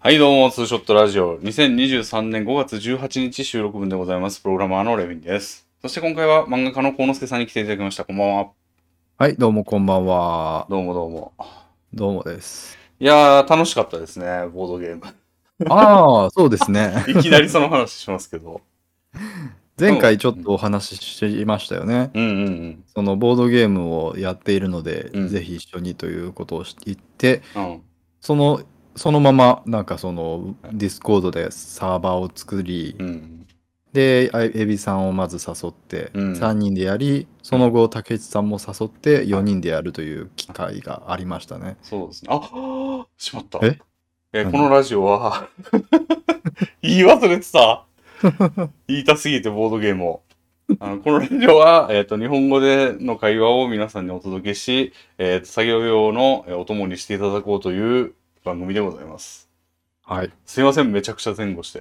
はいどうも、ツーショットラジオ。2023年5月18日収録分でございます。プログラマーのレビンです。そして今回は漫画家の幸之助さんに来ていただきました。こんばんは。 はい、どうもこんばんは。 どうもどうも。 どうもです。 いやー、楽しかったですね、ボードゲーム。 ああ、そうですね。 いきなりその話しますけど。 前回ちょっうんとお話ししていましたよね。 うんうんそのボードゲームをやっているので、 うん。 ぜひ一緒にということを言って、 うん。 その、そのまま、ディスコードでサーバーを作り、 うん。 で、エビさんをまず誘って、 うん。 3人でやり、その後、竹内さんも誘って4人でやるという機会がありましたね。 そうですね。あ、しまった。 えこの何ラジオは言い忘れてた。言いたすぎてボードゲームを。このラジオは、日本語での会話を皆さんにお届けし、作業用のお供にしていただこうという番組でございます。 はい。 すいません、めちゃくちゃ前後して。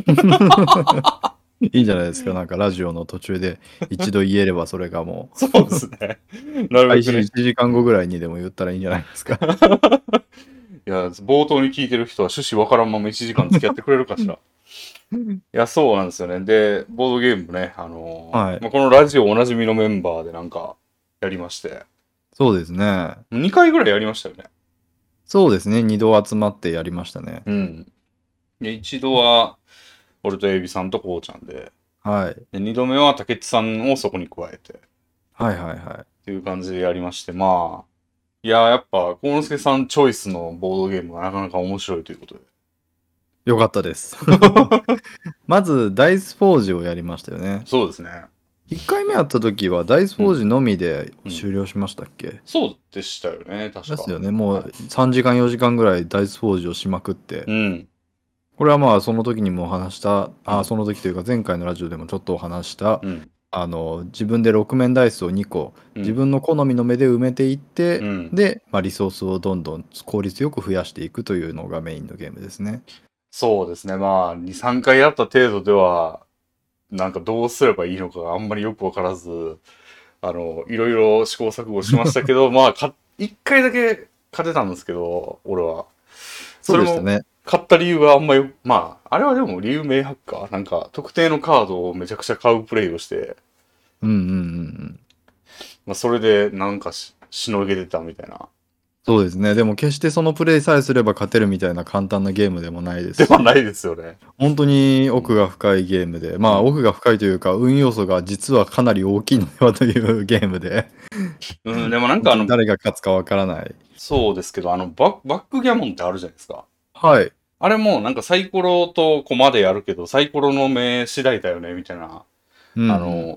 いいんじゃないですか。なんかラジオの途中で一度言えればそれがもうそうですね。なるべ開始くね。 1時間後ぐらいにでも言ったらいいんじゃないですか。 いや、冒頭に聞いてる人は趣旨わからんまま1時間付き合ってくれるかしら。いや、そうなんですよね。で、ボードゲームね、 はい。 このラジオおなじみのメンバーでなんか、やりまして。 そうですね。 2回ぐらいやりましたよね。 そうですね。2度集まってやりましたね。 うん。で、一度は、俺とエビさんとこうちゃんで、 はい。 で、二度目は竹内さんをそこに加えて、っはいはいはい。 ていう感じでやりまして、まあ、いや、やっぱ、幸之助さんチョイスのボードゲームがなかなか面白いということで。 よかったです。まず、ダイスフォージをやりましたよね。 そうですね。 1回目やった時はダイスフォージのみでうん。 終了しましたっけ？ そうでしたよね、確か。 ですよね。もうはい。 3時間4時間ぐらいダイスフォージをしまくって。 うん。 これはまあその時にもお話した、 うんその時というか前回のラジオでもちょっとお話した、 うん。 自分で6面ダイスを2個、自うん。 分の好みの目で埋めていって、 うん。 で、リソースをどんどん効率よく増やしていくというのがメインのゲームですね。 そうですね。まあ、2、3回やった程度では、なんかどうすればいいのかがあんまりよくわからず、いろいろ試行錯誤しましたけど、まあ、1回だけ勝てたんですけど、俺は。それも、 そうでしたね。 買った理由があんまよ、まあ、あれはでも理由明白か。なんか、特定のカードをめちゃくちゃ買うプレイをして、 うんうんうんうん。 まあ、それでなんかしのげてたみたいな。 そうですね。でも決してそのプレイさえすれば勝てるみたいな簡単なゲームでもないですし、 ではないですよね。 本当にうん。 奥が深いゲームで、 うん。 奥が深いというか、運要素が実はかなり大きいのではというゲームで、 うん、でもなん本当にか誰が勝つかわからない。 そうですけど、バックギャモンってあるじゃないですか。 はい。 あれもなんかサイコロとコマでやるけど、サイコロの目次第だよね、みたいな、 うんうん。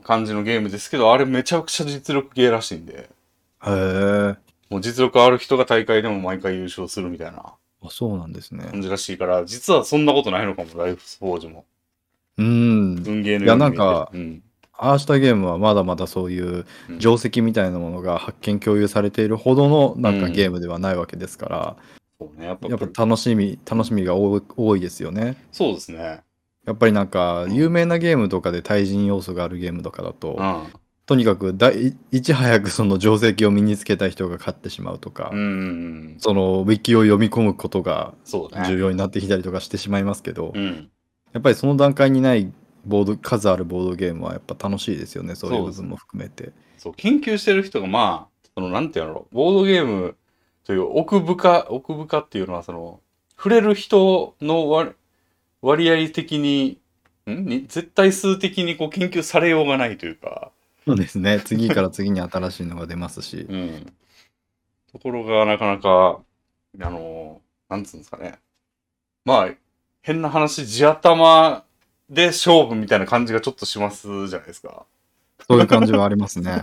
感じのゲームですけど、あれめちゃくちゃ実力ゲーらしいんで、 へえ。 もう実力ある人が大会でも毎回優勝するみたいなあ、そうなんですね。 感じらしいから、実はそんなことないのかも、ライフスフォージも。 うーん。 運ゲーのいや、 ように見えて。うん。 ああしたゲームはまだまだそういううん。 定石みたいなものが発見共有されているほどのうん。 ゲームではないわけですから、 そうね、やっぱやっぱ楽しみが多いですよね。 そうですね。 やっぱりうん。 有名なゲームとかで対人要素があるゲームとかだと、 うん。 とにかくいち早くその定石を身につけた人が勝ってしまうとうか、 ん。 そのウィキを読み込むことがそうね。 重要になってきたりとかしてしまいますけど、 うん。 やっぱりその段階にない数あるボードゲームはやっぱ楽しいですよね、そういうそうですね。 部分も含めて。 そう、研究してる人がまあ、なんていうの、ボードゲームという奥深っていうのは、触れる人の割合的に、絶対数的にこう研究されようがないというか、 そうですね。次から次に新しいのが出ますし。 うん。ところがなかなか、あの、なんつうんですかね。まあ、変な話、地頭で勝負みたいな感じがちょっとしますじゃないですか。 そういう感じはありますね。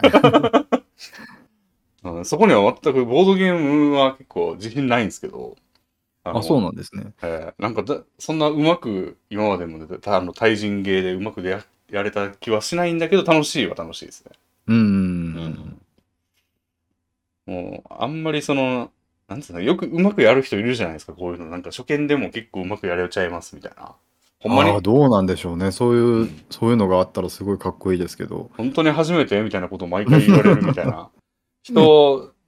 うん、そこには全くボードゲームは結構自信ないんですけど、ああ、そうの、 なんですね。 なんかそんなうまく今までもね、対人ゲーでうまくやれた気はしないんだけど、楽しいは楽しいですね。 うんうんううん。 ん。 もう、あんまりなんつうの、よくうまくやる人いるじゃないですか、こういうの。なんか初見でも結構うまくやれちゃいますみたいな。ほんまああ、 に、 どうなんでしょうね。 うん。 そういうのがあったらすごいかっこいいですけど。 本当に初めてみたいなことを毎回言われるみたいな人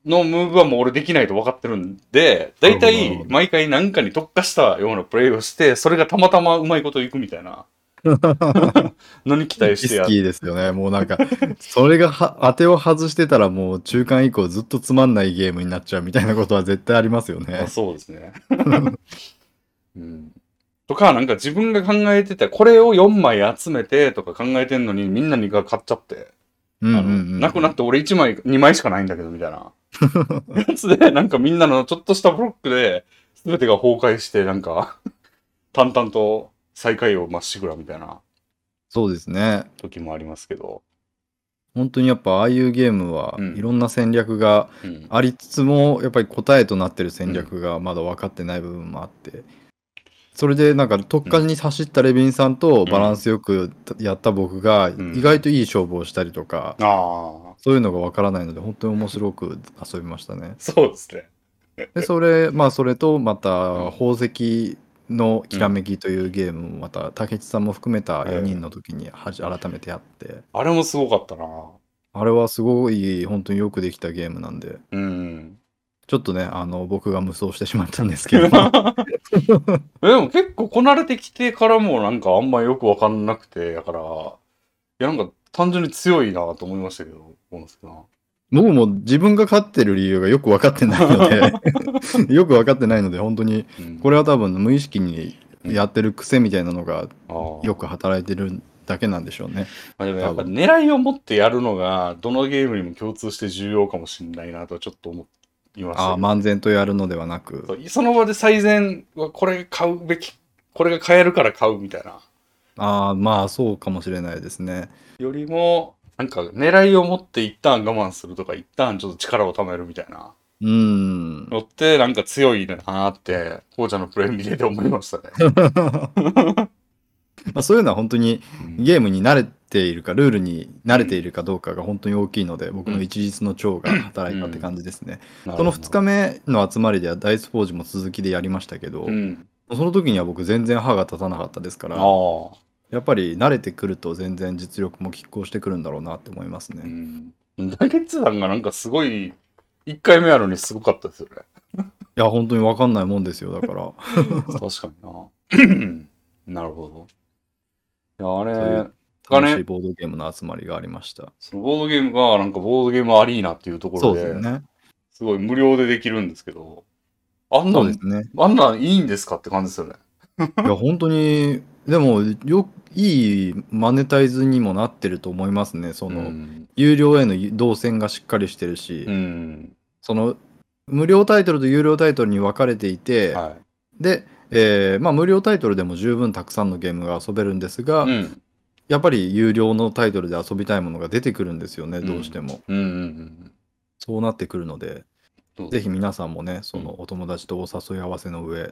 のムーブはもう俺できないと分かってるんで、だいたい毎回何かに特化したようなプレイをして、それがたまたまうまいこといくみたいなのに期待してリスキーですよね。もうなんか、それが当てを外してたらもう中間以降ずっとつまんないゲームになっちゃうみたいなことは絶対ありますよね。 そうですね。うん。とか、なんか自分が考えてて、これを4枚集めてとか考えてんのにみんなにが買っちゃって、なくなって俺1枚、2枚しかないんだけどみたいなやつで、なんかみんなのちょっとしたブロックで全てが崩壊して、なんか淡々と最下位をまっしぐらみたいなそうですね。 時もありますけど。 本当にやっぱああいうゲームはいろんな戦略がありつつも、やっぱり答えとなってる戦略がまだ分かってない部分もあって、それでなんか特化に走ったレビンさんとバランスよくやった僕が意外といい勝負をしたりとか、そういうのが分からないので本当に面白く遊びましたね。 そうですね。 で、それとまた宝石のきらめきというゲームもまた竹内さんも含めた4人の時に改めてやって、 あれもすごかったな。 あれはすごい本当によくできたゲームなんで、ちょっとね僕が無双してしまったんですけどでも結構こなれてきてからもなんかあんまよくわかんなくて、だから、いやなんか単純に強いなと思いましたけど、 僕も自分が勝ってる理由がよく分かってないのでよく分かってないので本当にこれは多分無意識にやってる癖みたいなのがよく働いてるだけなんでしょうね。 でもやっぱ狙いを持ってやるのがどのゲームにも共通して重要かもしれないなとちょっと思いました。 漫然とやるのではなく、 その場で最善はこれ買うべき、これが買えるから買うみたいな。 まあそうかもしれないですね。 よりもなんか狙いを持って一旦我慢するとか一旦ちょっと力を貯めるみたいなのってなんか強いなーってこうちゃんのプレイ見てて思いましたね。 そういうのは本当にゲームに慣れているかルールに慣れているかどうかが本当に大きいので、僕の一日の長が働いたって感じですね。その2日目の集まりではダイスフォージも続きでやりましたけど、その時には僕全然歯が立たなかったですから、やっぱり慣れてくると全然実力も拮抗してくるんだろうなって思いますね。 打撃弾がなんかすごい1回目やのにすごかったですよね。 いや本当に分かんないもんですよ、だから確かにな。なるほど。いやあれ楽しいボードゲームの集まりがありました。 そのボードゲームがなんかボードゲームアリーナっていうところで、すごい無料でできるんですけど、あんなんいいんですかって感じですよね。 いや本当にでもいいマネタイズにもなってると思いますね。その有料への動線がしっかりしてるし、その無料タイトルと有料タイトルに分かれていて、で、無料タイトルでも十分たくさんのゲームが遊べるんですが、やっぱり有料のタイトルで遊びたいものが出てくるんですよね、どうしても。そうなってくるので、ぜひ皆さんもね、そのお友達とお誘い合わせの上、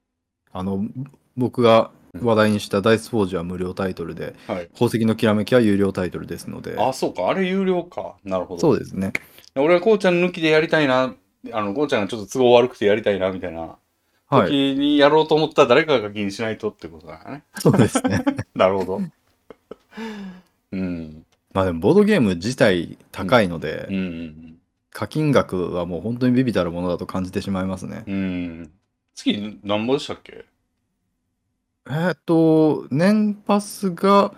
僕が話題にしたダイスフォージは無料タイトルで、宝石のきらめきは有料タイトルですので。 そうか、あれ有料か。なるほど。 そうですね。 俺はこうちゃん抜きでやりたいな、こうちゃんがちょっと都合悪くてやりたいな、みたいな時にやろうと思ったら誰かが課金しないとってことだよね。 そうですね。 なるほど。 まあでもボードゲーム自体高いので、課金額はもう本当に微々たるものだと感じてしまいますね。 月何ぼでしたっけ？ 年パスが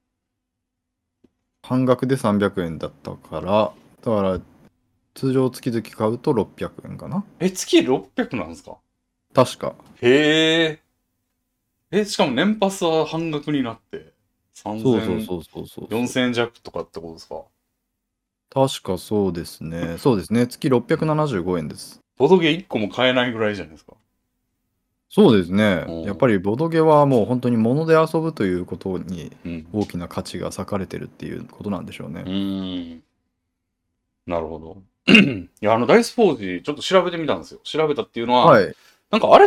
半額で300円だったから、だから通常月々買うと600円かな。 月600なんですか？ 確か。 へえ。しかも年パスは半額になって3000、4000円弱とかってことですか？ 確かそうですね。そうですね。月675円です。 ボドゲ1個も買えないぐらいじゃないですか。 そうですね。やっぱりボドゲはもう本当に物で遊ぶということに大きな価値が割かれてるっていうことなんでしょうね。 なるほど。いや、ダイスフォージちょっと調べてみたんですよ。調べたっていうのは、なんかあれって、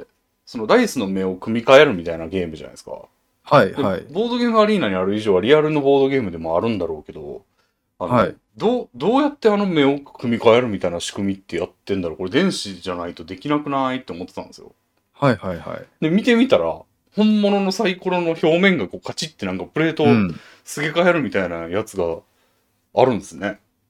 そのダイスの目を組み替えるみたいなゲームじゃないですか。ボードゲームアリーナにある以上はリアルのボードゲームでもあるんだろうけど、どうやって目を組み替えるみたいな仕組みってやってんだろう。これ電子じゃないとできなくないって思ってたんですよ。で、見てみたら、本物のサイコロの表面がこうカチッてなんかプレートをすげ替えるみたいなやつがあるんですね。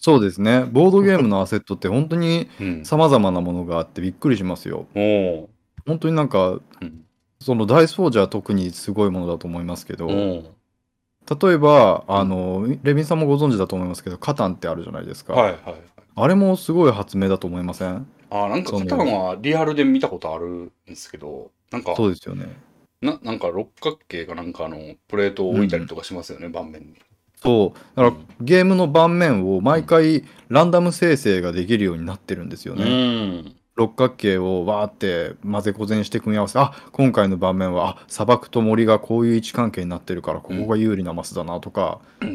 そうですね。ボードゲームのアセットって本当にうん。 様々なものがあってびっくりしますよ。 おお。 本当になんか、 うん。 そのダイスフォージは特にすごいものだと思いますけおど、 お。 例えば、 うん。 レビンさんもご存知だと思いますけど、カタンってあるじゃないですか。 はいはいはい。 あれもすごい発明だと思いません？ あー、なんかカタンその、 はリアルで見たことあるんですけど、なんか、 そうですよね。 なんか六角形かなんかプレートをうんうん。 置いたりとかしますよね、盤面に。 そう。だからうん。 ゲームの盤面をうん。 毎回ランダム生成ができるようになってるんですようね。 ーん。 六角形をわーって混ぜこぜにして組み合わせて、あ、今回の盤面は、あ、砂漠と森がこういう位置関係になってるから、ここがうん。 有利なマスだなとか、 うん。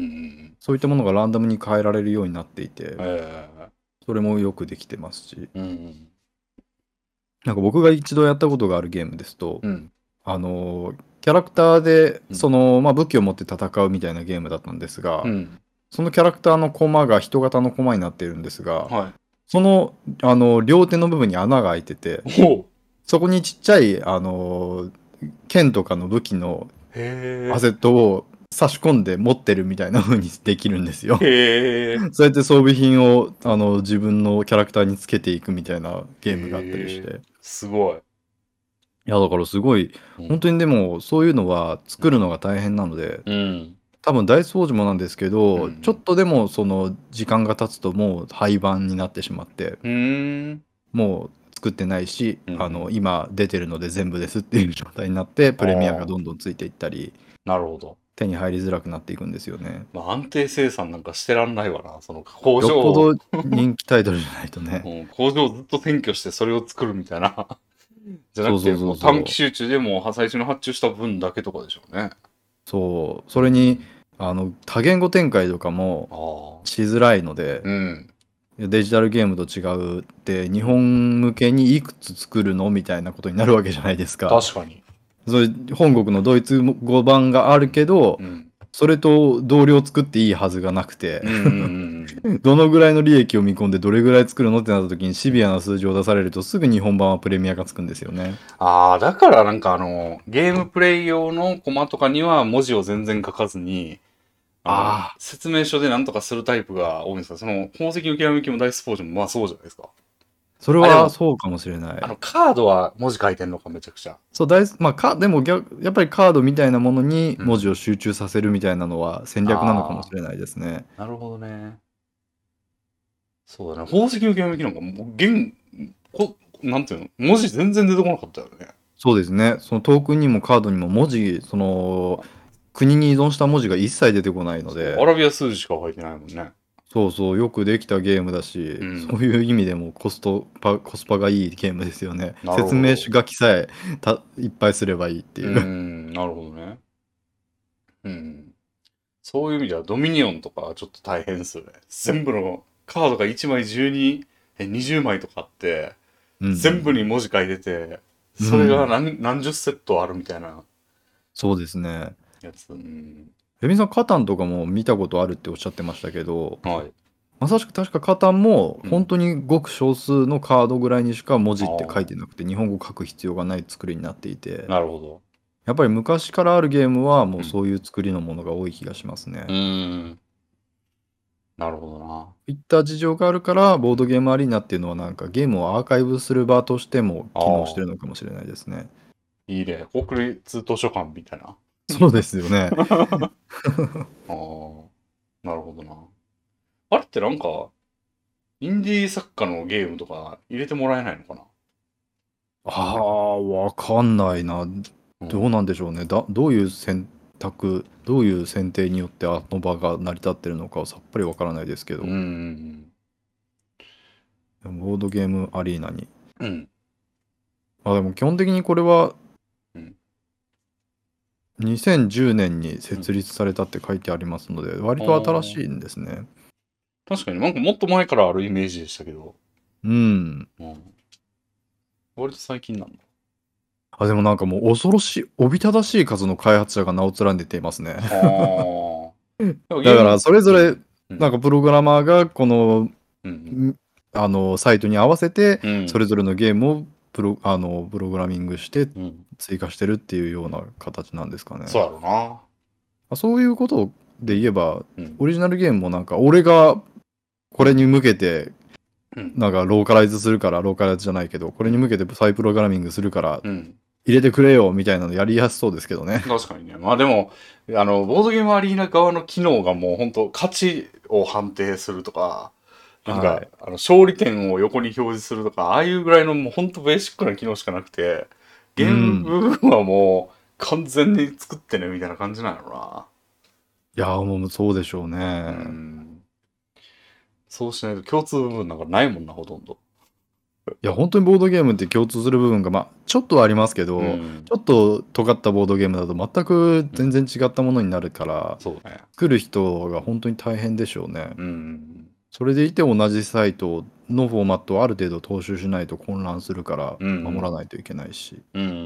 そういったものがランダムに変えられるようになっていて、 えそれもよくできてますし、 うん。 なんか僕が一度やったことがあるゲームですと、 うん。 キャラクターで、 うん。 まあ、武器を持って戦うみたいなゲームだったんですが、 うん。 そのキャラクターのコマが人型のコマになっているんですが、 はその、両手の部分に穴が開いてて、 い。おう。 そこにちっちゃい、剣とかの武器のアへセットを差し込んで持ってるみたいな風にできるんですえ。 よ。 へえ。 そうやって装備品を、自分のキャラクターにつけていくみたいなゲームがあったりしへえ。 て。 すごい。 いや、だからすごい、 うん。 本当にでも、そういうのは作るのが大変なので、 うん。 多分ダイスフォージもなんですけど、ちょっうん。 とでもその時間が経つともう廃盤になってしまって、 うーん。 もう作ってないし、 うん。 今出てるので全部ですっていう状態になって、 あプレミアがあ、 どんどんついていったり、 なるほど。 手に入りづらくなっていくんですよね。 まあ、安定生産なんかしてらんないわな。その工よっ場を、 ぽど人気タイトルじゃないとね。 うん、工場をずっと占拠してそれを作るみたいな。じゃなくて、 そうそうそもううそう。 短期集中でもう最初に発注した分だけとかでしょうね。 そう。 うそれに、 ん。 多言語展開とかもああ。 しづらいので、 うん。 デジタルゲームと違うって、日うん。 本向けにいくつ作るのみたいなことになるわけじゃないですか。 確かに。 それ本国のドイツ語版があるけど、 うん。 それと同量作っていいはずがなくて、 うん。うん。うん。 どのぐらいの利益を見込んでどれぐらい作るのってなった時にシうん。 ビアな数字を出されるとすぐ日本版はプレミアがつくんですよね。 ああ、だからなんかゲームプレイ用のコマとかには文字を全然書かずに、 ああ、 説明書でなんとかするタイプが多いんですか？その、宝石のきらめきもダイスポージョンもまあそうじゃないですか。 それあ、でも、 はそうかもしれない。 カードは文字書いてんのか、めちゃくちゃ。 そう、まあ、でもやっぱりカードみたいなものにうん。 文字を集中させるみたいなのは戦略なのかもしあれないですね。 あ、なるほどね。そうだね。宝石のきらめきなんかもう、なんていうの、文字全然出てこなかったよね。 そうですね。そのトークンにもカードにも文字、国に依存した文字が一切出てこないのそう、アで、 ラビア数字しか書いてないもんね。 そうそう、よくできたゲームだし、そうん。 ういう意味でもコスパがいいゲームですよね。 なる説明ほど。 書書きさえいっぱいすればいいってういう。 ん、なるほどね。うん。そういう意味ではドミニオンとかはちょっと大変ですよね。全部のカードが1枚12、20枚とかあって、 うん全部に文字書いてて、 うんうん。 それがうん。 何十セットあるみたいなそうですね。 やつ。うん。 レミさん、カタンとかも見たことあるっておっしゃってましたけど、 はい。 まさしく確かカタンもうん。 本当にごく少数のカードぐらいにしか文字って書いてあなくて、日本語書く必要がない作りになっていて、 あ、なるほど。 やっぱり昔からあるゲームはもうん。 うそういう作りのものが多い気がしますうね。 ーん。なるほどな。 いった事情があるからボードゲームアリーナっていうのはなんかゲームをアーカイブする場としてもあ機能してるあ、 のかもしれないですね。 いいね。国立図書館みたいな。 そうですよね。 ああ、なるほどな。あれってなんか、インディー作家のゲームとか入れてもらえないのかな？ ああ、わかんないな。 うん。 どうなんでしょうね。どういうどういう選定によってあの場が成り立ってるのかはさっぱりわからないですけうーど、 ん。 でもボードゲームアリーナに。 うん。 でも基本的にこれはうん。 2010年にうん。 設立されたって書いてありますので、割あと新しいあ。 んですね。 確かになんかもっと前からあるイメージでしたけど。 うん。 うん。割と最近なんだ。 でもなんかもう恐ろしい、おびただしい数の開発者が名を連ねていますね。 はあ。でもゲーム、 だからそれぞれ、 うん。うん。 なんかプログラマーがこの、 うん。 んサイトに合わせて、 うん。 それぞれのゲームをプログラミングしてうん。 追加してるっていうような形なんですかね。 そうやろうな。 そういうことうん。 で言えば、 うん。 オリジナルゲームもなんか、俺がこれに向けて、 うんなんかローカライズするから、ローカライズじゃないけど、これに向けて再プログラミングするから、 うん。 入れてくれよみたいなのやりやすそうですけどね。 確かにね。まあでも、ボードゲームアリーナ側の機能がもう本当価値を判定するとか、なんか、 はい勝利点を横に表示するとか、ああいうぐらいのもう本当ベーシックな機能しかなくて、ゲーム部分はもう完全に作ってね、みたいな感じなのな。 いやーもうそうでしょうね。 そうしないと共通部分なんかないもんな、ほとんど。 いや、本当にボードゲームって共通する部分が、まあ、ちょっとはありますけど、ちょっと尖ったボードゲームだと全く全然違ったものになるから、 そうね。 作る人が本当に大変でしょうね。 うん。 それでいて同じサイトのフォーマットをある程度踏襲しないと混乱するから守らないといけないし。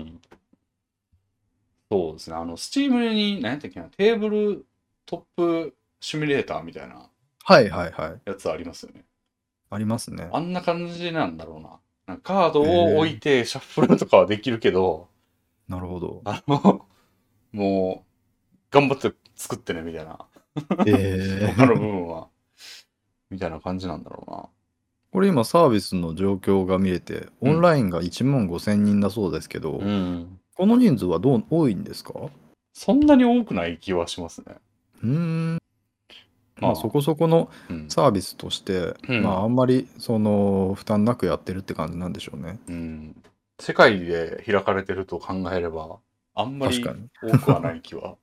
そうですね。スチームに、何やったっけな、テーブルトップシミュレーターみたいなはいはいはい。 やつありますよね。 ありますね。 あんな感じなんだろうな。なんかカードを置いてシャッフルとかはできるけど、 なるほど。 もう、頑張って作ってね、みたいな。 他他の部分は。みたいな感じなんだろうな。 これ今サービスの状況が見えて、オンラインが1万5,000人だそうですけど、この人数は多いんですか？ そんなに多くない気はしますね。 まあそこそこのサービスとして、まああんまりその負担なくやってるって感じなんでしょうね。 世界で開かれてると考えれば、あんまり多くはない気は。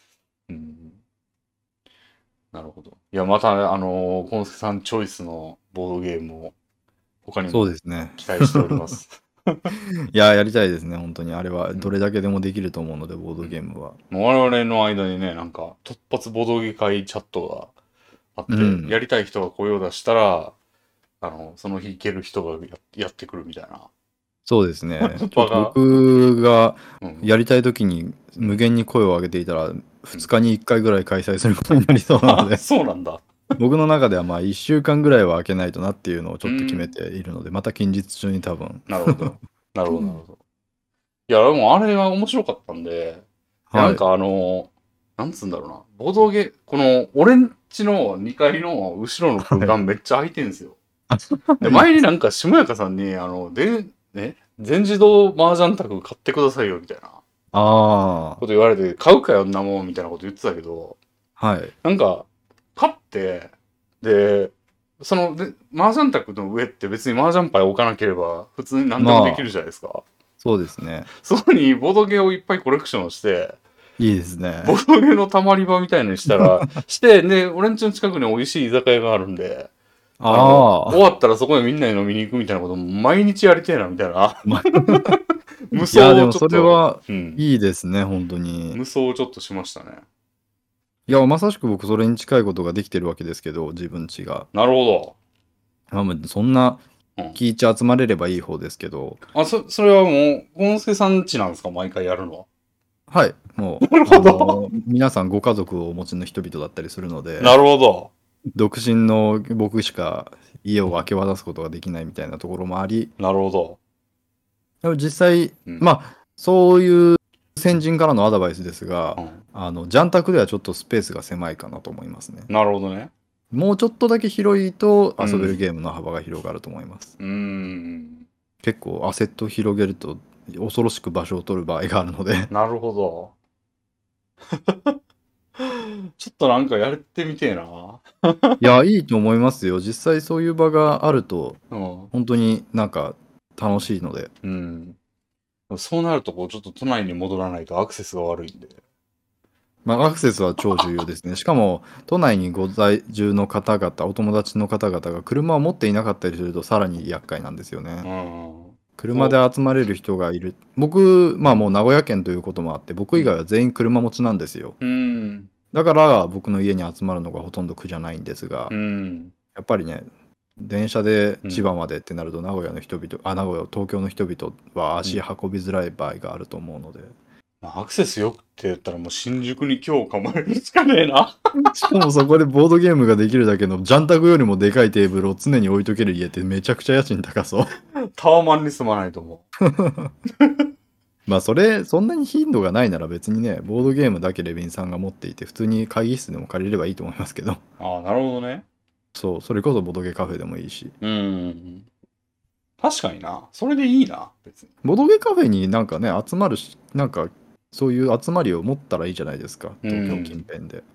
なるほど。いや、また、コンスケさんチョイスのボードゲームを他にも期待しております。 いや、やりたいですね、本当に。あれはどれだけでもできると思うので、ボードゲームは。 我々の間にね、なんか、突発ボードゲ会チャットがあって、やりたい人が声を出したら、その日行ける人がやってくるみたいな。 そうですね。ちょっと僕がやりたい時に無限に声を上げていたら、2日に1回ぐらい開催することになりそうなので。 そうなんだ。 僕の中ではまあ1週間ぐらいは開けないとなっていうのをちょっと決めているので、また近日中に多分。 なるほど。なるほど、なるほど。いや、でもあれが面白かったんで、なんかなんつうんだろうな、ボードゲー、この俺んちの2階の後ろの空間めっちゃ空いてんですよ。で、前になんか下中さんに、全自動麻雀卓買ってくださいよみたいなこと言われて、買うかよんなもんみたいなこと言ってたけど、なんか、買って、で、麻雀卓の上って別に麻雀牌置かなければ普通に何でもできるじゃないですか。 そうですね。 そこにボードゲーをいっぱいコレクションして、 いいですね。 ボードゲーのたまり場みたいにしたら、で、俺んちの近くに美味しい居酒屋があるんで、終わったらそこでみんなに飲みに行くみたいなことも毎日やりてえな、みたいな。 無双をちょっと。いや、でもそれはいいですね、本当に。 無双をちょっとしましたね。 いや、まさしく僕それに近いことができてるわけですけど、自分ちが。 なるほど。そんな、気一集まれればいい方ですけど。 それはもう、ゴンスケさんちなんですか、毎回やるのは。 はい、もう、皆さんご家族をお持ちの人々だったりするので。 なるほど。 独身の僕しか家を明け渡すことができないみたいなところもあり。 なるほど。 でも実際、まあ、そういう先人からのアドバイスですが、ジャン卓ではちょっとスペースが狭いかなと思いますね。 なるほどね。 もうちょっとだけ広いと遊べるゲームの幅が広がると思います。結構アセットを広げると恐ろしく場所を取る場合があるので。 なるほど。ちょっとなんかやってみてえな。 いや、いいと思いますよ。実際そういう場があると、本当になんか楽しいので。 そうなると、ちょっと都内に戻らないとアクセスが悪いんで。 まあ、アクセスは超重要ですね。しかも、都内にご在住の方々、お友達の方々が車を持っていなかったりすると、さらに厄介なんですよね。車で集まれる人がいる。僕、まあもう名古屋県ということもあって、僕以外は全員車持ちなんですよ。だから、僕の家に集まるのがほとんど苦じゃないんですが、やっぱりね、電車で千葉までってなると、名古屋の人々、東京の人々は足運びづらい場合があると思うので。 アクセスよくって言ったらもう新宿に今日構えるしかねえな。 しかもそこでボードゲームができるだけのジャンタクよりもでかいテーブルを常に置いとける家ってめちゃくちゃ家賃高そう。 タワマンに住まないと思う。 まあそんなに頻度がないなら別にね、ボードゲームだけレビンさんが持っていて普通に会議室でも借りればいいと思いますけど。 なるほどね。 そう、それこそボドゲカフェでもいいし。 確かにな。それでいいな、別に。 ボドゲカフェになんかね、集まるし、なんか、そういう集まりを持ったらいいじゃないですか。東京近辺で。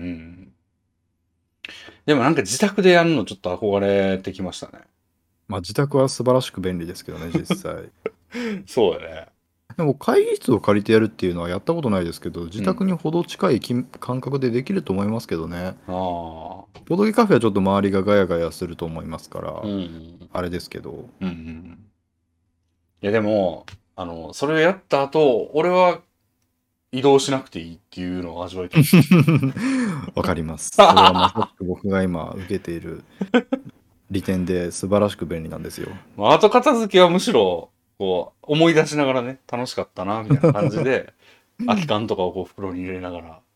でもなんか自宅でやるのちょっと憧れてきましたね。 まあ自宅は素晴らしく便利ですけどね、実際。 そうだね。 でも会議室を借りてやるっていうのはやったことないですけど、自宅にほど近い感覚でできると思いますけどね。ボドゲカフェはちょっと周りがガヤガヤすると思いますから、あれですけど。 いやでも、それをやった後、俺は移動しなくていいっていうのを味わいたい。 わかります。それはまさしく僕が今受けている利点で素晴らしく便利なんですよ。 後片付けはむしろ、こう、思い出しながらね、楽しかったな、みたいな感じで、空き缶とかをこう袋に入れながら。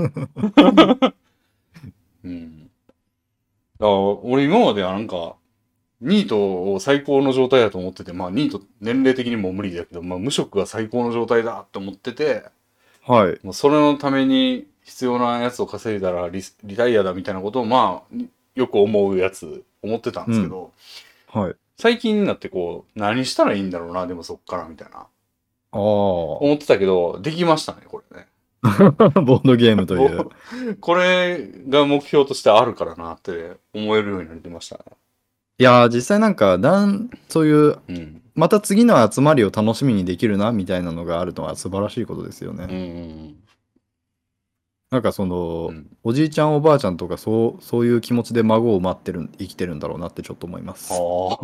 うん。だから俺今まではなんか、ニートを最高の状態だと思ってて、まあニート年齢的にも無理だけど、まあ無職が最高の状態だって思ってて、 はい。 もうそれのために必要なやつを稼いだらリタイアだみたいなことをまあ、よく思うやつ、思ってたんですけど、 はい。 最近になってこう、何したらいいんだろうな、でもそっからみたいな。 思ってたけど、できましたね、これね。 ボードゲームという。 これが目標としてあるからなって思えるようになりましたね。 いやー、実際なんか、そういう、また次の集まりを楽しみにできるな、みたいなのがあるのは素晴らしいことですよね。なんかその、おじいちゃんおばあちゃんとかそういう気持ちで孫を生きてるんだろうなってちょっと思います。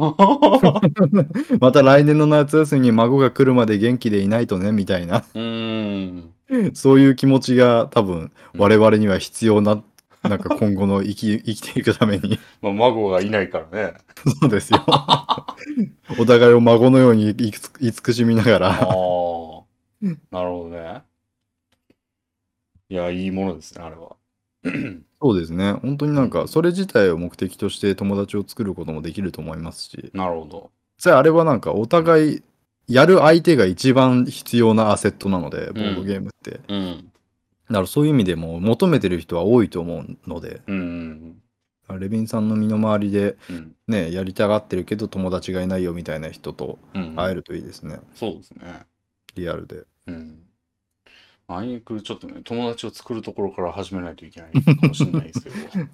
また来年の夏休みに孫が来るまで元気でいないとね、みたいな。そういう気持ちが多分我々には必要な、なんか今後の生きていくために。 まあ孫がいないからね。 そうですよ。お互いを孫のように慈しみながら。 なるほどね。いや、いいものですね、あれは。 そうですね。本当になんか、それ自体を目的として友達を作ることもできると思いますし。 なるほど。 あれはなんか、お互い、やる相手が一番必要なアセットなので、ボードゲームって。だからそういう意味でも求めてる人は多いと思うので。レビンさんの身の回りで、ね、やりたがってるけど友達がいないよみたいな人と会えるといいですね。 そうですね。 リアルで。 あいにくちょっとね、友達を作るところから始めないといけないかもしれないですけど。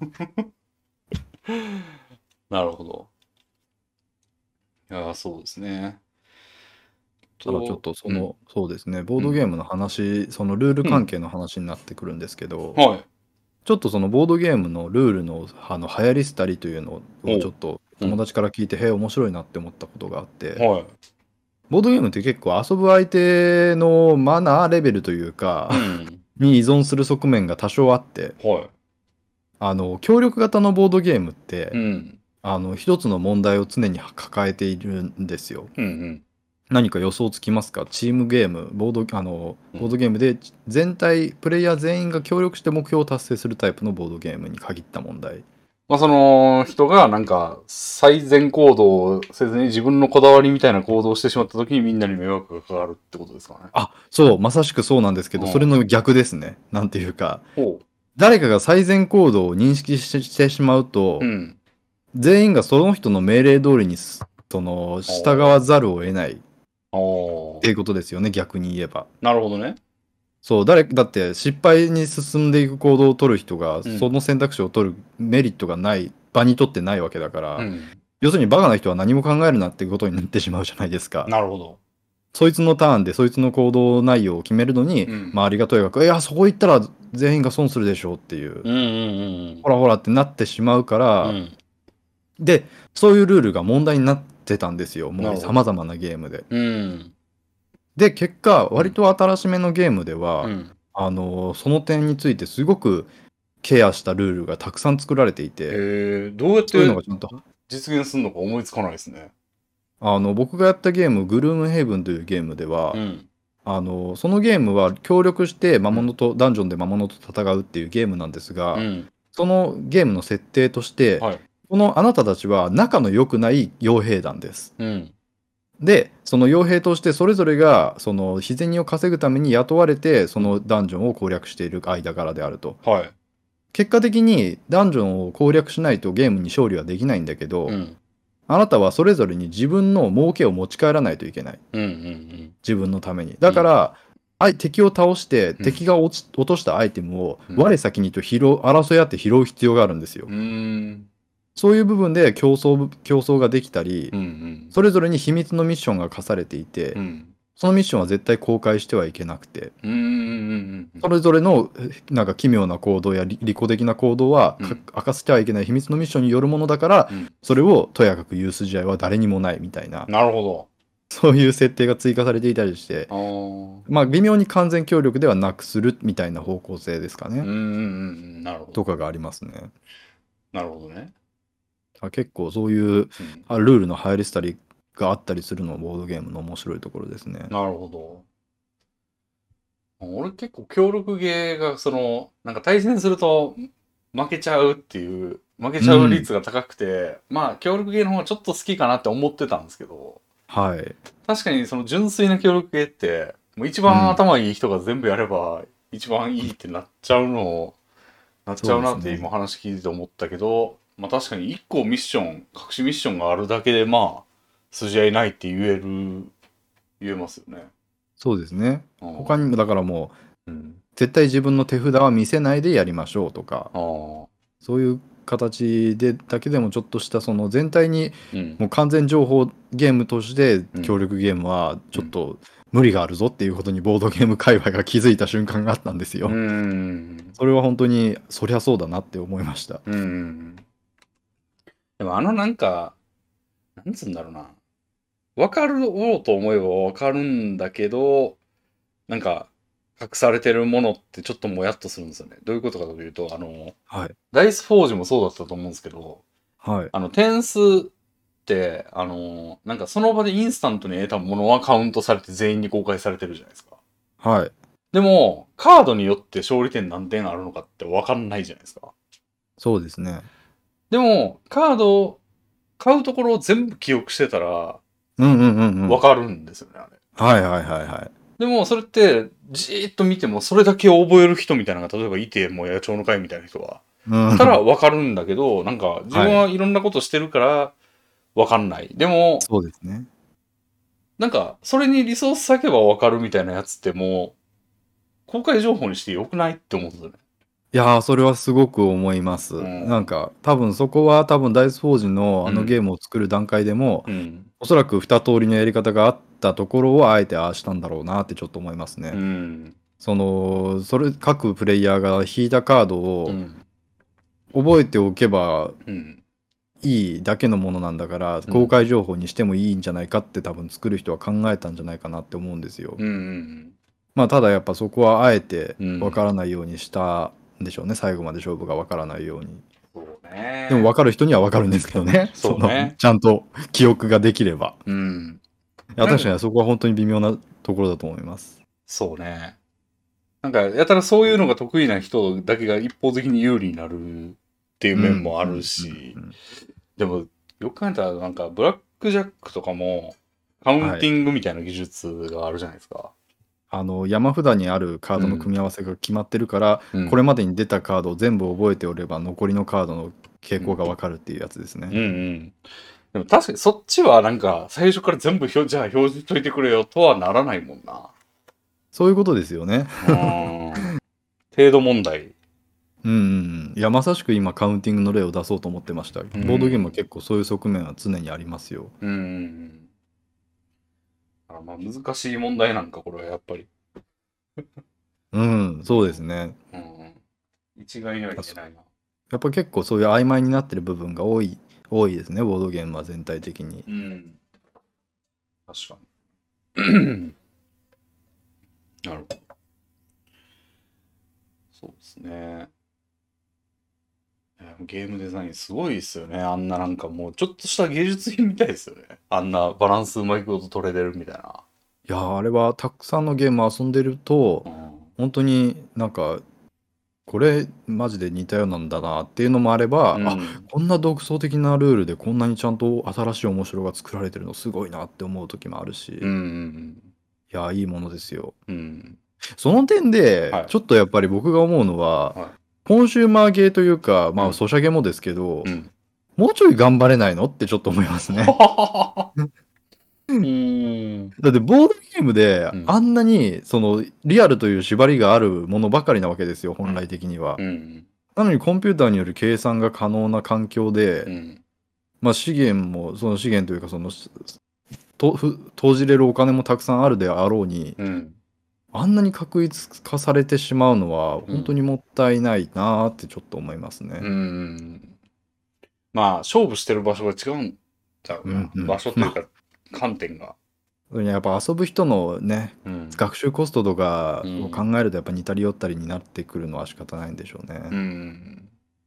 なるほど。いや、そうですね。 ただちょっとそうですね、ボードゲームの話、そのルール関係の話になってくるんですけど、ちょっとそのボードゲームのルールの流行り廃りというのをちょっと友達から聞いて、へえ、面白いなって思ったことがあって、ボードゲームって結構遊ぶ相手のマナーレベルというか、に依存する側面が多少あって、協力型のボードゲームって、一つの問題を常に抱えているんですよ。何か予想つきますか？チームゲーム、ボードゲームでプレイヤー全員が協力して目標を達成するタイプのボードゲームに限った問題。 まあその人がなんか最善行動をせずに自分のこだわりみたいな行動をしてしまった時にみんなに迷惑がかかるってことですかね。 そう、まさしくそうなんですけど、それの逆ですね。なんていうか、誰かが最善行動を認識してしまうと、全員がその人の命令通りに従わざるを得ないっていうことですよね、逆に言えば。 なるほどね。 そう、だって失敗に進んでいく行動を取る人が、その選択肢を取るメリットがない、場にとってないわけだから、要するにバカな人は何も考えるなっていうことになってしまうじゃないですか。 なるほど。 そいつのターンでそいつの行動内容を決めるのに、周りがとにかく、いや、そこ行ったら全員が損するでしょうっていう、ほらほらってなってしまうから、で、そういうルールが問題になってたんですよ、もう様々なゲームで。で、結果、割と新しめのゲームでは、その点についてすごくケアしたルールがたくさん作られていて、 どうやってそういうのがちゃんと実現するのか思いつかないですね。 僕がやったゲーム、グルームヘイブンというゲームでは、そのゲームは協力してダンジョンで魔物と戦うっていうゲームなんですが、そのゲームの設定として、このあなたたちは仲の良くない傭兵団です。で、その傭兵としてそれぞれがその日銭を稼ぐために雇われてそのダンジョンを攻略している間柄であると。 結果的にダンジョンを攻略しないとゲームに勝利はできないんだけど、あなたはそれぞれに自分の儲けを持ち帰らないといけない。自分のために。だから、敵を倒して敵が落としたアイテムを我先にと争い合って拾う必要があるんですよ。そういう部分で競争ができたり、それぞれに秘密のミッションが課されていて、そのミッションは絶対公開してはいけなくて、それぞれのなんか奇妙な行動や利己的な行動は明かしてはいけない秘密のミッションによるものだから、それをとやかく言う筋合いは誰にもないみたいな。 なるほど。 そういう設定が追加されていたりして、まあ微妙に完全協力ではなくするみたいな方向性ですかね。 なるほど。 とかがありますね。 なるほどね。 結構そういうルールの入りしたりがあったりするのもボードゲームの面白いところですね。 なるほど。俺結構協力ゲーがなんか対戦すると負けちゃう率が高くて、まあ協力ゲーの方がちょっと好きかなって思ってたんですけど、 はい。 確かにその純粋な協力ゲーって、もう一番頭いい人が全部やれば一番いいってなっちゃうなって今話聞いてて思ったけど、まあ確かに一個隠しミッションがあるだけでまあ、筋合いないって言えますよね。 そうですね。他にもだからもう、絶対自分の手札は見せないでやりましょうとか、そういう形でだけでもちょっとしたその全体にもう完全情報ゲームとして協力ゲームはちょっと無理があるぞっていうことにボードゲーム界隈が気づいた瞬間があったんですよ。それは本当にそりゃそうだなって思いました。 でもなんかなんつうんだろうな、分かろうと思えば分かるんだけど、なんか隠されてるものってちょっともやっとするんですよね。どういうことかというと、 はい、 ダイスフォージもそうだったと思うんですけど、 はい、 点数って、なんかその場でインスタントに得たものはカウントされて全員に公開されてるじゃないですか。 はい。 でも、カードによって勝利点何点あるのかって分かんないじゃないですか。 そうですね。 でも、カードを買うところを全部記憶してたら、分かるんですよね、あれ。 はいはいはいはい。 でも、それって、じーっと見ても、それだけ覚える人みたいなのが、例えばいて、もう野鳥の会みたいな人は、たら分かるんだけど、なんか、自分はいろんなことしてるから、分かんない。でも、 そうですね。 なんか、それにリソース割けば分かるみたいなやつってもう、公開情報にしてよくないって思うんですよね。 いやー、それはすごく思います。なんか、多分そこはダイスフォージのゲームを作る段階でも、おそらく2通りのやり方があったところをあえてああしたんだろうなってちょっと思いますね。各プレイヤーが引いたカードを覚えておけばいいだけのものなんだから、公開情報にしてもいいんじゃないかって多分作る人は考えたんじゃないかなって思うんですよ。まあただやっぱそこはあえて分からないようにしたんでしょうね、最後まで勝負が分からないように。 そうね。 でも分かる人には分かるんですけどね。 そうね。 ちゃんと記憶ができれば。 いや、確かにそこは本当に微妙なところだと思います。 そうね。なんか、やたらそういうのが得意な人だけが一方的に有利になるっていう面もあるし、でも、よく考えたらなんか、ブラックジャックとかも、カウンティングみたいな技術があるじゃないですか。 山札にあるカードの組み合わせが決まってるから、これまでに出たカードを全部覚えておれば残りのカードの傾向が分かるっていうやつですね。 でも確かにそっちはなんか最初から全部じゃあ表示しといてくれよとはならないもんな。 そういうことですよね。 程度問題。 いや、まさしく今カウンティングの例を出そうと思ってました。ボードゲームは結構そういう側面は常にありますよ。 まあ難しい問題なんか、これはやっぱり。 そうですね。 一概にはいけないな。 やっぱ結構そういう曖昧になってる部分が多いですね、ボードゲームは全体的に。 確かに。なるほど。そうですね。ゲームデザインすごいですよね。あんななんかもうちょっとした芸術品みたいですよね。あんなバランスうまいこと取れてるみたいな。 いやあれはたくさんのゲーム遊んでると、本当になんかこれマジで似たようなんだなっていうのもあれば、こんな独創的なルールでこんなにちゃんと新しい面白が作られてるのすごいなって思う時もあるし、いやいいものですよ。その点で、ちょっとやっぱり僕が思うのは、 コンシューマーゲーというか、まあ、ソシャゲもですけど、もうちょい頑張れないのってちょっと思いますね。だってボードゲームであんなにそのリアルという縛りがあるものばかりなわけですよ、本来的には。なのにコンピューターによる計算が可能な環境で、まあ資源もその資源というかその投じれるお金もたくさんあるであろうに、あんなに確一化されてしまうのは本当にもったいないなーってちょっと思いますね。 まあ勝負してる場所が違うんだろうな、場所というか観点が。 やっぱ遊ぶ人のね、学習コストとかを考えるとやっぱ似たり寄ったりになってくるのは仕方ないんでしょうね。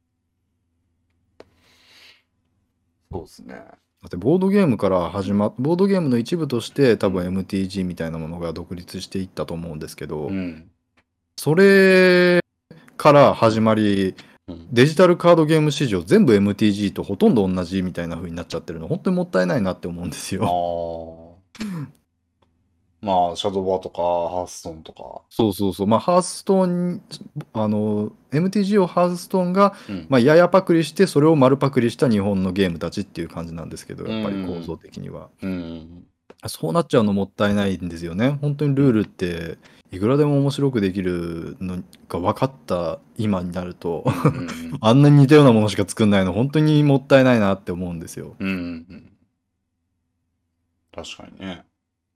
そうですね。 だってボードゲームからボードゲームの一部として多分 MTG みたいなものが独立していったと思うんですけど、それから始まり、デジタルカードゲーム市場全部 MTG とほとんど同じみたいな風になっちゃってるの本当にもったいないなって思うんですよ。 まあシャドーバーとかハーストーンとか。 そうまあハーストーンMTG をハーストーンが、まあややパクリしてそれを丸パクリした日本のゲームたちっていう感じなんですけど、やっぱり構造的には。そうなっちゃうのもったいないんですよね。本当にルールっていくらでも面白くできるのが分かった今になるとあんなに似たようなものしか作んないの本当にもったいないなって思うんですよ。 確かにね。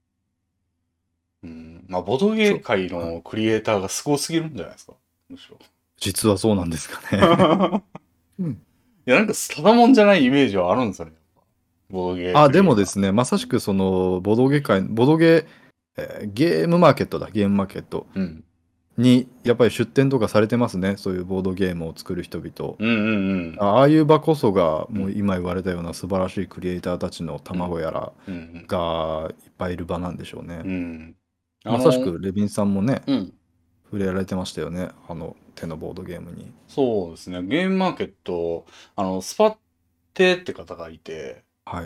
まあボドゲー界のクリエイターがすごすぎるんじゃないですか、むしろ。 実はそうなんですかね。いやなんかただもんじゃないイメージはあるんですよね。 ボドゲーでもですね、まさしくそのボドゲー、ゲームマーケットだ、ゲームマーケットにやっぱり出展とかされてますね、そういうボードゲームを作る人々。ああいう場こそが、もう今言われたような素晴らしいクリエイターたちの卵やらがいっぱいいる場なんでしょうね。まさしくレビンさんもね、触れられてましたよね、手のボードゲームに。 そうですね、ゲームマーケット、スパッテって方がいて、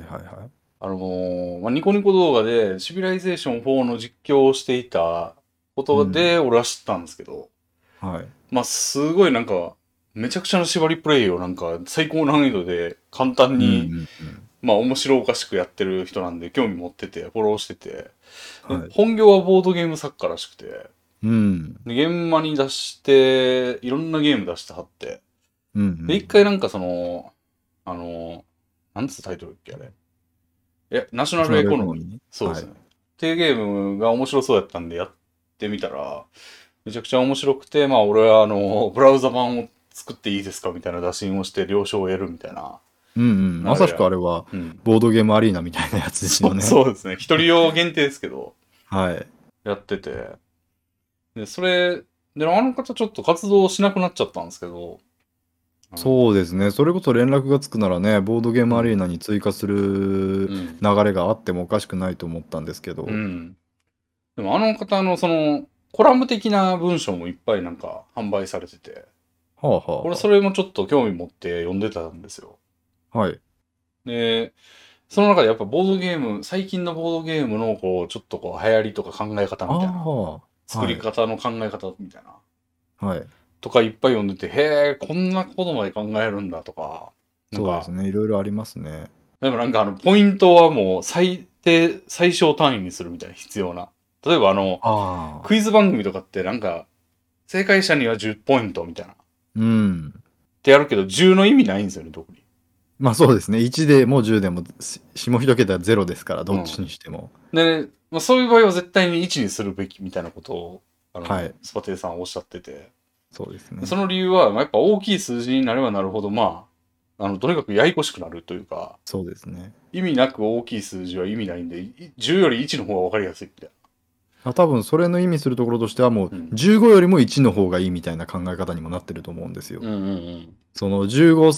ニコニコ動画でシビライゼーション4の実況をしていたことで俺は知ったんですけど、まあすごいなんかめちゃくちゃな縛りプレイをなんか最高難易度で簡単に、まあ面白おかしくやってる人なんで興味持っててフォローしてて、本業はボードゲーム作家らしくて、現場に出していろんなゲーム出してはって、で一回なんかそのなんつうタイトルっけあれ、ナショナルエコノミー。そうですね。っていうゲームが面白そうやったんでやってみたら、めちゃくちゃ面白くて、まあ俺はブラウザ版を作っていいですかみたいな打診をして了承を得るみたいな。 まさしくあれは、ボードゲームアリーナみたいなやつですよね。 そうですね。一人用限定ですけど、やってて。で、それ、で、あの方ちょっと活動しなくなっちゃったんですけど、 そうですね、それこそ連絡がつくならね、ボードゲームアリーナに追加する流れがあってもおかしくないと思ったんですけど。 でもあの方のそのコラム的な文章もいっぱいなんか販売されてて、俺それもちょっと興味持って読んでたんですよ。で、その中でやっぱボードゲーム、最近のボードゲームのこう、ちょっとこう流行りとか考え方みたいな、作り方の考え方みたいな。とかいっぱい読んでて、へえ、こんなことまで考えるんだとか。 そうですね、いろいろありますね。 でもなんかポイントはもう最小単位にするみたいな必要な。例えばクイズ番組とかってなんか、正解者には10ポイントみたいな。ってやるけど、10の意味ないんですよね、特に。 まあそうですね、1でも10でも、下一桁は0ですから、どっちにしても。 で、まあ、そういう場合は絶対に1にするべきみたいなことを、スパテイさんはおっしゃってて。 そうですね。 その理由は、やっぱ大きい数字になればなるほど、まあ、とにかくややこしくなるというか、 そうですね。 意味なく大きい数字は意味ないんで、10より1の方が分かりやすいみたいな。多分それの意味するところとしてはもう15よりも1の方がいいみたいな考え方にもなってると思うんですよ。その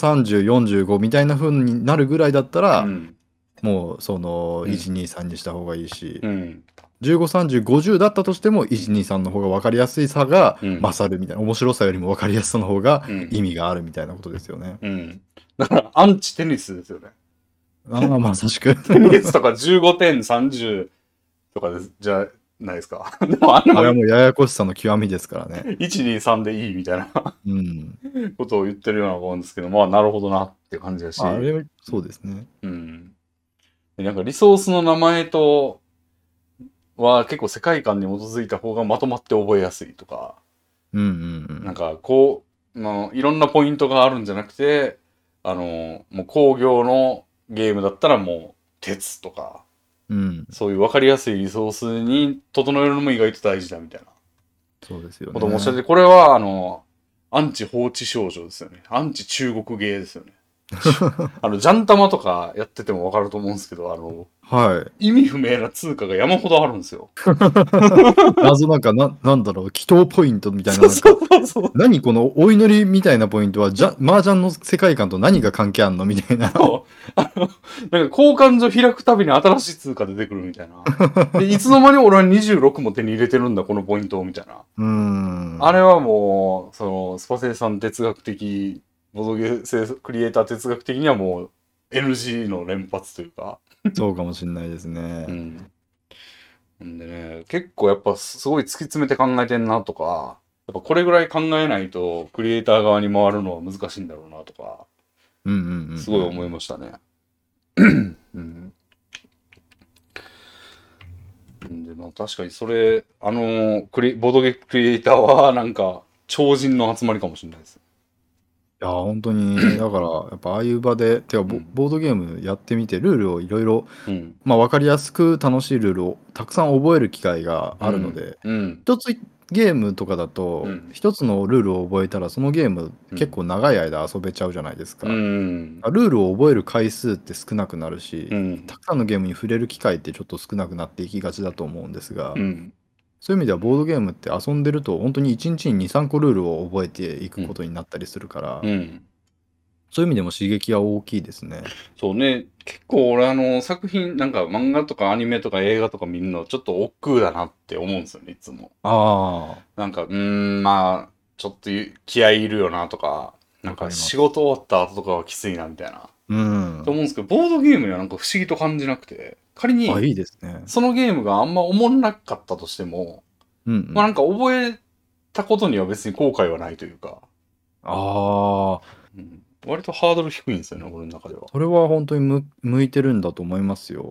15、30、45みたいな風になるぐらいだったら、もうその1、2、3にした方がいいし、15、30、50だったとしても1、2、3の方が分かりやすい差が勝るみたいな、面白さよりも分かりやすさの方が意味があるみたいなことですよね。 だからアンチテニスですよね。 まさしく。 テニスとか15点、30とかで、じゃあないですか。でもあれもあれはもうややこしさの極みですからね。 1、2、3でいいみたいなうん。 ことを言ってるようなもんですけど、まあなるほどなって感じだし。 あれ、そうですね。 うん。でなんかリソースの名前とは結構世界観に基づいた方がまとまって覚えやすいとか、 うんうんなんかこう、いろんなポイントがあるんじゃなくて、もう工業のゲームだったらもう鉄とか、 うん。うん。 そういう分かりやすいリソースに整えるのも意外と大事だみたいなそうですよこともおっしゃってね。 て、これはアンチ放置少女ですよね。アンチ中国芸ですよね。ジャンタマとかやってても分かると思うんですけど、 はい。 意味不明な通貨が山ほどあるんですよ。 謎なんか、なんだろう、祈祷ポイントみたいな、 そうそなんか、 うそうそう。 何このお祈りみたいなポイントは、麻雀の世界観と何が関係あんのみたいな。 そうなんか交換所開くたびに新しい通貨出てくるみたいな。で、いつの間に俺は26も手に入れてるんだ、このポイントを、みたいな。 うーん。 あれはもう、スパセイさん哲学的、ボドゲクリエイター哲学的にはもう NG の連発というか。 そうかもしんないですね。 うん。んでね、結構やっぱすごい突き詰めて考えてんなとか、やっぱこれぐらい考えないとクリエイター側に回るのは難しいんだろうなとか、 うんうんうん、 すごい思いましたね。うん。で、まあ確かにそれ、ボドゲクリエイターはなんか超人の集まりかもしれないです。 いや、本当に、だから、やっぱああいう場で、てかうん。 ボードゲームやってみて、ルールをいろいろ、 うん。 まあ、分かりやすく楽しいルールをたくさん覚える機会があるのうん。 で、 うん。 一つゲームとかだと、 うん。 一つのルールを覚えたら、そのゲームうん。 結構長い間遊べちゃうじゃないですうか。 ん。 ルールを覚える回数って少なくなるし、 うん。 たくさんのゲームに触れる機会ってちょっと少なくなっていきがちだと思うんですが、 うん。 そういう意味ではボードゲームって遊んでると、本当に1日に2、3個ルールを覚えていくことになったりするから、 うん。 そういう意味でも刺激は大きいですね。 そうね。結構俺作品、なんか漫画とかアニメとか映画とか見るのちょっと億劫だなって思うんですよね、いつも。 あなんか、まあ、ちょっと気合いいるよなとか、 あ、 なんわかか仕事ります。 終わった後とかはきついなみたいな。 うん。 と思うんですけど、ボードゲームにはなんか不思議と感じなくて、仮あ、 にいいですね。 そのゲームがあんま思んなかったとしても、 うんうん。 まあなんか覚えたことには別に後悔はないというか、 ああ、 割とハードル低いんですよね、俺の中では。 それは本当に向いてるんだと思いますよ。 うん。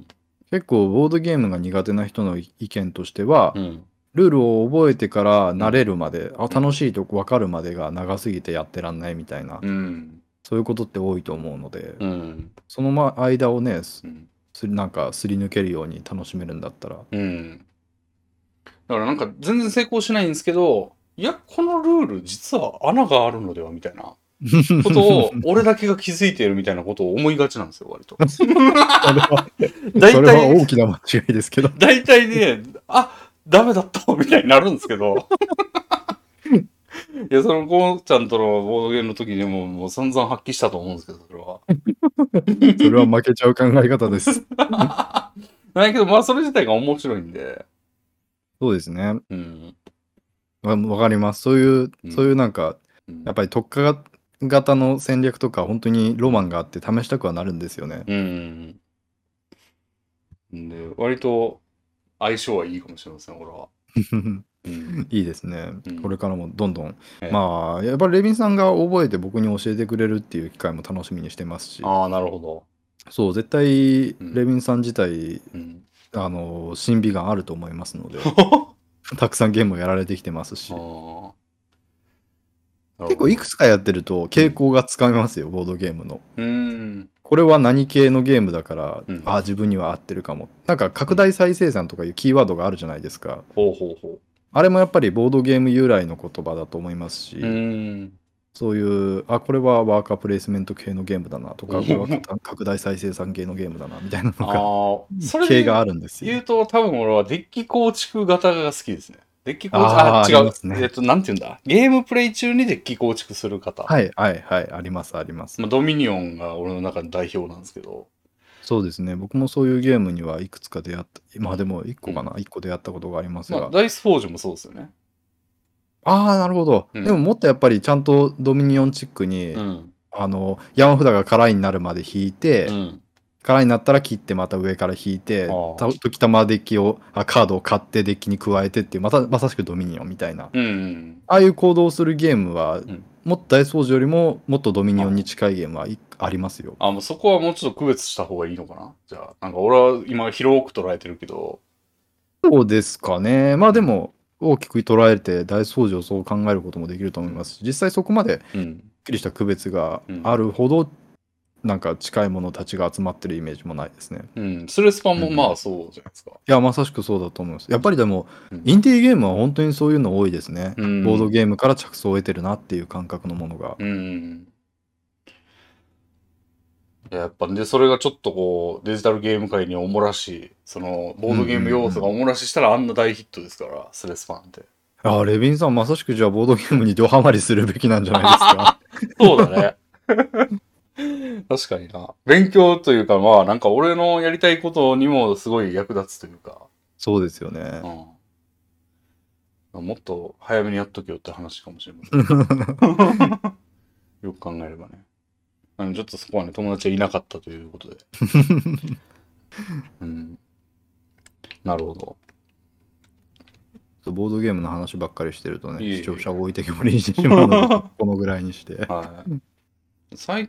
結構、ボードゲームが苦手な人の意見としては、 うん。 ルールを覚えてから慣うん。 れるまで、 うん。 楽しいと分かるまでが長すぎてやってらんないみたいな、 うん。 そういうことって多いと思うので、 うん。 その間をね、 うん。 なんかすり抜けるように楽しめるんだったら。 うん。だからなんか全然成功しないんですけど、いや、このルール実は穴があるのではみたいなことを、俺だけが気づいているみたいなことを思いがちなんですよ、割と。 それは、それは大体、 大きな間違いですけど。 大体ね、ダメだったわみたいになるんですけど、いや、その、こうちゃんとのボードゲームの時にもう散々発揮したと思うんですけど、それは。 それは負けちゃう考え方です。 だけど、まあ、それ自体が面白いんで、 そうですね。 うん。 わかります。そういううん。 なんか、 うん。 やっぱり特化型の戦略とか、本当にロマンがあって試したくはなるんですよね。 うん。んで、割と相性はいいかもしれません、俺は。うん。 いいですね。 うん。 これからもどんどん。 ええ。 まあ、やっぱりレビンさんが覚えて僕に教えてくれるっていう機会も楽しみにしてますし、 ああ、なるほど。 そう、絶対、 うん。 レビンさん自体、 うん。 審美眼あると思いますので、 あたくさんゲームをやられてきてますし、 あ、なる結構いくほど。 つかやってるとうん。 傾向がつかめますよ、ボードゲームの。 うーん。 これは何系のゲームだから、 うん。 あ、自分には合ってるかも。なんかうん。 拡大再生産とかいうキーワードがあるじゃないですか。 ほうほうほあれもやっぱりボードゲーム由来の言葉だと思いますう。うし、 ーん。 そういう、これはワーカープレイスメント系のゲームだなとか、これはお拡大再生産系のゲームだなみたいなのが、 ああ、それ系があでるんですよ。 言うと多分俺はデッキ構築型が好きですね。デッキ構築、 あり違う。 ますね。 なんて言うんだ。ゲームプレイ中にデッキ構築する方。 はいはいはい、ありますあります。 まあ、ドミニオンが俺の中で代表なんですけど。 そうですね。僕もそういうゲームにはいくつか出会った。まあでうん。 も1 うん。 個かな。1個出会ったことがありますまあ、 が。 ダイスフォージュもそうですよね。 ああ、なるほど。でもうん。 もっとやっぱりちゃんとドミニオンチックに、 うん。 山札が空になるまで引いて、 うん。 からになったら切ってまた上から引いて、時たまデッキをカードを買ってデッキに加えてっていう、まさしくドミニオンみたいな、ああいう行動をするゲームは、もっと大掃除よりももっとドミニオンに近いゲームはありますよ。 もうそこはもうちょっと区別した方がいいのかな。じゃあ、なんか俺は今広く捉えてるけど。 そうですかね。まあでも、大きく捉えて大掃除をそう考えることもできると思いますし、実際そこまではっきりした区別があるほど、なんか近いものたちが集まってるイメージもないですね。 スレスパンもまあそうじゃないですか。 いや、まさしくそうだと思います。やっぱりでも、インディーゲームは本当にそういうの多いですね。ボードゲームから着想を得てるなっていう感覚のものが。 やっぱで、それがちょっとこう、デジタルゲーム界におもらし、その、ボードゲーム要素がおもらししたらあんな大ヒットですから、スレスパンって。 レビンさん、まさしくじゃあボードゲームにドハマりするべきなんじゃないですか。 そうだね。確かにな。勉強というか、まあ、なんか俺のやりたいことにもすごい役立つというか。 そうですよね。 もっと早めにやっとけよって話かもしれません。よく考えればね。ちょっとそこはね、友達はいなかったということで。なるほど。 ボードゲームの話ばっかりしてるとね、視聴者を置いてけぼりにしてしまうので、このぐらいにして。 最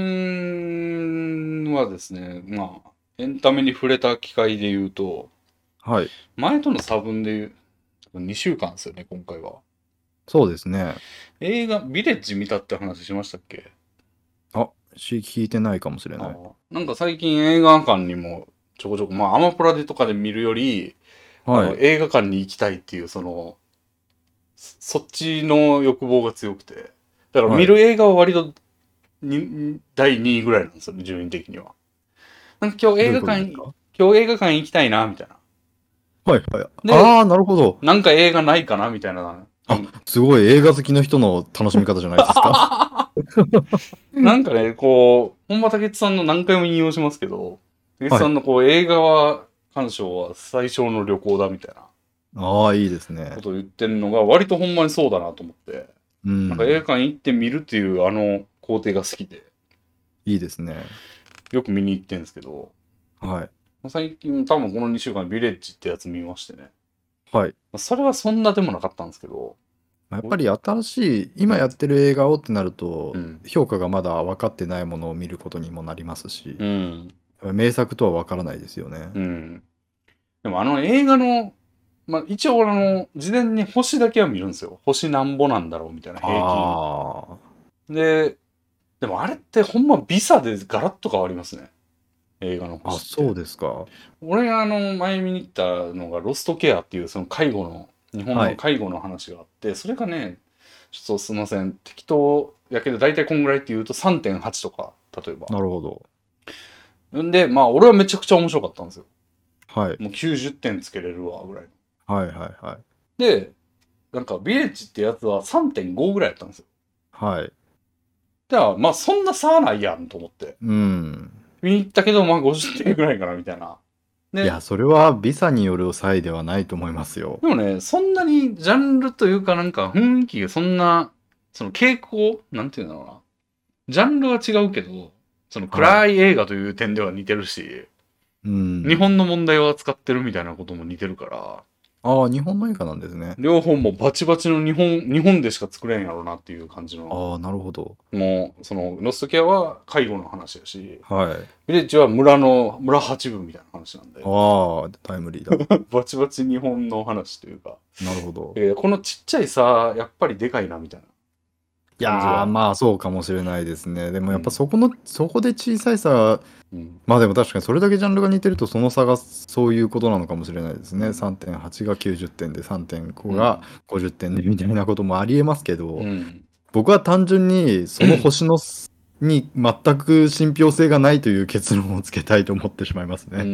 近はですね、まあ、エンタメに触れた機会で言うと、前との差分で言う、2週間ですよね、今回は。 そうですね。 映画、ビレッジ見たって話しましたっけ？ 聞いてないかもしれない。 なんか最近映画館にもちょこちょこ、まあアマプラでとかで見るより、映画館に行きたいっていう、そっちの欲望が強くて。だから見る映画は割と第2位ぐらいなんですよね、順位的には。なんか今日映画館行きたいな、みたいな。 なるほど。 なんか映画ないかな、みたいな。 すごい映画好きの人の楽しみ方じゃないですか。 なんかね、こう、本間武さんの何回も引用しますけど、武さんのこう、映画は、鑑賞は最小の旅行だみたいな。 いいですね。 ことを言ってるのが割とほんまにそうだなと思って。なんか映画館行って見るっていう工程が好きで。 いいですね。 よく見に行ってんですけど。最近多分この2週間ビレッジってやつ見ましてね。それはそんなでもなかったんですけど。 やっぱり新しい、今やってる映画をってなると、評価がまだ分かってないものを見ることにもなりますし、名作とは分からないですよね。 でも映画の、まあ一応事前に星だけは見るんですよ。星なんぼなんだろうみたいな平均。でもあれってほんまビザでガラッと変わりますね。映画の星って。 そうですか。 俺が前見に行ったのがロストケアっていうその介護の、日本の介護の話があって、それがね、ちょっとすいません、適当やけど大体こんぐらいって言うと 3.8 とか、例えば。 なるほど。 んで、まあ俺はめちゃくちゃ面白かったんですよ。もう90点つけれるわ、ぐらいの。で、なんかビレッジってやつは 3.5 ぐらいやったんですよ。だからまあそんな差はないやんと思って。見に行ったけど、まあ50点ぐらいかな、みたいな。 いや、それはビザによる差異ではないと思いますよ。 でもね、そんなにジャンルというかなんか雰囲気がそんな、その傾向なんていうんだろうな。ジャンルは違うけど、その暗い映画という点では似てるし、日本の問題を扱ってるみたいなことも似てるから。 日本の映画なんですね。 両方もバチバチの日本でしか作れんやろうなっていう感じの。 なるほど。 もう、ロストケアは介護の話やし、ビレッジは村八分みたいな話なんで。 タイムリーだ。 バチバチ日本の話というか。 なるほど。 このちっちゃいさ、やっぱりでかいなみたいな。 いやまあそうかもしれないですね。でもやっぱそこで小さい差、まあでも確かにそれだけジャンルが似てるとその差がそういうことなのかもしれないですね。3.8 が90点で 3.5 が50点でみたいなこともありえますけど、僕は単純にその星に全く信憑性がないという結論をつけたいと思ってしまいますね。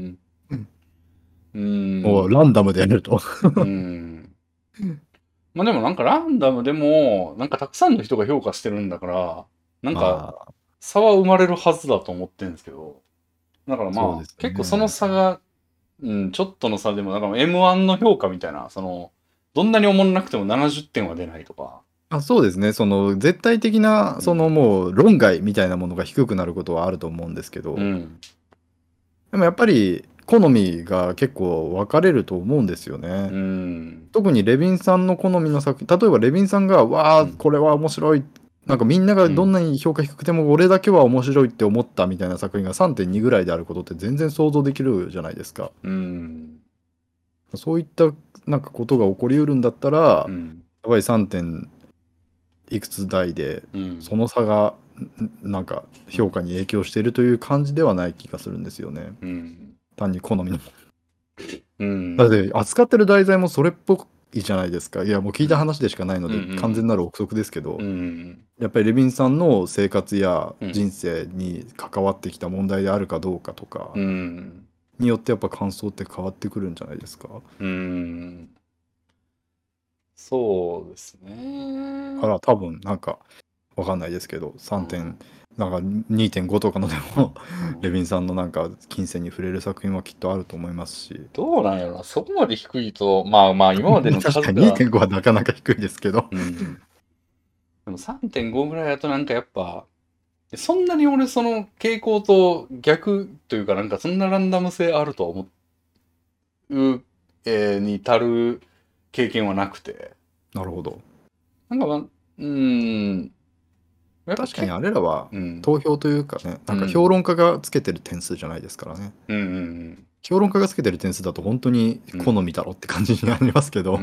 もうランダムでやると。 まあでもなんかランダムでも、なんかたくさんの人が評価してるんだから、なんか差は生まれるはずだと思ってるんですけど、だからまあ、結構その差が、ちょっとの差でも、だから M1 の評価みたいな、どんなに思んなくても70点は出ないとか。 そうですね。絶対的な、もう論外みたいなものが低くなることはあると思うんですけど、 でもやっぱり好みが結構分かれると思うんですよね。特にレヴィンさんの好みの作品、例えばレヴィンさんが、わあ、これは面白い。なんかみんながどんなに評価低くても俺だけは面白いって思ったみたいな作品が 3.2 ぐらいであることって全然想像できるじゃないですか。そういったなんかことが起こりうるんだったら、やっぱり 3. いくつ台でその差がなんか評価に影響しているという感じではない気がするんですよね。単に好みの。だって扱ってる題材もそれっぽいじゃないですか。いやもう聞いた話でしかないので完全なる憶測ですけど、やっぱりレヴィンさんの生活や人生に関わってきた問題であるかどうかとかによってやっぱ感想って変わってくるんじゃないですか。 そうですね。 だから多分なんかわかんないですけどなんか 2.5 とかのでもレヴィンさんのなんか金銭に触れる作品はきっとあると思いますし。 どうなんやろな、そこまで低いとまあまあ今までの数確かに 2.5 はなかなか低いですけど、 でも 3.5 ぐらいだとなんかやっぱそんなに俺その傾向と逆というかなんかそんなランダム性あると思う、に足る経験はなくて。 なるほど。 なんか確かにあれらは投票というかね、なんか評論家がつけてる点数じゃないですからね。評論家がつけてる点数だと本当に好みだろって感じになりますけど、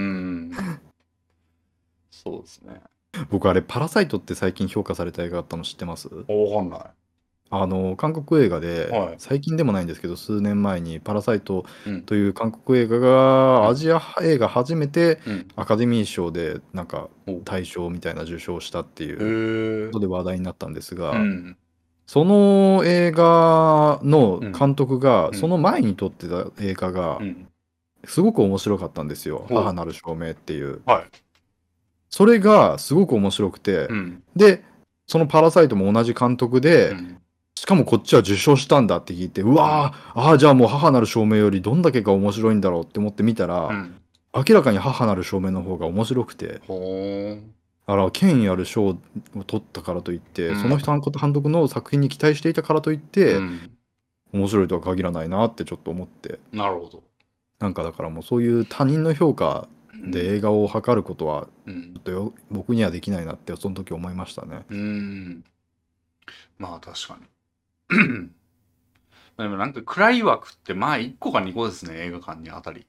そうですね。 僕あれパラサイトって最近評価された映画あったの知ってます？ わかんない。 韓国映画で、最近でもないんですけど数年前にパラサイトという韓国映画がアジア映画初めてアカデミー賞でなんか大賞みたいな受賞したっていうことで話題になったんですが、その映画の監督がその前に撮ってた映画がすごく面白かったんですよ。母なる証明っていう。それがすごく面白くて、でそのパラサイトも同じ監督で、しかもこっちは受賞したんだって聞いて、うわー、じゃあもう母なる証明よりどんだけが面白いんだろうって思って見たら、明らかに母なる証明の方が面白くて、だから権威ある賞を取ったからといって、その人監督の作品に期待していたからといって、面白いとは限らないなってちょっと思って。 なるほど。 なんかだからもうそういう他人の評価で映画を測ることはちょっと僕にはできないなってその時思いましたね。 まあ確かに。でもなんか暗い枠ってまあ1個か2個ですね、映画館にあたり。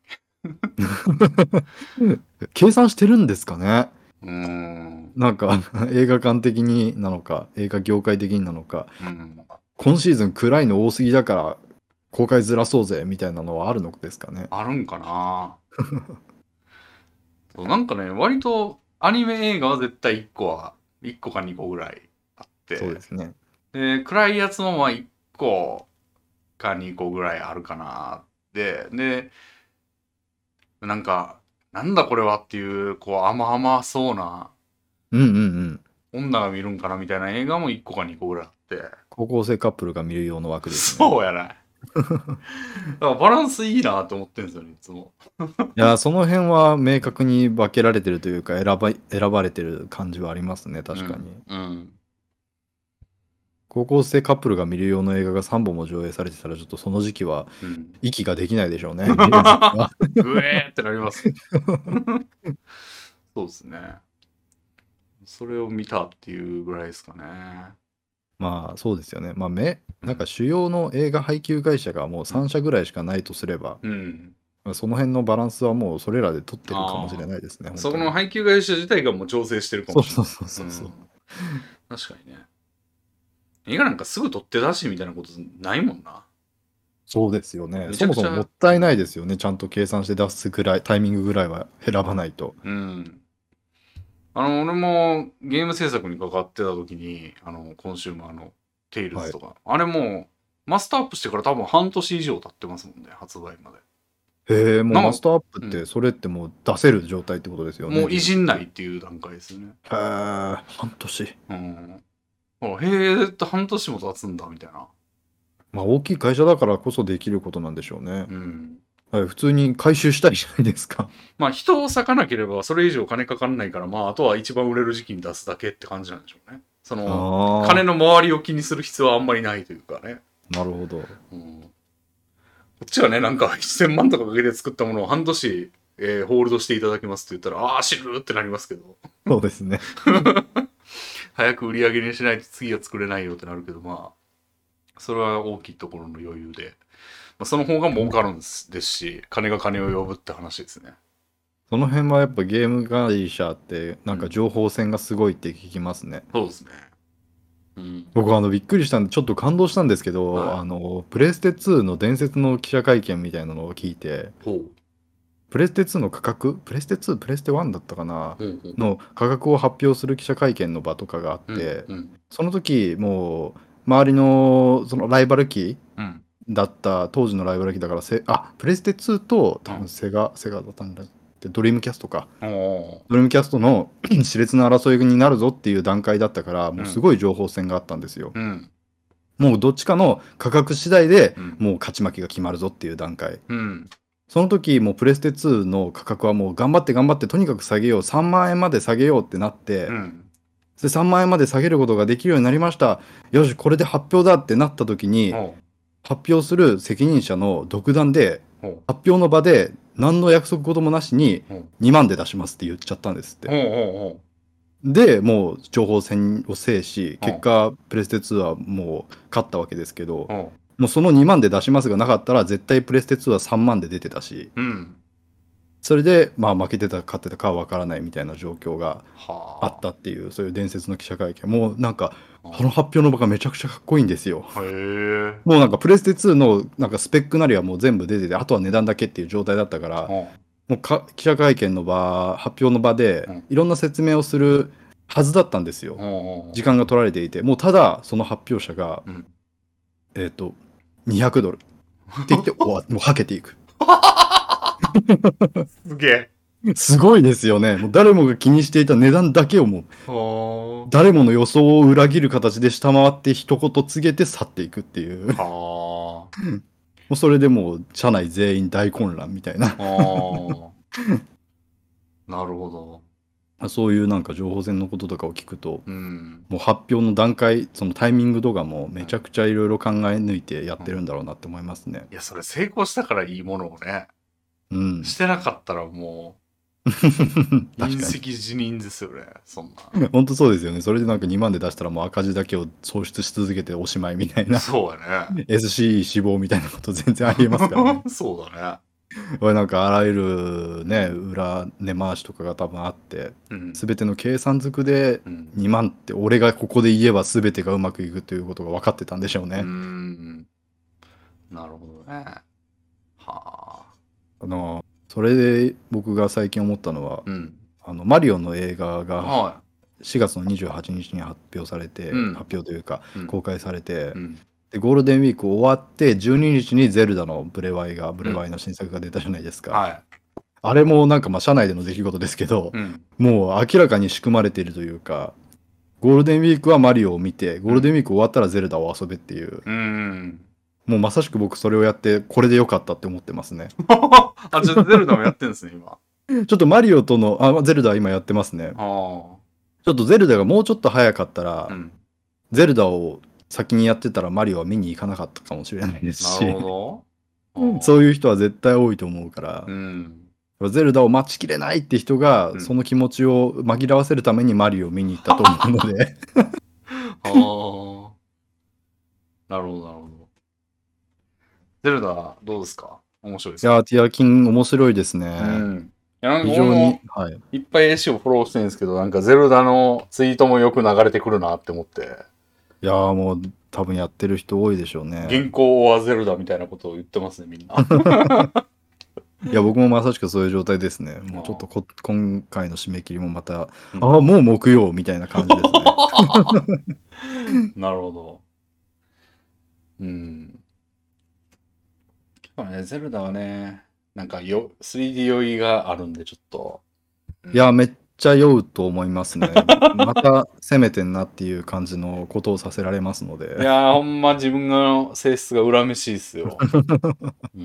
計算してるんですかね。なんか映画館的になのか映画業界的になのか、今シーズン暗いの多すぎだから公開ずらそうぜみたいなのはあるのですかね。 あるんかな。なんかね、割とアニメ映画は絶対1個か2個ぐらいあって。 そうですね。 で、暗いやつもまあ1個か2個ぐらいあるかなって。で、なんか、なんだこれはっていう、こう、甘そうな、女が見るんかなみたいな映画も1個か2個ぐらいあって。 高校生カップルが見る用の枠ですね。そうやね。だからバランスいいなと思ってるんですよね、いつも。 いや、その辺は明確に分けられてるというか、選ばれてる感じはありますね、確かに。高校生カップルが見る用の映画が3本も上映されてたら、ちょっとその時期は息ができないでしょうね。 ぐえーってなります。そうですね。それを見たっていうぐらいですかね。 まあそうですよね。まあなんか主要の映画配給会社がもう3社ぐらいしかないとすれば、その辺のバランスはもうそれらで取ってるかもしれないですね。 そこの配給会社自体がもう調整してるかもしれない。 そう。 確かにね。映画なんかすぐ取って出しみたいなことないもんな。 そうですよね。そもそももったいないですよね。ちゃんと計算して出すぐらい、タイミングぐらいは選ばないと。 俺もゲーム制作に関わってた時に、コンシューマーのテイルズとか、あれもマスターアップしてから多分半年以上経ってますもんね、発売まで。 へえ、もうマスターアップって、それってもう出せる状態ってことですよね。 もういじんないっていう段階ですよね。 へえ、半年。 へえって半年も経つんだみたいな。 まあ大きい会社だからこそできることなんでしょうね。普通に回収したいじゃないですか。 まあ人を割かなければそれ以上金かかんないから、まああとは一番売れる時期に出すだけって感じなんでしょうね。その金の周りを気にする必要はあんまりないというかね。 なるほど。 っちはね、なんか1000万とかかけて作ったものを半年、ホールドしていただきますって言ったら、ああ、知るってなりますけど。 そうですね。 早く売り上げにしないと次は作れないよってなるけど、まあ、それは大きいところの余裕で。まあ、その方が儲かるんですし、金が金を呼ぶって話ですね。 その辺はやっぱゲーム会社ってなんか情報戦がすごいって聞きますね。 そうですね。うん。 僕びっくりしたんでちょっと感動したんですけど、 はいプレステ2の伝説の記者会見みたいなのを聞いて、 ほう。 プレステ2の価格、プレステ2、プレステ1だったかな、 ほうほう。 の価格を発表する記者会見の場とかがあっうん。 て、 うん。 その時もう周りのそのライバル機うん。 だった当時のライバル機だからプレステ2と多分うん。 セガだったんだってドリームキャストか。 おー。 ドリームキャストの熾烈な争いになるぞっていう段階だったからもうすうん。 ごい情報戦があったんですよ。 うん。 もうどっちかの価格次第でうん。 もう勝ち負けが決まるぞっていう段階。 うん。 その時もうプレステ2の価格はもう頑張って頑張ってとにかく下げよう3万円まで下げようってなってうん。 で3万円まで下げることができるようになりました。よしこれで発表だってなった時にほう。 発表する責任者の独断でほう。 発表の場で何の約束事もなしにほう。 2万で出しますって言っちゃったんですって。 ほう。ほでもう情報戦を制しう。ほ結果プレステ2はもう勝ったわけですけどう。ほもうその2万で出しますがなかったら絶対プレステ2は3万で出てたしう。うん。 それでまあ負けてた勝ってたかは分からないみたいな状況があっはたっていうそういう伝説の記者会見もうなんかあ。 その発表の場がめちゃくちゃかっこいいんですよ。 へえ。 もうなんかプレステ2のなんかスペックなりはもう全部出ててあとは値段だけっていう状態だったからほもう記者会見の場発表の場でう。うん。 いろんな説明をするはずだったんですよ。 ほ時間が取られていてもうただその発表者がう。うん。 200ドルって言って終わもうはけていく。 すげえ。 すごいですよね。もう誰もが気にしていた値段だけをもうは誰もの予想を裏切る形で下回って一言告げて去っていくっていう。 あ。 もはうそれでもう社内全員大混乱みたいな。 あ。はあ。なるほど。 そういうなんか情報戦のこととかを聞くと、 うん。 もう発表の段階、そのタイミングとかもめちゃうん。 くちゃいろいろ考え抜いてやっうん。 てるんだろうなって思いますね。 いや、それ成功したからいいものをね。 うん。 してなかったらもう、隕確かに。 石辞任ですよね。そんな。 本当そうですよね。それでなんか2万で出したらもう赤字だけを創出し続けておしまいみたいな。 そうや SCE 死亡みたいなこと全然ありえますからね。 ね。そうだね。 これなんかあらゆるね、裏根回しとかが多分あって、 うん。 全ての計算づくでうん。 2万って俺がここで言えば全てがうまくいくということが分かってたんでしょううーね。 ん。なるほどね。はあ。 それで僕が最近思ったのは、 うん。 マリオの映画がは 4月の28日に発表されて、 い。うん。 発表というかうん。 公開されて、 うん。 で、ゴールデンウィーク終わって12日にゼルダのブレワイうん。 の新作が出たじゃないですか。 はい。 あれもなんかまあ社内での出来事ですけど、 うん。 もう明らかに仕組まれているというか、ゴールデンウィークはマリオを見て、ゴールデンウィーク終わったらゼルダを遊べっていう、 うん。 もうまさしく僕それをやって、これでよかったって思ってますね。 あ、じゃあゼルダもやってんですね、今。 ちょっとマリオとの、ゼルダは今やってますね。 あちょっとゼルダがもうちょっと早かったあ。うら、 ん。 ゼルダを先にやってたらマリオは見に行かなかったかもしれないですし、 なるほど。あそうあ。 いう人は絶対多いと思うから、 うん。 ゼルダを待ちきれないって人が、 うん。 その気持ちを紛らわせるためにマリオを見に行ったと思うので、 ああ。なるほど、なるほど。ゼルダ、どうですか？面白いですか？ いやー、ティアキン面白いですうね。 ん。いや、なんか非常に、 俺もはい。 いっぱい絵師をフォローしてるんですけど、なんかゼルダのツイートもよく流れてくるなって思って、 いやーもう多分やってる人多いでしょうね。 原稿はゼルダみたいなことを言ってますね、みんな。 いや、僕もまさしくそういう状態ですね。 あもうちょっとあ。 今回の締め切りもまた、 うん。 もう木曜みたいな感じですね。 なるほど。うん。まあね、ゼルダはね、なんか3D 酔いがあるんで、ちょっと。ういや、 ん。 めっちゃ酔うと思いますね。また攻めてんなっていう感じのことをさせられますので。 いやー、ほんま自分の性質が恨めしいっすよ。うん。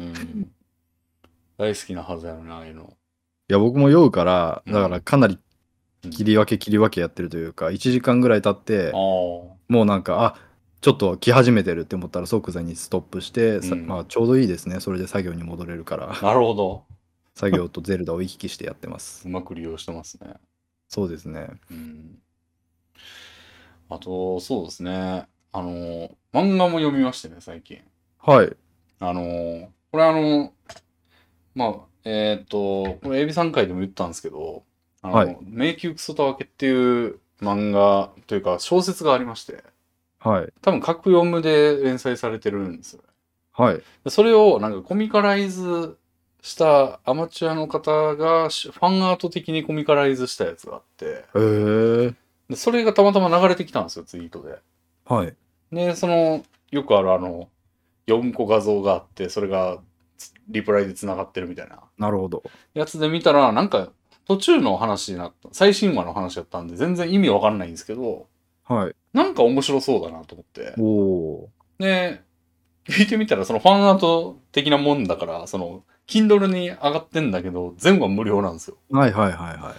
大好きなはずやのに、ああいうの。 いや、僕も酔うから、だからうん。 かなりうん。 切り分けやってるというか、1時間ぐらい経って、 ああ。 もうなんか、 ちょっと来始めてるって思ったら即座にストップして、 うんまあちょうどいいですね。それで作業に戻れるから。 なるほど。 作業とゼルダを行き来してやってまうす。 まく利用してますね。 そうですね。 うん。あと、そうですね。漫画も読みましてね、最近。 はい。 これまあ、これ、エビさん回でも言ったんですけど、 はい。 迷宮クソタワケっていう漫画というか小説がありまして、 はい。 多分各読むで連載されてるんですよね。 はい。 でそれをなんかコミカライズしたアマチュアの方がファンアート的にコミカライズしたやつがあって、 へえ。 でそれがたまたま流れてきたんですよ、ツイートで。 はい。 で、よくある4個画像があって、それがリプライで繋がってるみたいななるほど。 やつで見たら、なんか途中の話になった、最新話の話だったんで全然意味わかんないんですけど、 はい。 なんか面白そうだなと思って。 おお。 で、聞いてみたらそのファンアート的なもんだから、Kindle に上がってんだけど、全部は無料なんですよ。 はいはいはいはい。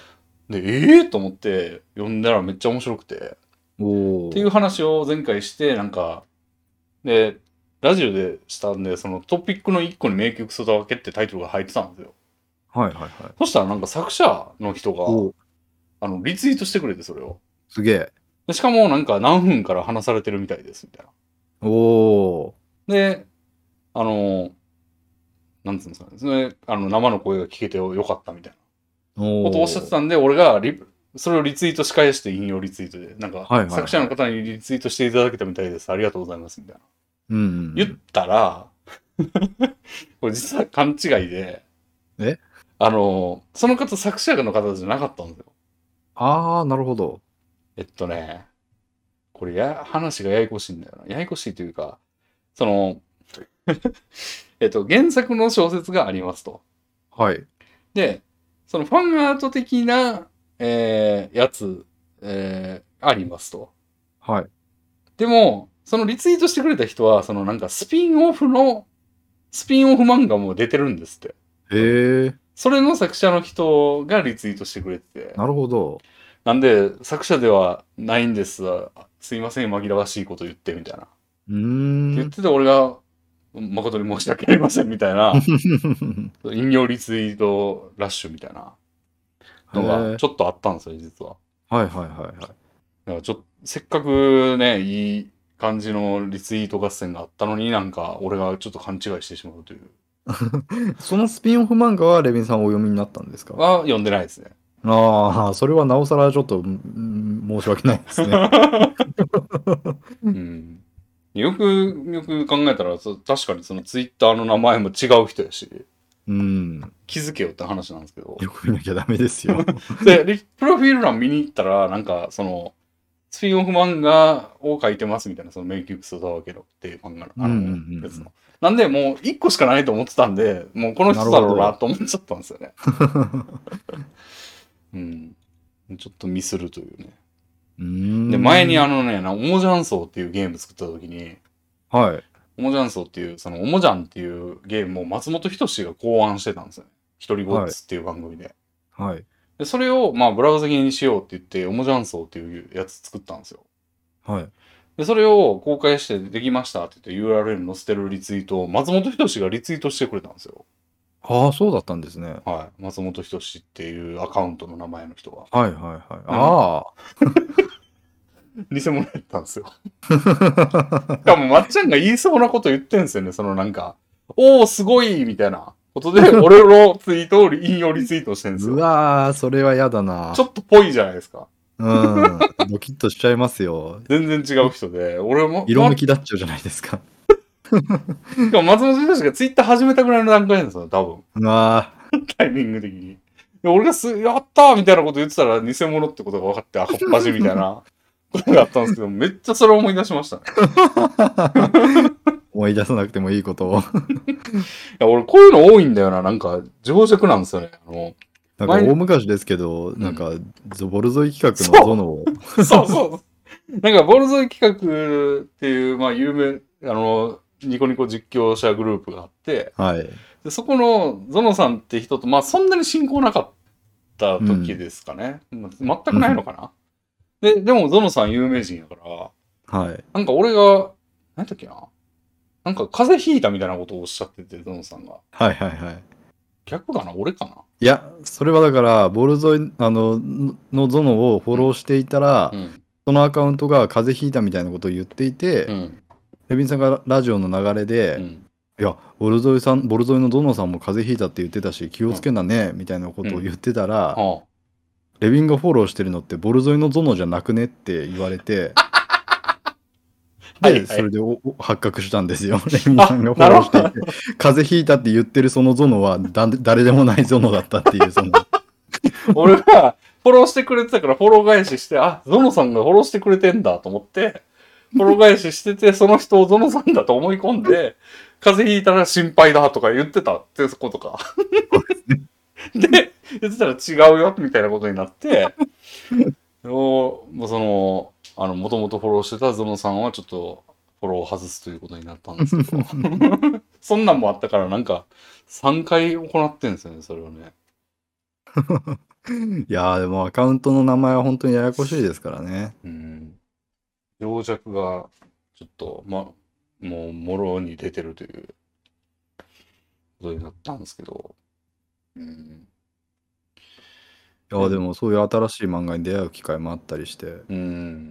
で、と思って読んだらめっちゃ面白くて。 おお。 っていう話を前回して、なんか、で、ラジオでしたんで、そのトピックの一個に迷宮クソだわけってタイトルが入ってたんですよ。 はいはいはい。 そしたらなんか作者の人おお。 が、リツイートしてくれて、それを。 すげえ。 でしかもなんか何分から話されてるみたいです、みたいな。 おお。 で、あの、なんつうんですかね。生の声が聞けてよかったみたいなことをおっしゃっておお。 たんで、俺がそれをリツイートし返して引用リツイートで、なんか、 はいはい作者のはい。 方にリツイートしていただけたみたいです。ありがとうございます、みたいな。 うんうんう言っん。 たら、これ実は勘違いで、 えその方作者の方じゃなかったんですよ。 ああー、なるほど。 えっとね、これ話がややこしいんだよな。ややこしいというか、その、原作の小説がありますと。 はい。 で、そのファンアート的な、やつ、ありますと。 はい。 でも、そのリツイートしてくれた人は、なんかスピンオフ漫画も出てるんですって。 へえ。 それの作者の人がリツイートしてくれてて。 なるほど。 なんで、作者ではないんですわ。すいません、紛らわしいこと言って、みたいな。ってうーん。 言ってて、俺が、誠に申し訳ありません、みたいな、引用リツイートラッシュみたいなへのがえ。 ちょっとあったんですよ、実は。 はいはいはいはい。 だからせっかくね、いい感じのリツイート合戦があったのになんか、俺がちょっと勘違いしてしまうという。 そのスピンオフ漫画はレビンさんお読みになったんですか？ は読んでないですね。 ああ、それはなおさらちょっと、申し訳ないですね。 うん。よくよく考えたら、確かにそのツイッターの名前も違う人やし、 うん。 気づけよって話なんですけど。 よく見なきゃダメですよ。 で、プロフィール欄見に行ったら、なんか、スピンオフ漫画を書いてますみたいな、その迷宮クソだわけどっていう漫画の、 うんうんうんやつの。なんで、もう一個しかないと思ってたんで、もうこの人だろうなと思っちゃったんですよね。うん。ちょっとミスるというね。 うーん。 で、前にオモジャンソーっていうゲーム作った時に、 はい。 オモジャンソーっていう、オモジャンっていうゲームを松本人志が考案してたんですよね。一人ごっつっていう番組で。 はい。 で、それを、まあ、ブラウザゲーにしようって言って、オモジャンソーっていうやつ作ったんですよ。 はい。 で、それを公開してできましたって言って URL 載せてるリツイートを松本人志がリツイートしてくれたんですよ。 ああ、そうだったんですね。 はい。松本人志っていうアカウントの名前の人が。 はいはいはい。ああ。 偽物やったんですよ。しかもまっちゃんが言いそうなこと言ってんすよね。なんか、おーすごいみたいなことで、俺のツイートを引用リツイートしてんですうよ。 わー、それは嫌だな。 ちょっとぽいじゃないですか。 うん。ドキッとしちゃいますよ。 全然違う人で、俺も、 色抜きだっちゃうじゃないですか。 しかも松本人志がツイッター始めたぐらいの段階なんですよ、多分。 うわタイミング的に。で俺がやったーみたいなこと言ってたら偽物ってことが分かって赤っ端みたいなことがあったんですけど、めっちゃそれを思い出しましたね。 ー。思い出さなくてもいいことを。 いや、俺こういうの多いんだよな。なんか、情弱なんですよね。 なんか大昔ですけど、なんか、ボルゾイ企画のゾノを。 そうそう。なんか、ボルゾイ企画っていう、まあ、有名、ニコニコ実況者グループがあって、 はい。 でそこのゾノさんって人と、まあ、そんなに親交なかった時ですかね。まあ全くないのかな。でも、ゾノさん有名人やから、 はい。 なんか俺が、何だっけな。なんか風邪ひいたみたいなことをおっしゃってて、ゾノさんが。 はいはいはい。 逆かな俺かな。 いや、それはだから、ボルゾイ、のゾノをフォローしていたら、 うん。 そのアカウントが風邪ひいたみたいなことを言っていて、 うん。 レビンさんがラジオの流れで、 うん。 いや、ボルゾイのゾノさんも風邪ひいたって言ってたし、気をつけなね、みたいなことを言ってたら、 はレビンがフォローしてるのってボルゾイのゾノじゃなくねって言われて、で、 はいはい。 それで発覚したんですよ。レミさあ、 んがフォなるほど。 ローしていて、風邪ひいたって言ってるそのゾノは誰でもないゾノだったっていう、その。 俺がフォローしてくれてたからフォロー返しして、あ、ゾノさんがフォローしてくれてんだと思って、フォロー返ししてて、その人をゾノさんだと思い込んで、風邪ひいたら心配だとか言ってたってことか。で、言ってたら違うよみたいなことになって、もうその、もともとフォローしてたゾノさんはちょっとフォローを外すということになったんですけど、そんなんもあったからなんか3回行ってんですよね、それをね。 いやー、でもアカウントの名前は本当にややこしいですからね。 うん。情弱がちょっと、もう、もろに出てるということになったんですけど、うん。 いやー、でもそういう新しい漫画に出会う機会もあったりして、 うん。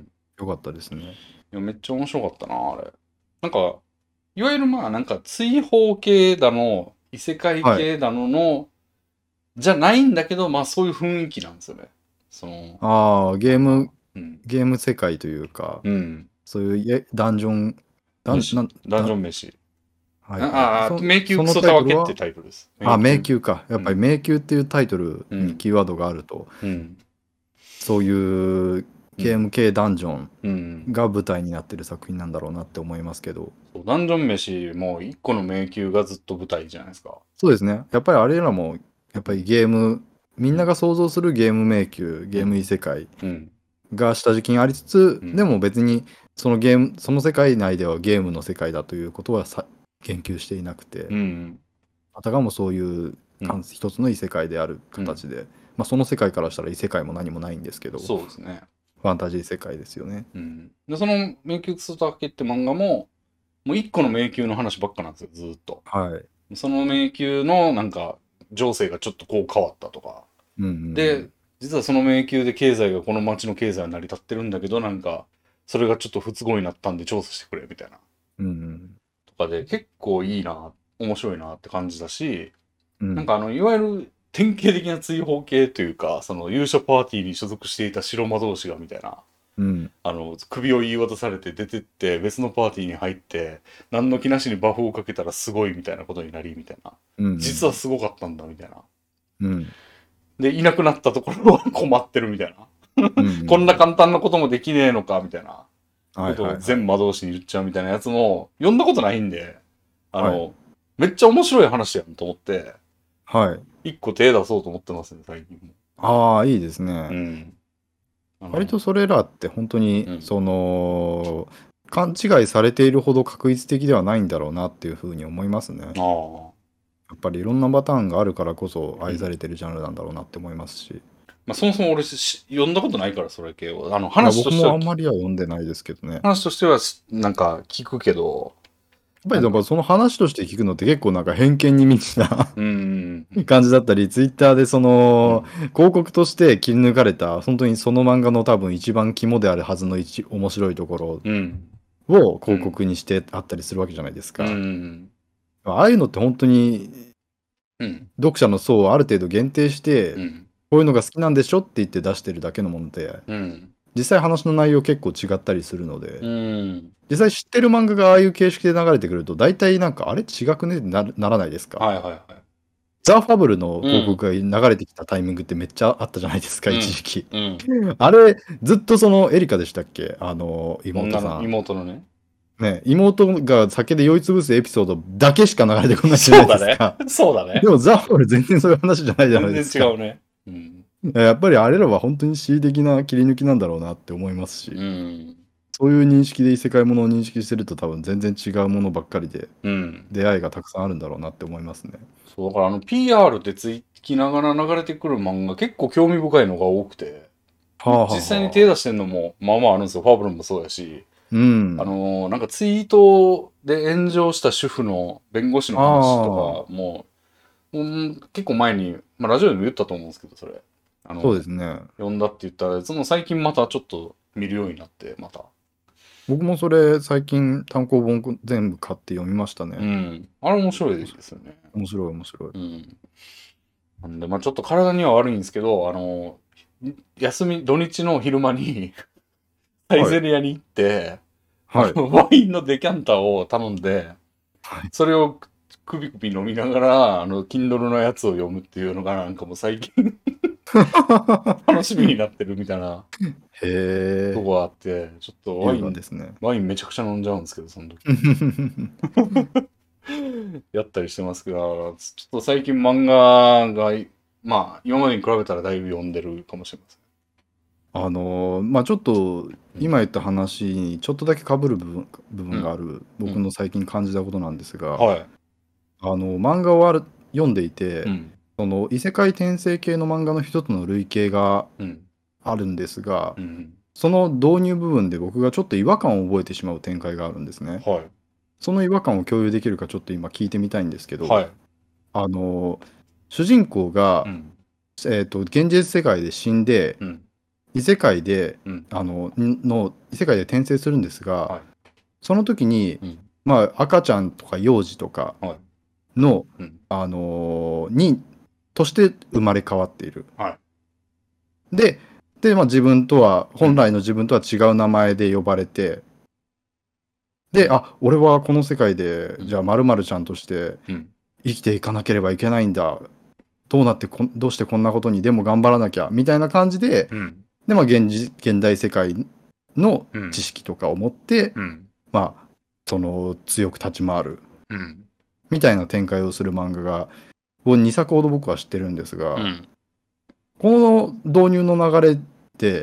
よかったですね。 いや、めっちゃ面白かったな、あれ。なんか、いわゆるまあ、なんか追放系だの、異世界はい。 系だのの、じゃないんだけど、まあそういう雰囲気なんですよね。その、 ああ、 なんか、うん。 ゲーム世界というか、 うん。 そういうダンジョン、 ダンジョン飯。 はいはい。 迷宮そのクソタイトルは、 たわけってタイトルです。迷迷宮。 宮か。やっぱりうん。 迷宮っていうタイトルうん。 にキーワードがあると、 うん。 そういううん。 ゲーム系ダンジョンうん。 が舞台になってる作品なんだろうなって思いますけど、 そうダンジョン飯も一個の迷宮がずっと舞台じゃないですか。 そうですね。やっぱりあれらも、やっぱりみんながうん。 想像するゲーム迷宮、ゲームうん。 異世界うん。 が下敷きにありつつ、でうん。 も別にその世界内ではゲームの世界だということは言及していなくて、 うん。 あたかもそういううん。 一つの異世界であるうん。 形で、まあその世界からしたら異世界も何もないんですけど、フそうですね。 ァンタジー世界ですよね。 うん。で、その迷宮クソたわけって漫画も、もう一個の迷宮の話ばっかなんですよ、ずーっと。 はい。 その迷宮のなんか、情勢がちょっとこう変わったとか。 うんうで、 ん実はその迷宮で経済が、この町の経済は成り立ってるんだけど、なんか、それがちょっと不都合になったんで調査してくれ、みたいな。 うん。うんとかで、結構いいな、面白いなって感じだし、 うん。うん。 なんかいわゆる典型的な追放系というか、その勇者パーティーに所属していた白魔同士がみたいな、 うん。 首を言い渡されて出てって別のパーティーに入って、何の気なしにバフをかけたらすごいみたいなことになり、みたいな。 うん。 実はすごかったんだ、みたいな。 うん。 で、いなくなったところは困ってるみたいな。 うんうこんなん。 簡単なこともできねえのか、みたいなはいことをはいはい。 全魔導士に言っちゃうみたいなやつも、読んだことないんで、あはい。 の、めっちゃ面白い話やんと思って、 はい。 一個手出そうと思ってますね、最近も。 ああ、いいですね。 うん。 割とそれらって本当に、 うん。 勘違いされているほど確率的ではないんだろうなっていうふうに思いますね。 ああ。 やっぱりいろんなパターンがあるからこそうん。 愛されてるジャンルなんだろうなって思いますし。 まあ、そもそも俺読んだことないから、それ系を。 いや、僕もあんまりは読んでないですけどね。 話としてはなんか聞くけど、 やっぱりなんか、 その話として聞くのって結構なんか偏見に満ちたうん、 感じだったり、ツイッターでうん、 広告として切り抜かれた、本当にその漫画の多分一番肝であるはずの面白いとこうん、 ろを広うん、 告にしてあったりするわけじゃないですうか。 ん、 ああいうのって本当にうん、 読者の層をある程度限定して、 うん、 こういうのが好きなんでしょって言って出してるだけのもので、 うん、 実際話の内容結構違ったりするので、 うん、 実際知ってる漫画がああいう形式で流れてくると、大体なんか、あれ違くねってならないですか。 はいはいはい。 ザ・ファブルのうん、 広告が流れてきたタイミングってめっちゃあったじゃないですか、 うん、 一時期。 うん。 あれ、ずっとそのエリカでしたっけ妹女の、 さん。 妹のね。 ね、妹が酒で酔いつぶすエピソードだけしか流れてこないじゃないそうだね。 ですか。 そうだね。 でもザ・ファブル全然そういう話じゃないじゃな全然いですか。 違うね。うん、 やっぱりあれらは本当に恣意的な切り抜きなんだろうなって思いますし、 うん、 そういう認識で異世界ものを認識してると多分全然違うものばっかりでうん。 出会いがたくさんあるんだろうなって思いますね。 そう、だからPR でつきながら流れてくる漫画結構興味深いのが多くて、 はあはあ実際にはあ。 手出してんのもまあまああるんですよ。ファブルもそうやし、 なんかツイートで炎上した主婦の弁護士の話とかも、結構前に、まあ、ラジオでも言ったと思うんですけど、それ。 そうですね。 読んだって言ったら、その最近またちょっと見るようになって、また。 僕もそれ最近単行本全部買って読みましたね。 うん。あれ面白いですよね。 面白い面白い。 うん。なんで、まあちょっと体には悪いんですけど、土日の昼間にサイゼリヤに行って、 はい。 ワインのデキャンターを頼んで、 はい。 それをクビクビ飲みながら、Kindle のやつを読むっていうのがなんかもう最近楽しみになってるみたいなとへえ。 こがあって、ちょっと優雅ですね。 ワインめちゃくちゃ飲んじゃうんですけど、その時。やったりしてますけど、ちょっと最近漫画が、まあ、今までに比べたらだいぶ読んでるかもしれません。 まあちょっと今言った話にちょっとだけ被る部分がある僕の最近感じたことなんですが、 はい。 漫画を読んでいて、 うん。 その異世界転生系の漫画の一つの類型がうん。 あるんですが、 うん。 その導入部分で僕がちょっと違和感を覚えてしまう展開があるんですね。 はい。 その違和感を共有できるかちょっと今聞いてみたいんですけど、 はい。 あの主人公が、 うん。 現実世界で死んで、 うん。 異世界でうん。 異世界で転生するんですが、 はい。 その時に、 うん。 まあ、赤ちゃんとか幼児とかはい。 の、 うん。 として生まれ変わっている。 はい。 で、まあ、本来の自分とは違う名前で呼ばれて、で、俺はこの世界で、じゃあ、〇〇ちゃんとしてうん。 生きていかなければいけないんだ。どうしてこんなことにでも頑張らなきゃ、みたいな感じで、 うん。 で、まあ、現代世界のうん。 知識とかを持って、 うん。 まあ、強く立ち回る、 うん。 みたいな展開をする漫画が、2作ほど僕は知ってるんですが、 うん。 この導入の流れって、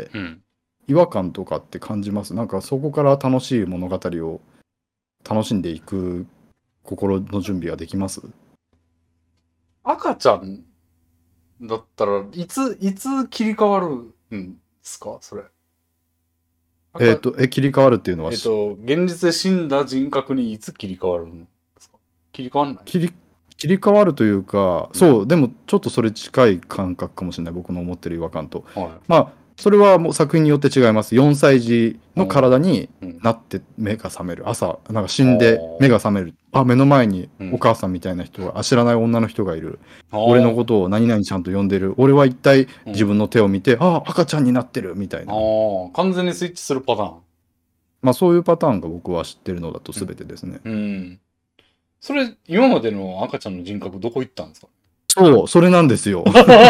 うん。 違和感とかって感じます？なんかそこから楽しい物語を楽しんでいく心の準備はできます？ 赤ちゃんだったらいつ切り替わるんですかそれ。 切り替わるっていうのは現実で死んだ人格にいつ切り替わるんですか？切り替わんない？ 切り替わるというか、 うん。 そう、でもちょっとそれ近い感覚かもしれない、僕の思ってる違和感と。 はまあ、それはもう作品によって違います。4歳児い。 の体にうん。 なって目が覚める。朝、なんか死あんで目があ。 覚める。目の前にうん。 お母さんみたいな人が、知らない女の人がいる。 あ俺のこあ。 とを何々ちゃんと呼んでる。俺は一体うん。 自分の手を見て、赤ちゃんになってるみたいな。 ああ。完全にスイッチするパターン。 まあそういうパターンが僕は知ってるのだと全てですね。 うん。それ、今までの赤ちゃんの人格どこ行ったんですか？ そう、それなんですよ。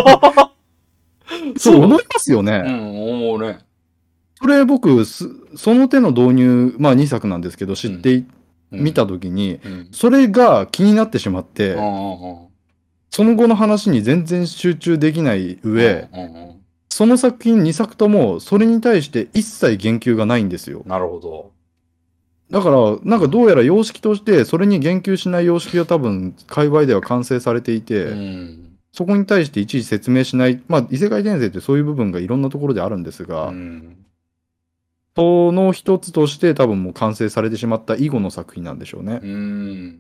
そうそう。 思いますよね。 うん、思うね。 それ僕、その手の導入、まあ2作なんですけど、知うん。 ってうん。 みたときに、 うん。 それが気になってしまっあて、 あ。 その後の話に全然集中できないああ。 上、 ああ。 その作品2作ともそれに対して一切言及がないんですよ。 なるほど。 だから、なんかうん。 どうやら様式として、それに言及しない様式が多分、界隈では完成されていうて、 ん。 そこに対していちいち説明しない、まあ、異世界転生ってそういう部分がいろんなところであるんですうが、 ん。 その一つとして多分もう完成されてしまった以後の作品なんでしょうね。 うん。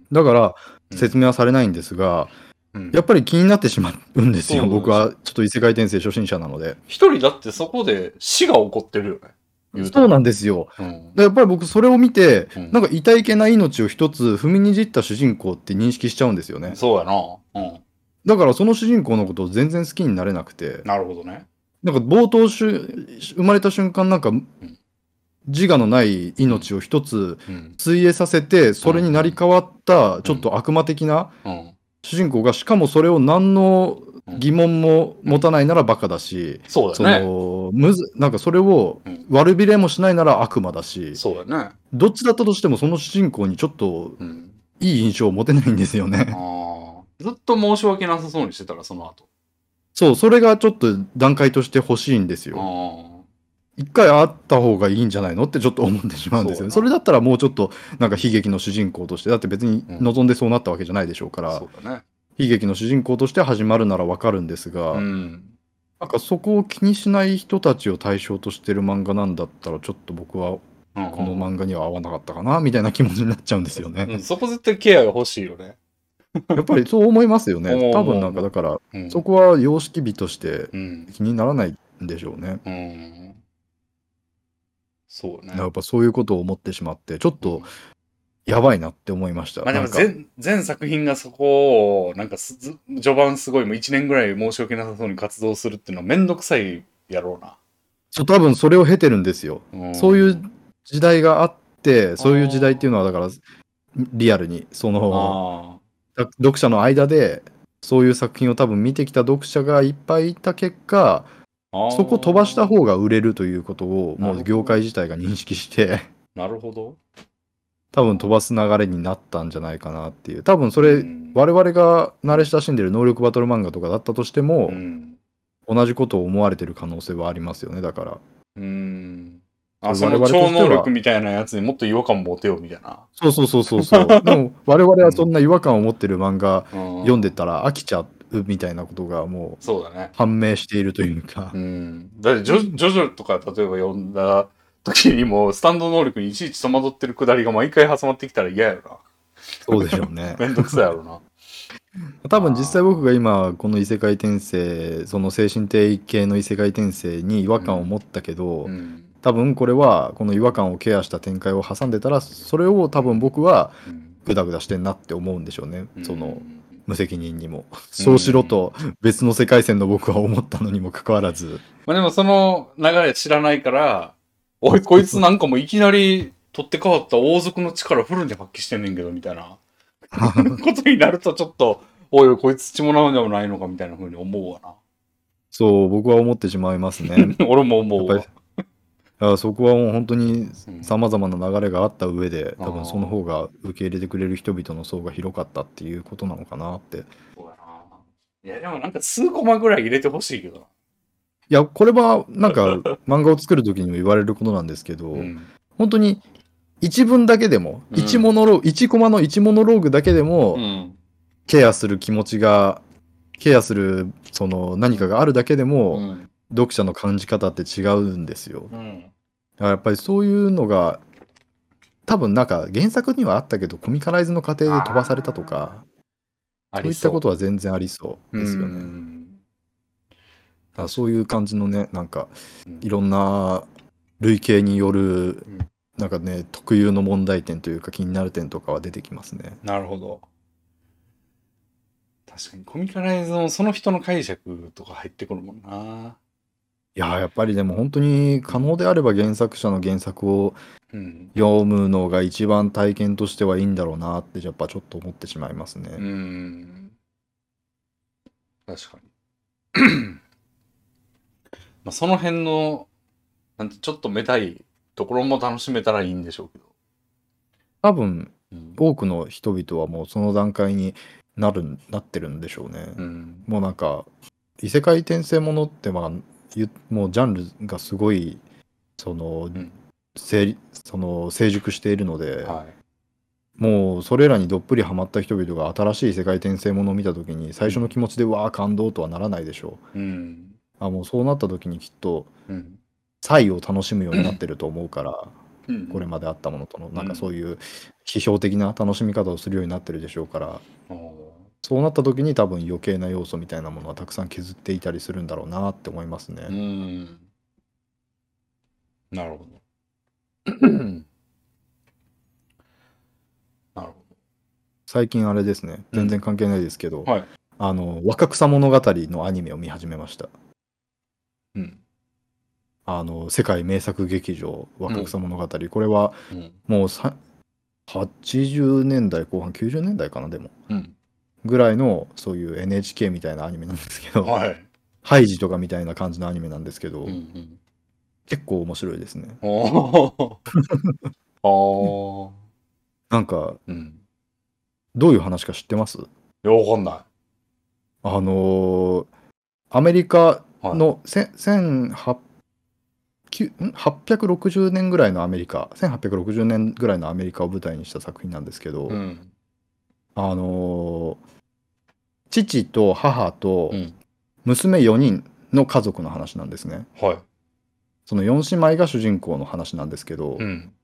だからうん。 説明はされないんですが、 うん。 やっぱり気になってしまうんですよ。僕そうです。 はちょっと異世界転生初心者なので。 一人だってそこで死が起こってるよね。言うたそうなら。 んですよ。 うん。 やっぱり僕それを見て、 うん。 なんか痛いけない命を一つ踏みにじった主人公って認識しちゃうんですよね。 そうやな。うん。 だからその主人公のことを全然好きになれなくて、 なるほどね。 なんか生まれた瞬間なんかうん。 自我のないうん。 命を一つうん。 費えさせて、 うん。 それになり変わったうん。 ちょっと悪魔的なうん。 主人公が、しかもそれを何のうん。 疑問もうん。 持たないならバカだし、 そうだね。 なんかそれをうん。 悪びれもしないなら悪魔だし、 そうだね。 どっちだったとしてもその主人公にちょっとうん。 いい印象を持てないんですよね。 ああ。ずっと申し訳なさそうにしてたら、その後。 そう、それがちょっと段階として欲しいんですあよ。 あ。 一回あった方がいいんじゃないのってちょっと思ってしまうんですよね。それそうやな。 だったらもうちょっとなんか悲劇の主人公として、だって別にうん。 望んでそうなったわけじゃないでしょうから、 そうだね。 悲劇の主人公として始まるならわかるんですうが、 ん。 なんかそこを気にしない人たちを対象としてる漫画なんだったら、ちょっと僕はこの漫画には合わなかったかなみたいな気持ちになっちゃうんですよね。 うん、そこ絶対ケアが欲しいよね。 やっぱりそう思いますよね。 思う多分なんかだから、 うん、 そこは様式美としてうん。 気にならないんでしょうね。 うん。そうね。 やっぱそういうことを思ってしまって、ちょっとやばいなって思いました。 まあでもなんか全作品がそこを、なんか序盤すごいもう1年ぐらい申し訳なさそうに活動するっていうのはめんどくさいやろうな。 そう、多分それを経てるんですよ。 うんそういう時代があって、そういう時代っていうのはだからリアルにその読者の間でそういう作品を多分見てきた読者がいっぱいいた結果、そこ飛ばした方が売れるということをもう業界自体が認識してなるほど。 多分飛ばす流れになったんじゃないかなっていう。多分それ、 うん我々が慣れ親しんでる能力バトル漫画とかだったとしても、 うん。 同じことを思われてる可能性はありますよね、だから。 うん。 そその超能力みたいなやつにもっと違和感持てよみたいな。 そうそうそうそうそう。でも我々はそんな違和感を持ってる漫画読んでたら飽きちゃうみたいなことがもうそうだね。 判明しているというか。 うん。だってジョジョとか例えば読んだ時にもスタンド能力にいちいち戸惑ってるくだりが毎回挟まってきたら嫌やろな。 そうでしょうね。 めんどくさいやろな。 多分実際僕が今この異世界転生、その精神定系の異世界転生に違和感を持ったけど、多分これはこの違和感をケアした展開を挟んでたら、それを多分僕はグダグダしてんなって思うんでしょうね、その無責任にも。そうしろと別の世界線の僕は思ったのにもかかわらず。 まあでもその流れ知らないから、おいこいつなんかもういきなり取って変わった王族の力フルに発揮してんねんけどみたいなことになるとちょっと、おいおいこいつ血も縄でもないのかみたいな風に思うわな。 そう、僕は思ってしまいますね。 俺も思うわ。 そこはもう本当に様々な流れがあった上で、多分その方が受け入れてくれる人々の層が広かったっていうことなのかなって。 そうやな。いやでもなんか数コマぐらい入れてほしいけどな。 いや、これはなんか漫画を作る時にも言われることなんですけど、本当に一文だけでも、1コマの1モノローグだけでも、ケアする気持ちが、ケアするその何かがあるだけでも、読者の感じ方って違うんですよ。やっぱりそういうのが多分なんか原作にはあったけどコミカライズの過程で飛ばされたとかそういったことは全然ありそうですよね。そういう感じのねなんかいろんな類型によるなんかね特有の問題点というか気になる点とかは出てきますね。 なるほど。確かにコミカライズのその人の解釈とか入ってくるもんな。 いややっぱりでも本当に可能であれば原作者の原作を読むのが一番体験としてはいいんだろうなってやっぱちょっと思ってしまいますね。 確かに。まあその辺のなんてちょっとめたいところも楽しめたらいいんでしょうけど。 多分、多くの人々はもうその段階になってるんでしょうね。もうなんか異世界転生ものってまあもうジャンルがすごいその、成熟しているので、もうそれらにどっぷりハマった人々が新しい異世界転生ものを見た時に最初の気持ちでわあ感動とはならないでしょう。もうそうなった時にきっと、差異を楽しむようになってると思うから、これまであったものとのなんかそういう批評的な楽しみ方をするようになってるでしょうから、そうなった時に多分余計な要素みたいなものはたくさん削っていたりするんだろうなって思いますね。 なるほど。なるほど。 最近あれですね、全然関係ないですけど、若草物語のアニメを見始めました。世界名作劇場若草物語、これはもう80年代後半90年代かなでも、ぐらいのそういう NHK みたいなアニメなんですけど、ハイジとかみたいな感じのアニメなんですけど、結構面白いですね。なんか、どういう話か知ってます？ いや、わかんない。 アメリカの1860年ぐらいのアメリカ、1860年ぐらいのアメリカを舞台にした作品なんですけど、父と母と娘4人の家族の話なんですね。その4姉妹が主人公の話なんですけど、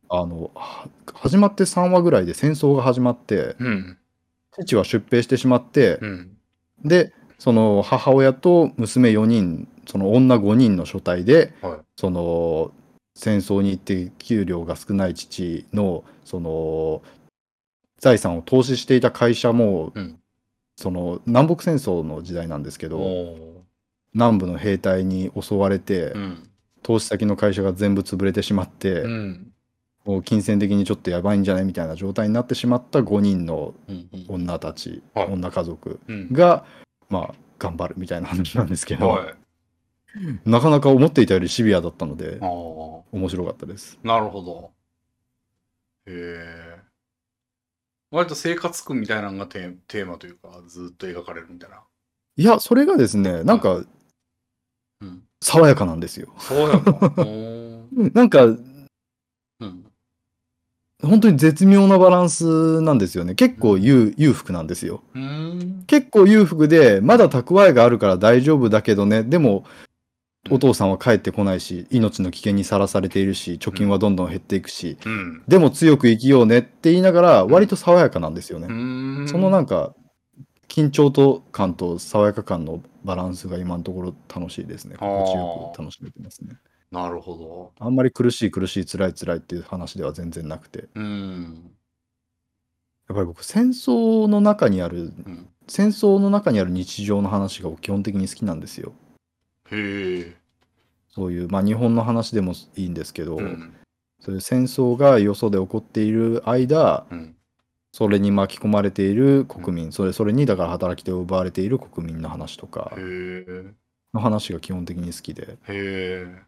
始まって3話ぐらいで戦争が始まって、 うん。 父は出兵してしまって、 うん。 で、その母親と娘4人、その女5人の所帯で、 はい。 その戦争に行って給料が少ない父のその財産を投資していた会社も、 うん。 その南北戦争の時代なんですけおど、 ー。 南部の兵隊に襲われて、 うん。 投資先の会社が全部潰れてしまっうて、 ん。 もう金銭的にちょっとやばいんじゃないみたいな状態になってしまった5人のうん。うん。 女たち、 はい。 女家族うん。 が、まあ、頑張るみたいな話なんですけど、 はい。 なかなか思っていたよりシビアだったので、 ああ。 面白かったです。 なるほど。へえ。割と生活苦みたいなのがテーマというか、ずっと描かれるみたいな。 いや、それがですね、なんはかい。うん。 爽やかなんですよ。 爽やか。おー。 なんか、 うん。 本当に絶妙なバランスなんですよね。結構うん。 裕福なんですよ。 うーん。 結構裕福で、 うん。 まだ蓄えがあるから大丈夫だけどね、でも、 うん。 お父さんは帰ってこないし、命の危険にさらされているし、貯うん。 金はどんどん減っていくし、 うん。 でも強く生きようねって言いながら、 うん。 割と爽やかなんですようーね。そのなん。 んか、緊張と感と爽やか感のバランスが今のところ楽しいですね。 あ心地よくあ。 楽しめてますね。 なるほど。 あんまり苦しい苦しい辛い辛いっていう話では全然なくて。 うーん。 やっぱり僕、 うん。 戦争の中にある日常の話が基本的に好きなんですよ。 へえ。 そういう、まあ日本の話でもいいんですけど、 うん。 そういう戦争がよそで起こっている間、 うん。 それに巻き込まれているうん。 国民、それにだから働き手を奪われている国民の話とへかえ。 の話が基本的に好きで、 へえ。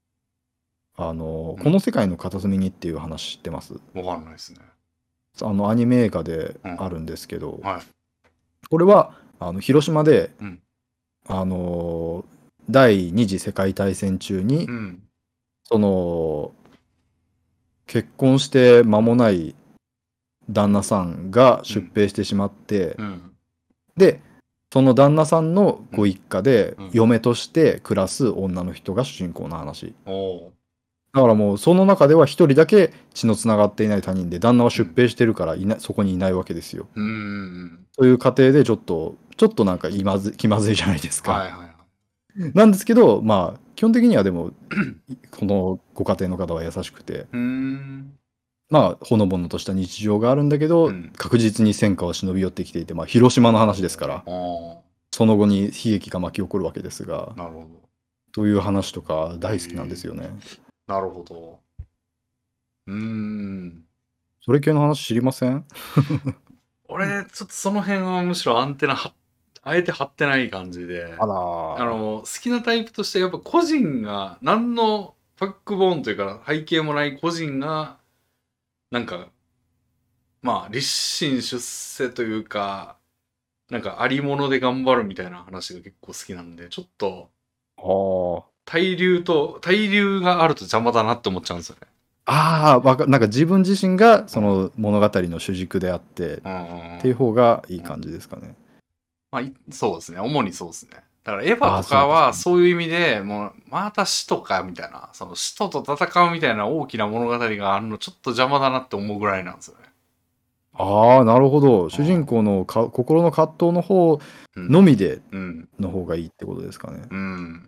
うん。 この世界の片隅にっていう話知ってます？ わかんないですね。 アニメ映画でうん。 あるんですけど、 はい。 これは、広島で、 うん。 あの、第二次世界大戦中に、 うん。 その、結婚して間もない旦那さんが出うん。 兵してしまって、 うん。 で、その旦那さんのうん。 ご一家でうん。 嫁として暮らす女の人が主人公の話。 おお。 だからもうその中では一人だけ血のつながっていない他人で、旦那はうん。 出兵してるからそこにいないわけですよ。 うーん。 そういう過程でちょっとなんか気まずいじゃないですか。 はいはいはい。 なんですけど、まあ、基本的にはでも、このご家庭の方は優しくて、 うーん。 まあ、ほのぼのとした日常があるんだけど、 うん。 確実に戦火を忍び寄ってきていて、まあ、広島の話ですから、 ああ。 その後に悲劇が巻き起こるわけですが、 なるほど。 という話とかへ大好きなんですえ。 よね。 なるほど。うーん。 それ系の話知りません？ 俺、ちょっとその辺はむしろアンテナあえて張ってない感じで、 あらー。 好きなタイプとしてやっぱ個人が、何のバックボーンというか背景もない個人が、なんか、まあ、立身出世というか、なんかありもので頑張るみたいな話が結構好きなんで、ちょっとあ対流があると邪魔だなって思っちゃうんですよね。 あなんか自分自身がうん。 その物語の主軸であってっうんうんていう方がいいうん。うん。 感じですかね。 まあ、そうですね。主にそうですね。だからエヴァああ、 とかそうですね。 はそういう意味でもう、また使徒かみたいな、その使徒と戦うみたいな大きな物語があるのちょっと邪魔だなって思うぐらいなんですよね。 ああ、なるほど。主人うん。 公の心の葛藤の方うん。 のみでうん。 の方がいいってことですかね。 うん。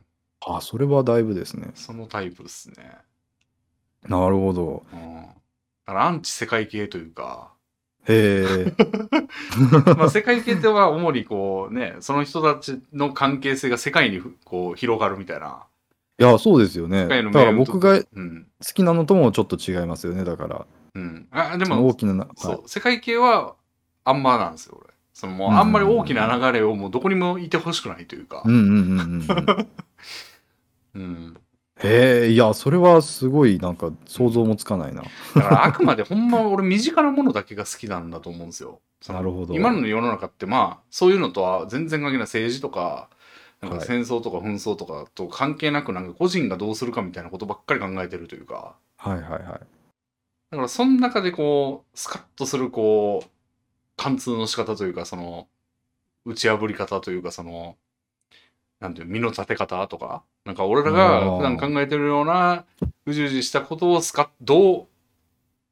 ああ、それはだいぶですね。 そのタイプですね。 なるほど。 うん。だからアンチ世界系というか、 へえ。 まあ世界系っては主にこうね、その人たちの関係性が世界にこう広がるみたいな、 いや、そうですよね。 世界のだから命運とか、 僕が好うん。 きなのともちょっと違いますよね。だから、 うん。あ、でそのも、 大きなはい。 そう、世界系はあんまなんですよ、俺。そのもううんうんうあんまり大きなん流れをもうどこにもいてほしくないというか。 うんうん。うんうんうんうんうん。 うん。 へえ、いや、それはすごいなんかうん。 想像もつかないな。 だからあくまでほんま俺身近なものだけが好きなんだと思うんですよ。そなの、 るほど。 今の世の中ってまあ、そういうのとは全然関係ない政治とか、なんかはい。 戦争とか紛争とかと関係なくなんか個人がどうするかみたいなことばっかり考えてるというか。 はいはいはい。 だからその中でこう、スカッとするこう、貫通の仕方というか、その、打ち破り方というか、その、なんていう、身の立て方とか、なんか俺らが普段考あえてるような、うじうじしたことをどう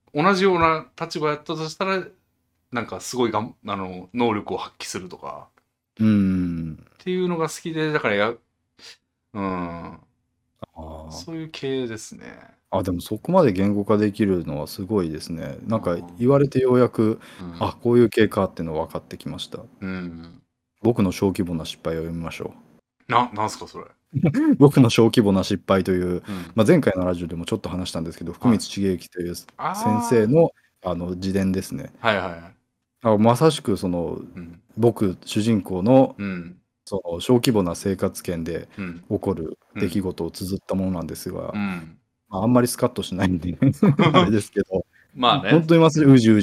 同じような立場やったとしたら、なんかすごい能力を発揮するとか、っていうのが好きで、だからそういう系ですね。 でもそこまで言語化できるのはすごいですね。なんか言われてようやく、こういう系かっていうの分かってきました。僕の小規模な失敗を読みましょう。なんすかそれ。 僕の小規模な失敗という、前回のラジオでもちょっと話したんですけど、福光茂之という先生の自伝ですね。まさしくその、僕主人公の、その小規模な生活圏で起こる出来事を綴ったものなんですが、あんまりスカッとしないんであれですけど、 まあね、 本当にうじうじ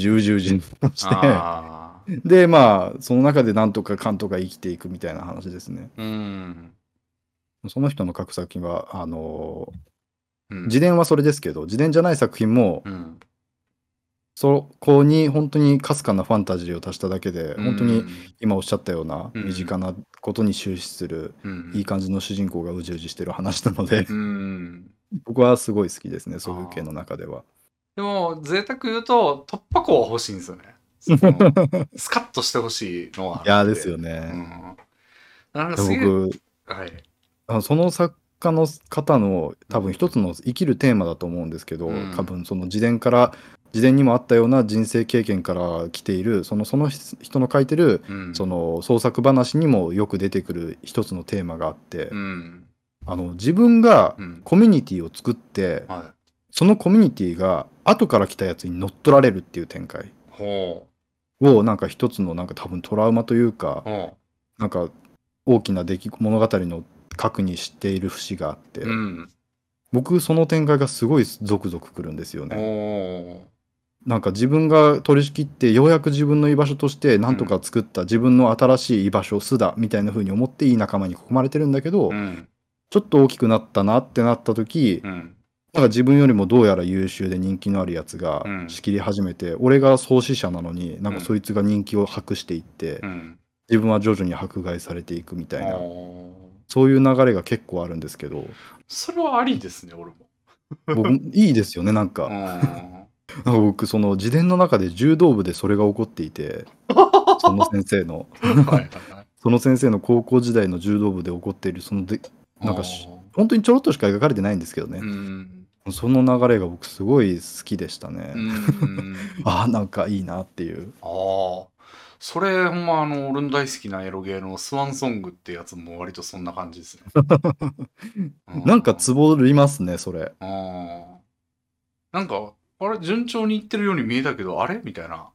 してでその中でなんとかかんとか生きていくみたいな話ですね。その人の書く作品は自伝はそれですけど、自伝じゃない作品も、そこに本当にかすかなファンタジーを足しただけで、本当に今おっしゃったような身近なことに終始する、いい感じの主人公がうじうじしてる話なので、僕はすごい好きですね、そういう系の中では。 でも贅沢言うと突破口は欲しいんですよね。スカッとしてほしいのはあるんで。ですよね。僕、その作家の方の多分一つの生きるテーマだと思うんですけど、多分その自伝にもあったような人生経験から来ているその人の書いてる、その創作話にもよく出てくる一つのテーマがあって、自分がコミュニティを作って、そのコミュニティが後から来たやつに乗っ取られるっていう展開をなんか一つのなんか多分トラウマというか、なんか大きな物語の核にしている節があって、僕その展開がすごいゾクゾクくるんですよね。なんか自分が取り仕切ってようやく自分の居場所として何とか作った自分の新しい居場所巣だみたいな風に思っていい仲間に囲まれてるんだけど、ちょっと大きくなったなってなった時、なんか自分よりもどうやら優秀で人気のあるやつが仕切り始めて、俺が創始者なのになんかそいつが人気を博していって、自分は徐々に迫害されていくみたいな、そういう流れが結構あるんですけど、 それはありですね、俺も。 僕いいですよね、なんか。僕その自伝の中で柔道部でそれが起こっていてその先生のその先生の高校時代の柔道部で起こっているなんか本当にちょろっとしか描かれてないんですけどね、その流れが僕すごい好きでしたね。なんかいいなっていう。 それほんま俺の大好きなエロゲーのスワンソングってやつも割とそんな感じですね。 なんかツボりますね、それ。 なんかあれ順調にいってるように見えたけどあれみたいな。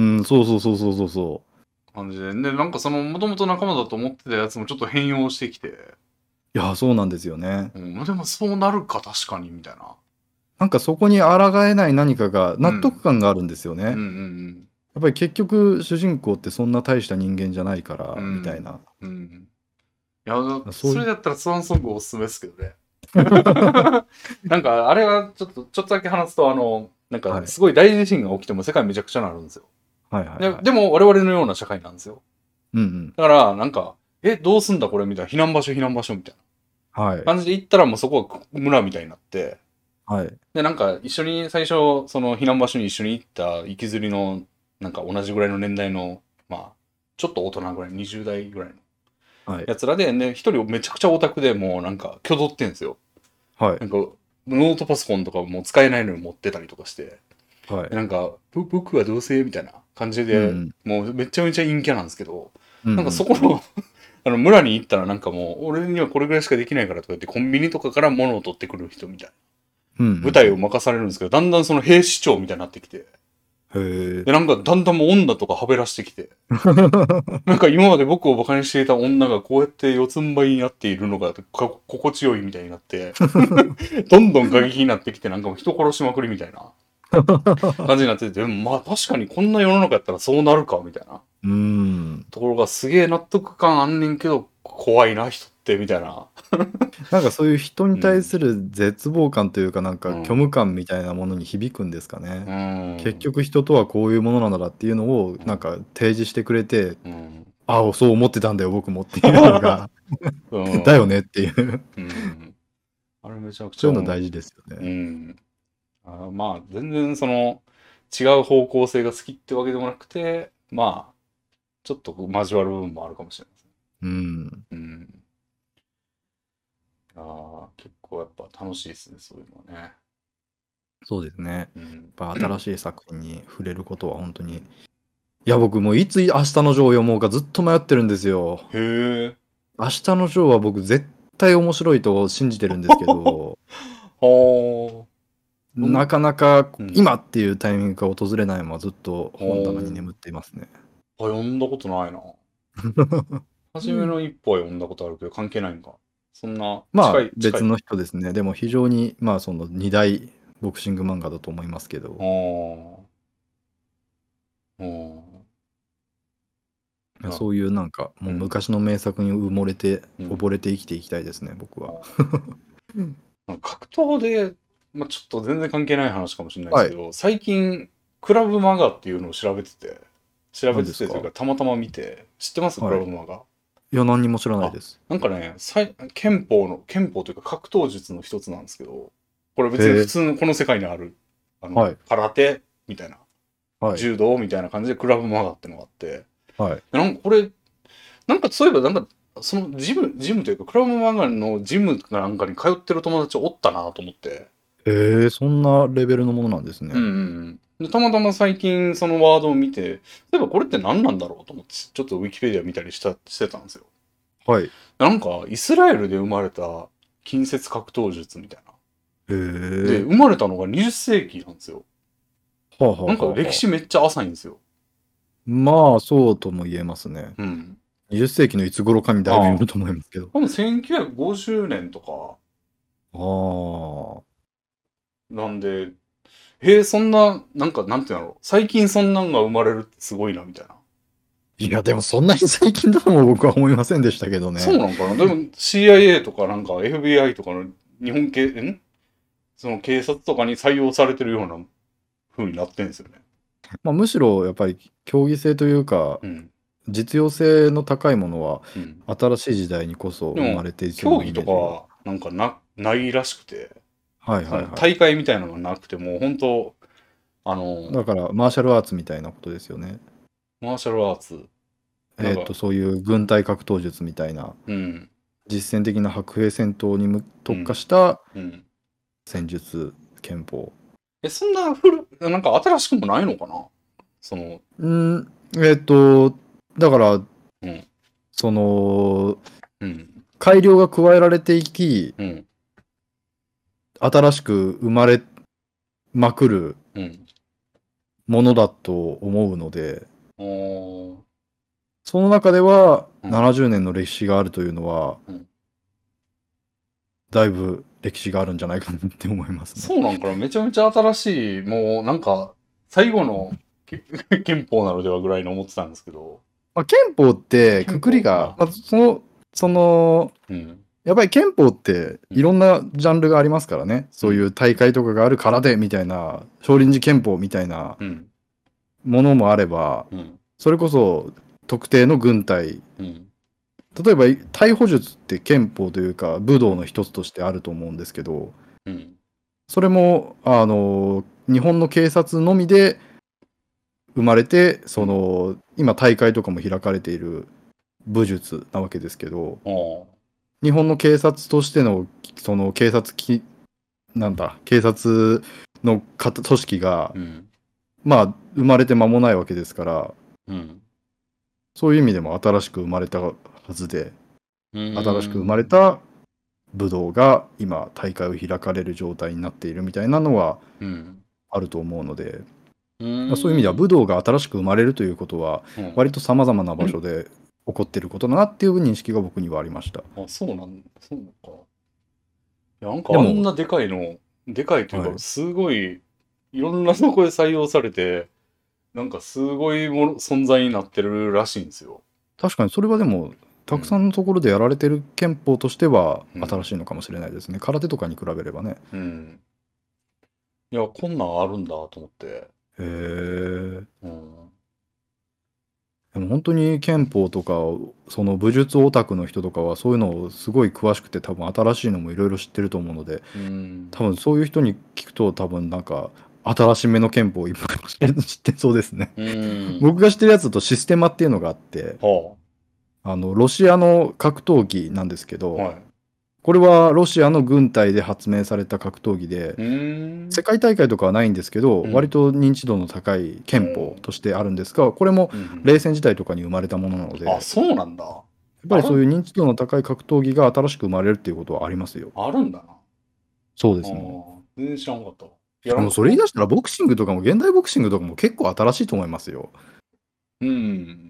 そう感じで、なんかそのもともと仲間だと思ってたやつもちょっと変容してきて。 いやそうなんですよね。 でもそうなるか確かにみたいな。 なんかそこに抗えない何かが納得感があるんですよね。やっぱり結局主人公ってそんな大した人間じゃないからみたいな。 いやそれだったらスワンソングおすすめですけどね。なんかあれはちょっとだけ話すとなんかすごい大地震が起きても世界めちゃくちゃなるんですよ。でも我々のような社会なんですよ。だからなんかどうすんだこれみたいな避難場所みたいな感じで行ったらもうそこは村みたいになって、でなんか一緒に最初その避難場所に一緒に行った行きずりのなんか同じぐらいの年代のちょっと大人ぐらい20代ぐらいのやつらでね、一人めちゃくちゃオタクでもうなんか挙動ってんですよ。なんかノートパソコンとかも使えないのに持ってたりとかして、なんか僕はどうせみたいな感じで、もうめちゃめちゃ陰キャなんですけど、なんかそこの村に行ったらなんかもう俺にはこれぐらいしかできないからとか言ってコンビニとかから物を取ってくる人みたいな、舞台を任されるんですけど、だんだんその兵士長みたいになってきて、でなんかだんだんもう女とかはべらしてきてなんか今まで僕をバカにしていた女がこうやって四つん這いになっているのが心地よいみたいになってどんどん過激になってきて、なんかもう人殺しまくりみたいな感じになってて、でも確かにこんな世の中やったらそうなるかみたいなところがすげえ納得感あんねんけど、怖いな人ってみたいななんかそういう人に対する絶望感というか、なんか虚無感みたいなものに響くんですかね。結局人とはこういうものなんだっていうのをなんか提示してくれて、そう思ってたんだよ僕もっていうのがだよねっていうあれめちゃくちゃそういうの大事ですよね。 まあ全然その違う方向性が好きってわけでもなくて、まあ、ちょっと交わる部分もあるかもしれないですね。 うん。 うん。ああ、結構やっぱ楽しいですね、そういうのはね。 そうですね。 うん。 やっぱ新しい作品に触れることは本当に。いや、僕もういつ明日のジョーを読もうかずっと迷ってるんですよ。 へえ。 明日のジョーは僕絶対面白いと信じてるんですけど、 はあ。 なかなかうん。 今っていうタイミングが訪れないままずっと本棚にお眠っていますね。 あ、読んだことないな。初めの一歩は読んだことあるけど、関係ないんか。そんな、 まあ近い。 別の人ですね。でも非常にまあその二大ボクシング漫画だと思いますけど、 ああ。うん。なるほそういうなんかもど。うん。 う昔の名作に埋もれてうん。 溺れて生きていきたいですね、僕は。 なんか格闘で、まあ、ちょっと全然関係ない話かもしれないですはい。 けど、最近、クラブマガっていうのを調べ何ですか？ ててというか、たまたま見て、知ってますクはい。 ラブマガ。 いや、何にも知らないあ、 です。 なんかね、憲法というか格闘術の一つなんですけど、これ別に普へえ。 通のこの世界にある、 はい。 空手みたいな、 はい。 柔道みたいな感じでクラブマガってのがあって、 はい。 なんかこれ、なんかそういえばなんか、そのジムというか、クラブマガのジムかなんかに通ってる友達おったなと思って、 へえ、そんなレベルのものなんですね。 うんうんうん。で、たまたま最近そのワードを見て、例えばこれって何なんだろうと思って、ちょっとウィキペディア見たりしてたんですよ。 はい。へなんか、イスラエルで生まれた近接格闘術みたいな。で、 え。 生まれたのが20世紀なんですよ。 はあはなんかあはあはあ。 歴史めっちゃ浅いんですよ。 まあ、そうとも言えますね。 うん。 20世紀のいつ頃かにだいぶああ。 よると思いますけど。 多分1950年とかああ。 なんで、そんな、なんか、なんていうの、最近そんなんが生まれるってすごいな、みたいな。 いや、でもそんなに最近だとも僕は思いませんでしたけどね。 そうなんかな。でも CIA とかなんか FBI とかの日本系、その警察とかに採用されてるような風になってんですよね。 まあ、むしろやっぱり競技性というか、 うん。 実用性の高いものはうん。 新しい時代にこそでも、 生まれていそうな競技イメージが。 とかはなんかないらしくて、 はいそのはいはい。 大会みたいなのがなくても、本当あの、 だからマーシャルアーツみたいなことですよね。 マーシャルアーツ、なんか、 そういう軍隊格闘術みたいなうん、 実践的な白兵戦闘に特化うん、 したうん。 戦術憲法。 そんななんか新しくもないのかなその、 うん、だから、 うん、 その、 うん、 改良が加えられていき、 うん、 新しく生まれまくるうん。 ものだと思うので、 おー、 その中ではうん、 70年の歴史があるというのは、 うん。 だいぶ歴史があるんじゃないかなって思いますね。 そうなんかなめちゃめちゃ新しい、もうなんか、最後の憲法なのではぐらいに思ってたんですけど、 まあ、憲法ってく憲法、 くりが、まあ、その、 うん、 やっぱり憲法ってうん、 いろんなジャンルがありますからね。そういうん、 う大会とかがあるからでみたいな、少林寺憲法みたいなうん、 ものもあれば、 うん、 それこそ特定の軍隊、 うん、 例えば逮捕術って憲法というか武道のうん、 一つとしてあると思うんですけど、 うん、 それも日本の警察のみで生まれて、 うん、 今大会とかも開かれている武術なわけですけど、 ああ、 日本の警察としてのその警察なんだ警察の組織がうん、 まあ生まれて間もないわけですから、 うん、 そういう意味でも新しく生まれたはずで、 う新しく生まれん、 た武道が今大会を開かれる状態になっているみたいなのはうん、 あると思うので、 うそういう意味ではん、 武道が新しく生まれるということはうん。 割と様々な場所で起こっていることだなっていう認識が僕にはありました。 あ、そうか。いや、なんかでも、 あんなでかいの、でかいというか、 はい、 すごい、いろんなとこで採用されて、なんかすごい存在になってるらしいんですよ。 確かにそれはでもたくさうん。 んのところでやられてる憲法としてはうん。 新しいのかもしれないですね。空手とかに比べればね。 うん。いや、こんなんあるんだと思って。 へえ。 うん。 でも本当に憲法とかその武術オタクの人とかはそういうのをすごい詳しくて多分新しいのもいろいろ知ってると思うので、 うん。 多分そういう人に聞くと多分なんか新しめの憲法をいっぱい知ってそうですね。 うん。 僕が知ってるやつだとシステマっていうのがあって、 はロシアの格闘技なんですけあ。 ど、 はい。 これはロシアの軍隊で発明された格闘技で、世界大会とかはないんですけど、割と認知度の高い憲法としてあるんですが、これも冷戦時代とかに生まれたものなので、 あ、そうなんだ。やっぱりそういう認知度の高い格闘技が新しく生まれるっていうことはありますよ。 あるんだな。 そうですね。 全然知らなかった。 でもそれ言い出したらボクシングとかも現代ボクシングとかも結構新しいと思いますよ。 うん。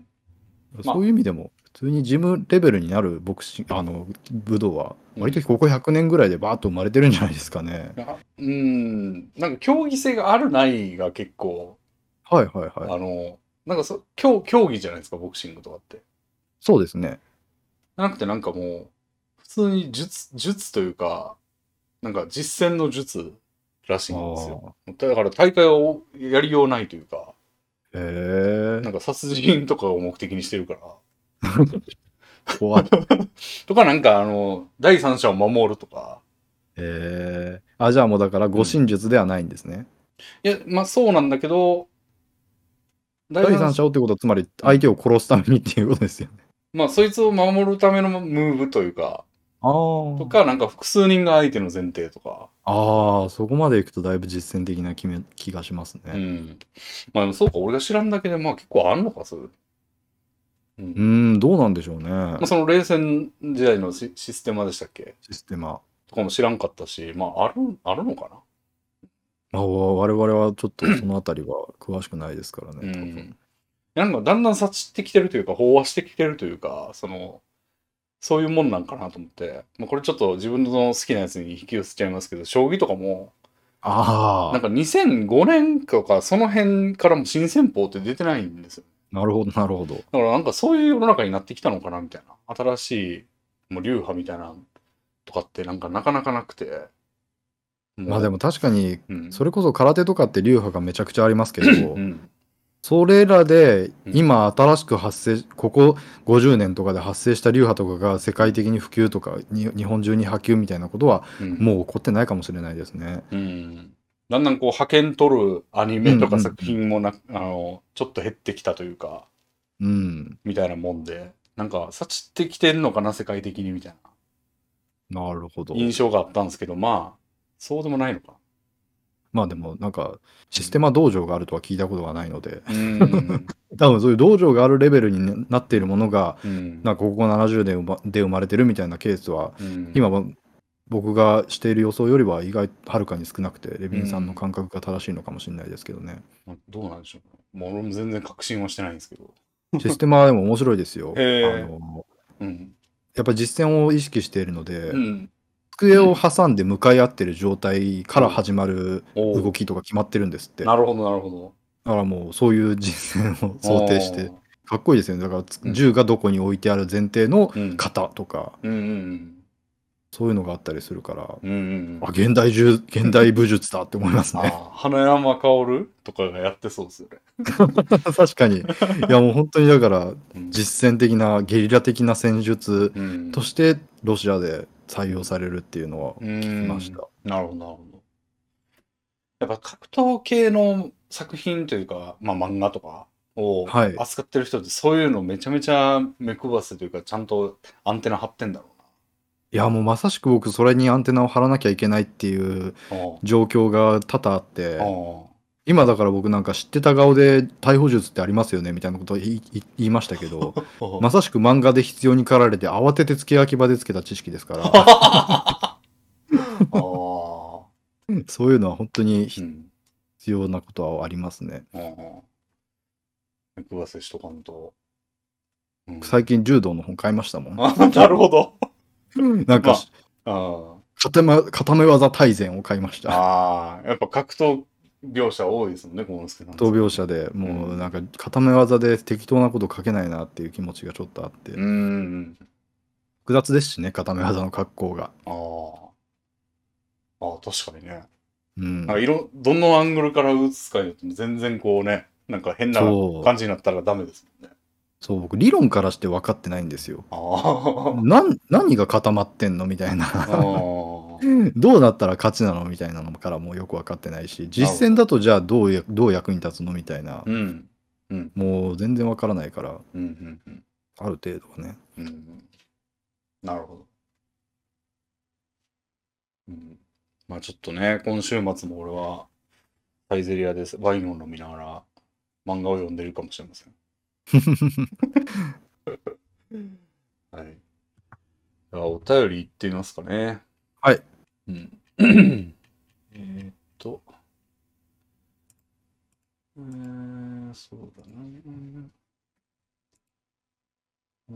そういう意味でも普通にジムレベルになるボクシング武道は割とここ100年ぐらいでバーッと生まれてるんじゃないですかね。 なんか競技性があるないが結構、 はいはいはい。 なんか競技じゃないですか、ボクシングとかって。 そうですね。 なくてなんかもう、普通に術というか、なんか実践の術らしいんですよ。だから大会をやりようないというか、なんか殺人とかを目的にしてるから。 怖い。 とかなんか第三者を守るとか。 じゃあもうだから護身術ではないんですね。 いや、まあそうなんだけど、 第三者をってことはつまり相手を殺すためにっていうことですよね。 まあそいつを守るためのムーブというか、とか、なんか複数人が相手の前提とか。 そこまでいくとだいぶ実践的な気がしますね。 まあでもそうか、俺が知らんだけで、まあ結構あんのか、それ。 どうなんでしょうね。 まあその冷戦時代のシステマでしたっけ？ システマ。 とかも知らんかったし、まああるのかな？ 我々はちょっとそのあたりは詳しくないですからね、多分。 なんかだんだん察してきてるというか、飽和してきてるというか、そういうもんなんかなと思って、まあ、これちょっと自分の好きなやつに引き寄せちゃいますけど、将棋とかも、なんか2005年とかその辺からも新戦法って出てないんですよ。 なるほど、なるほど。だからなんかそういう世の中になってきたのかなみたいな。新しい、もう流派みたいなとかってなんかなかなかなくて。 まあでも確かに、それこそ空手とかって流派がめちゃくちゃありますけど、それらで今新しくここ50年とかで発生した流派とかが世界的に普及とか日本中に波及みたいなことはもう起こってないかもしれないですね。 だんだんこう派遣取るアニメとか作品もちょっと減ってきたというか、みたいなもんで、なんか察ってきてんのかな世界的にみたいな。なるほど。 印象があったんですけど、まあそうでもないのか。 まあでもなんかシステマ道場があるとは聞いたことがないので多分そういう道場があるレベルになっているものが、なんかここ70年で生まれてるみたいなケースは、今は僕がしている予想よりは意外はるかに少なくて、レビンさんの感覚が正しいのかもしれないですけどね。 どうなんでしょう。もう俺も全然確信はしてないんですけど。 システマはでも面白いですよ。やっぱり実践を意識しているので、机を挟んで向かい合ってる状態から始まる動きとか決まってるんですって。 なるほど、なるほど。 だからもうそういう実践を想定して、かっこいいですよね。だから銃がどこに置いてある前提の型とか、そういうのがあったりするから、現代武術だって思いますね。 花山薫とかがやってそうですよね。 確かに。いやもう本当にだから実践的なゲリラ的な戦術としてロシアで採用されるっていうのは聞きました。 なるほど、なるほど。やっぱ格闘系の作品というか、まあ漫画とかを扱ってる人ってそういうのめちゃめちゃ目配せというか、ちゃんとアンテナ張ってんだろうな。 いやもうまさしく僕それにアンテナを張らなきゃいけないっていう状況が多々あって、今だから僕なんか知ってた顔で逮捕術ってありますよねみたいなことを言いましたけどまさしく漫画で必要に駆られて慌てて付け焼き場でつけた知識ですからそういうのは本当に必要なことはありますね。 目配せしとかんと。 最近柔道の本買いましたもん。 なるほど。 なんか、固め技大全を買いました。 やっぱ格闘描写多いですもんね、この格闘描写でもうなんか固め技で適当なこと書けないなっていう気持ちがちょっとあって。複雑ですしね、固め技の格好が。 確かにね。どのアングルから打つかによっても全然こうね、なんか変な感じになったらダメですもんね。 そう、僕理論からして分かってないんですよ。何が固まってんのみたいな。 どうなったら勝ちなのみたいなのからもよく分かってないし、実戦だとじゃあどう役に立つのみたいな、 うん。うん。 もう全然分からないから、 うん。うん。うん。 ある程度はね。 うん。なるほど。うん。まあちょっとね、今週末も俺はサイゼリアでワインを飲みながら漫画を読んでるかもしれません。はい。ではお便り行ってみますかね。 はい。 うん。ーっと、そうだな。うん。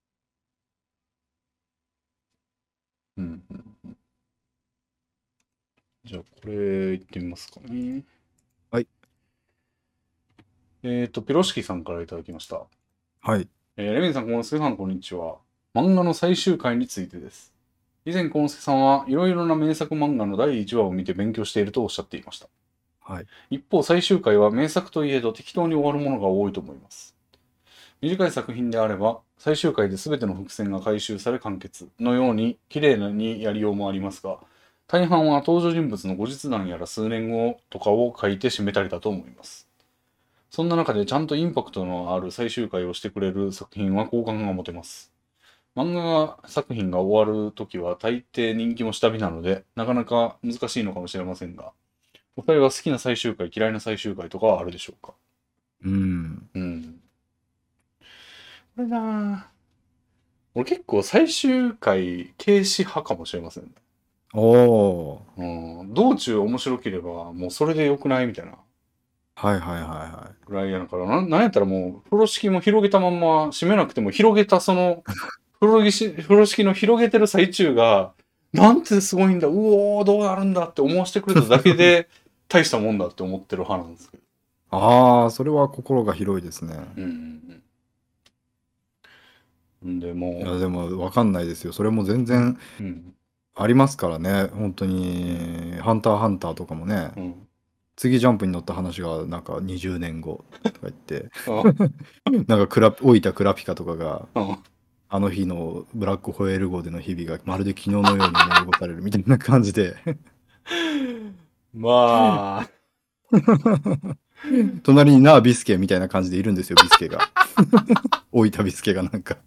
うん。うん。じゃあ、これ行ってみますかね。 はい。 ピロシキさんからいただきました。 はい。 レミンさん、コンスケさん、こんにちは。漫画の最終回についてです。以前、コンスケさんはいろいろな名作漫画の第1話を見て勉強しているとおっしゃっていました。 はい。 一方、最終回は名作といえど適当に終わるものが多いと思います。短い作品であれば、最終回で全ての伏線が回収され完結のように綺麗にやりようもありますが、大半は登場人物の後日談やら数年後とかを書いて締めたりだと思います。そんな中でちゃんとインパクトのある最終回をしてくれる作品は好感が持てます。漫画作品が終わるときは大抵人気も下火なので、なかなか難しいのかもしれませんが、お二人は好きな最終回、嫌いな最終回とかはあるでしょうか？ うん。 うん。これなぁ。俺結構最終回軽視派かもしれませんね。 おー。 うん。道中面白ければもうそれで良くないみたいなはいはいはいはい。 ぐらいやから、なんやったらもう風呂敷も広げたまんま閉めなくても広げたその風呂敷の広げてる最中がなんてすごいんだ、うおーどうなるんだって思わせてくれただけで大したもんだって思ってる派なんですけど。 ああ、それは心が広いですね。 うんうんうん。んでもいや、でも分かんないですよ。それも全う、 然うん、 ありますからね。本当うん、 に、ハンターハンターとかもね、 うん。 次ジャンプに乗った話がなんか20年後とか言って、 あ、 なんか老いたクラピカとかが、 あ、 あの日のブラックホエール号での日々がまるで昨日のように思い起こされるみたいな感じで、 まあ、 隣になあビスケみたいな感じでいるんですよ、ビスケが。老いたビスケがなんか。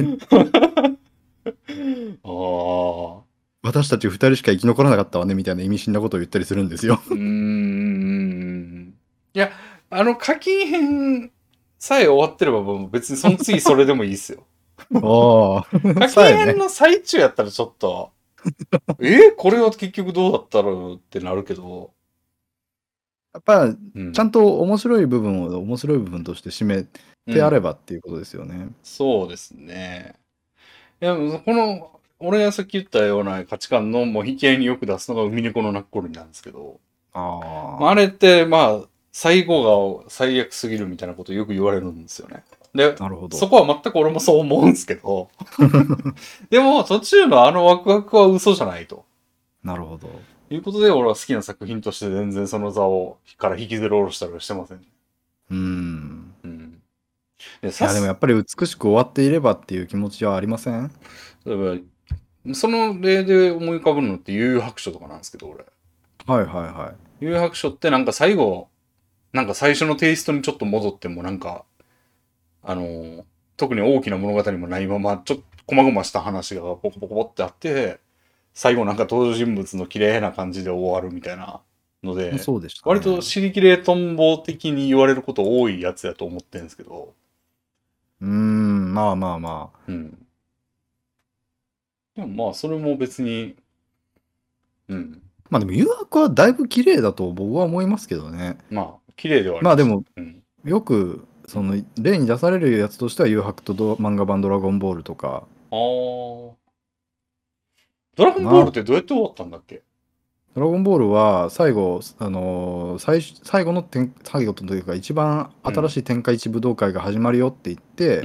ああ。 私たち二人しか生き残らなかったわねみたいな意味深なことを言ったりするんですよ。 うーん。いや、課金編さえ終わってればもう別にその次それでもいいっすよ。 ああ、 課金さえね。 編の最中やったらちょっと、これは結局どうだったろうってなるけど、 やっぱ、ちゃんうん。 と面白い部分を面白い部分として締めてあれうん。 ばっていうことですよね。 そうですね。いや、俺がさっき言ったような価値観のもう引き合いによく出すのが海猫のナッコリンなんですけど、まあ、ああれって、まあ、最後が最悪すぎるみたいなことよく言われるんですよね。で、 あ、なるほど。 そこは全く俺もそう思うんですけど、でも途中のあのワクワクは嘘じゃないと。 なるほど。 いうことで俺は好きな作品として全然その座をから引きずり下ろしたりはしてません。 うーん。 うん。で、 いや、でもやっぱり美しく終わっていればっていう気持ちはありません？ 例えば、その例で思い浮かぶのって悠々白書とかなんですけど、俺。 はいはいはい。 悠々白書ってなんか最後、なんか最初のテイストにちょっと戻ってもなんか、あのー特に大きな物語もないまま、ちょっと細々した話がポコポコポってあって、最後なんか登場人物の綺麗な感じで終わるみたいなので、 そうでした割とね。 尻切れトンボ的に言われること多いやつやと思ってるんですけど、 うーん、まあまあまあ。 うん。でもまあ、それも別に、うん。 まあでも誘惑はだいぶ綺麗だと僕は思いますけどね。 まあ、綺麗ではあります。 まあでも、 うん。 よく、 うん。 例に出されるやつとしては、誘白と漫画版ドラゴンボールとか、 ああ。ドラゴンボールっかな。 てどうやって終わったんだっけ？ ドラゴンボールは最後、最後の最後というか、一番うん。 新しい天下一武道会が始まるよって言って、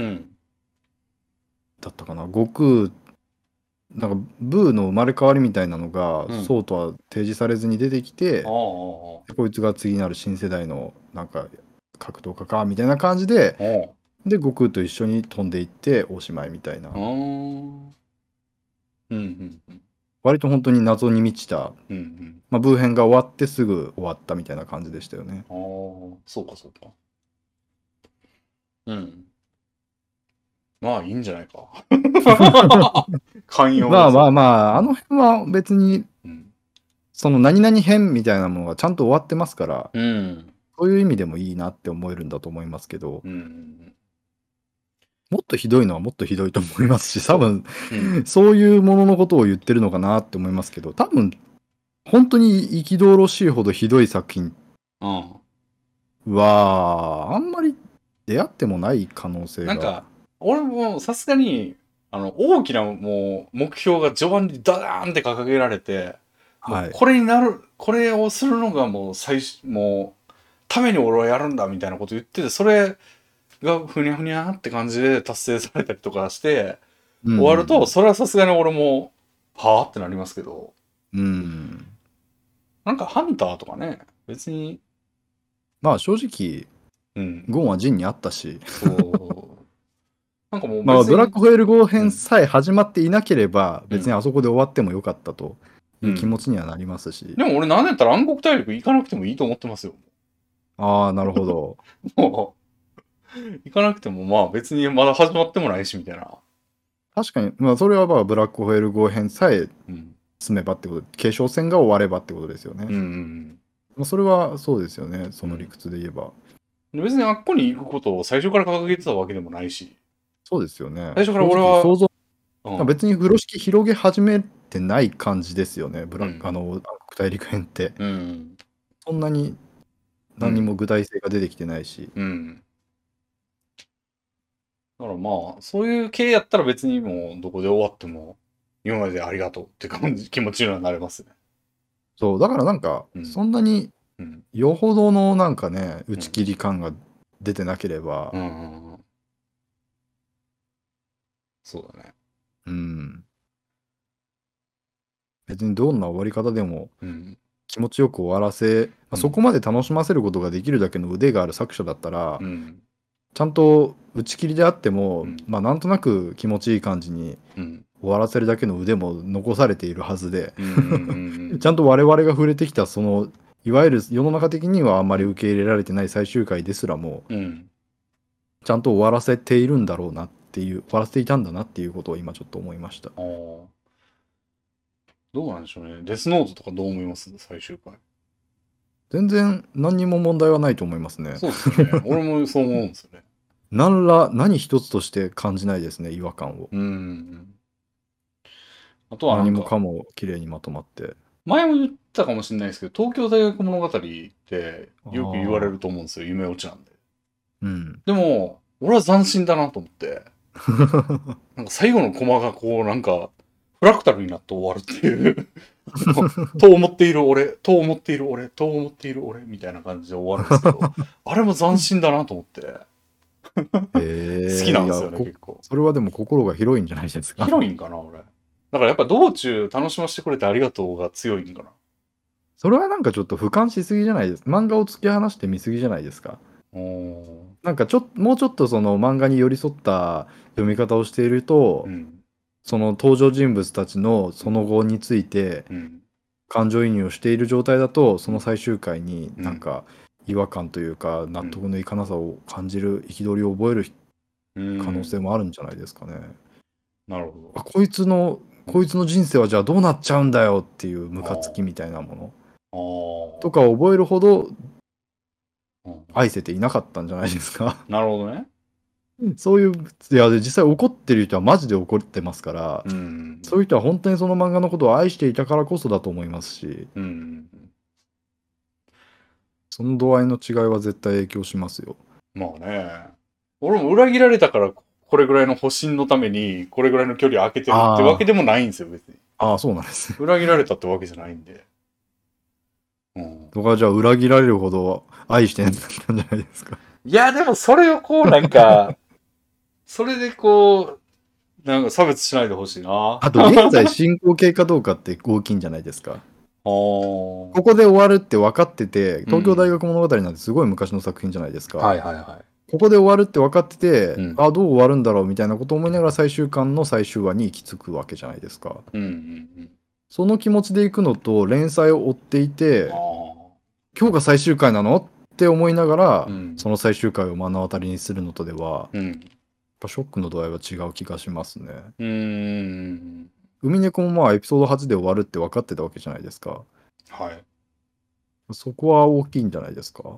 うん。 だったかな、悟空、なんか、ブーの生まれ変わりみたいなのが、 うん。 そうとは提示されずに出てきああ、 て、 あこいつが次なる新世代の、なんか、格闘家か、みたいな感じで、 あ、ああ。 で、悟空と一緒に飛んでいって、おしまいみたいな。 ああ。うん、うん、うん。 割と本当に謎に満ちた、 うんうん。 まあ、ブー編が終わってすぐ終わったみたいな感じでしたよね。 ああ、そうかそうか。うん。まあいいんじゃないか。寛容まあまだぞ。 あまあ、あの辺は別に、 うん。 その何々編みたいなものがちゃんと終わってますから、 うん。 そういう意味でもいいなって思えるんだと思いますけど、 うん。 もっとひどいのはもっとひどいと思いますし、多そ分、 う。うん。 そういうもののことを言ってるのかなって思いますけど、多分、本当に憤ろしいほどひどい作品うん。 は、あんまり出会ってもない可能性が。 なんか、俺もさすがに、大きなもう目標が序盤にダダーンって掲げられて、もうはい。 これになる、これをするのがもうもう、ために俺はやるんだみたいなこと言ってて、それがふにゃふにゃって感じで達成されたりとかして、 うんう終わると、 んそれはさすがに俺も、はぁってなりますけど、 うん。うん。 なんかハンターとかね、別に、 まあ正直、 うん、 ゴンはジンにあったし、 そう、なんかもうまあブラッ別に、 クホエール号編うん、 さえ始まっていなければ、 うん、 別にあそこで終わってもよかったという気持うん。 ちにはなりますし。 でも俺なんだったら暗黒大陸行かなくてもいいと思ってますよ。 ああ、なるほど。 もう、行かなくてもまあ別にまだ始まってもないし、みたいな。 確かに、まあそれはまあブラックホエール号編さえうん。 進めばってこと、継承戦が終わればってことですよね。 うんうんまあ、それはそうですよね、そうん。 の理屈で言えば。 うん。別にあっこに行くことを最初から掲げてたわけでもないし、 そうですよね。 最初から正俺は、 直想像、 うん、 別に風呂敷広げ始めてない感じですよね、 うん、 暗黒大陸編って。 うん、 そんなに何もうん、 具体性が出てきてないし。 うん。だからまあ、そういう系やったら別にもうどこで終わっても、今までありがとうって感じ、気持ちにはなれますね。 そう、だからなんか、 うん、 そんなにうん、 よほどのなんかね、打うん、 ち切り感が出てなければ、 うん、うん。そうだね。 うん、別にどんな終わり方でもうん、 気持ちよく終わらせ、まあ、 うん、 そこまで楽しませることができるだけの腕がある作者だったら、 うん、 ちゃんと打ち切りであっても、 うん、 まあなんとなく気持ちいい感じにうん、 終わらせるだけの腕も残されているはずで、 うん、うん、 ちゃんと我々が触れてきたその、いわゆる世の中的にはあんまうん、 り受け入れられてない最終回ですらも、 うん。 ちゃんと終わらせているんだろうなっていう、終わらせていたんだなっていうことを今ちょっと思いました。 ああ、どうなんでしょうね。デスノートとかどう思います最終回。 全然何にも問題はないと思いますね。 そうっすよね。俺もそう思うんですよね。 何一つとして感じないですね、違和感を。 うん。あとはなんか、 何もかも綺麗にまとまって。 前も言ったかもしれないですけど、東京大学物語ってあよく言われあ、 ると思うんですよ。夢落ちなんで。 うん。 でも、俺は斬新だなと思って、なんか最後のコマがこうなんか、フラクタルになって終わるっていうと思っている俺、と思っている俺、と思っている俺、みたいな感じで終わるんですけど、あれも斬新だなと思って、好きええ、いや、 なんですよね、結構。 それはでも心が広いんじゃないですか。 広いんかな、俺。だからやっぱ道中楽しませてくれてありがとうが強いんかな。 それはなんかちょっと俯瞰しすぎじゃないですか。漫画を突き放して見すぎじゃないですか。 おー。 なんかもうちょっとその漫画に寄り添った読み方をしていると、 うん。 その登場人物たちのうん。 その後についてうん。 感情移入をしている状態だと、そうん。 の最終回にうん。 なんか違和感というか納うん。 得のいかなさを感じる憤りを覚えるう可能性ん。 もあるんじゃないですかね。 なるほあ、こいつの人生はじゃあどうなっちゃうんだよっていうムカつきど。 みたいなものああ。あとかを覚えるほどあ。うん。 愛せていなかったんじゃないですか。 なるほどね。 そういう、いや、で実際怒ってる人はマジで怒ってますから、 うん。 そういう人は本当にその漫画のことを愛していたからこそだと思いますし、 うん。 その度合いの違いは絶対影響しますよ。 まあね。俺も裏切られたから、これぐらいの保身のために、これぐらいの距離を空けてるってわけあでもないんですよ、別に。 あ、ああ、そうなんですね。 裏切られたってわけじゃないんで。うん。 とかじゃあ裏切られるほど愛してんだったんじゃないですか。 いや、でもそれをこうなんか、それでこう、なんか差別しないでほしいな。 あと、現在進行形かどうかって大きいんじゃないですか。 あー。 ここで終わるって分かってて、東京大うん。 学物語なんてすごい昔の作品じゃないですか。 はいはいはい。 ここで終わるって分かってて、 うん。 あ、どう終わるんだろうみたいなことを思いながら最終巻の最終話に行き着くわけじゃないですか。 うんうんその気持ちでいくのと、連載を追っていて、今日が最終回なのって思いながら、その最終回を目の当たりにするのとでは、やっぱショックの度合いは違う気がしますね。海猫もまあエピソード8で終わるって分かってたわけじゃないですか。 はい。 そこは大きいんじゃないですか。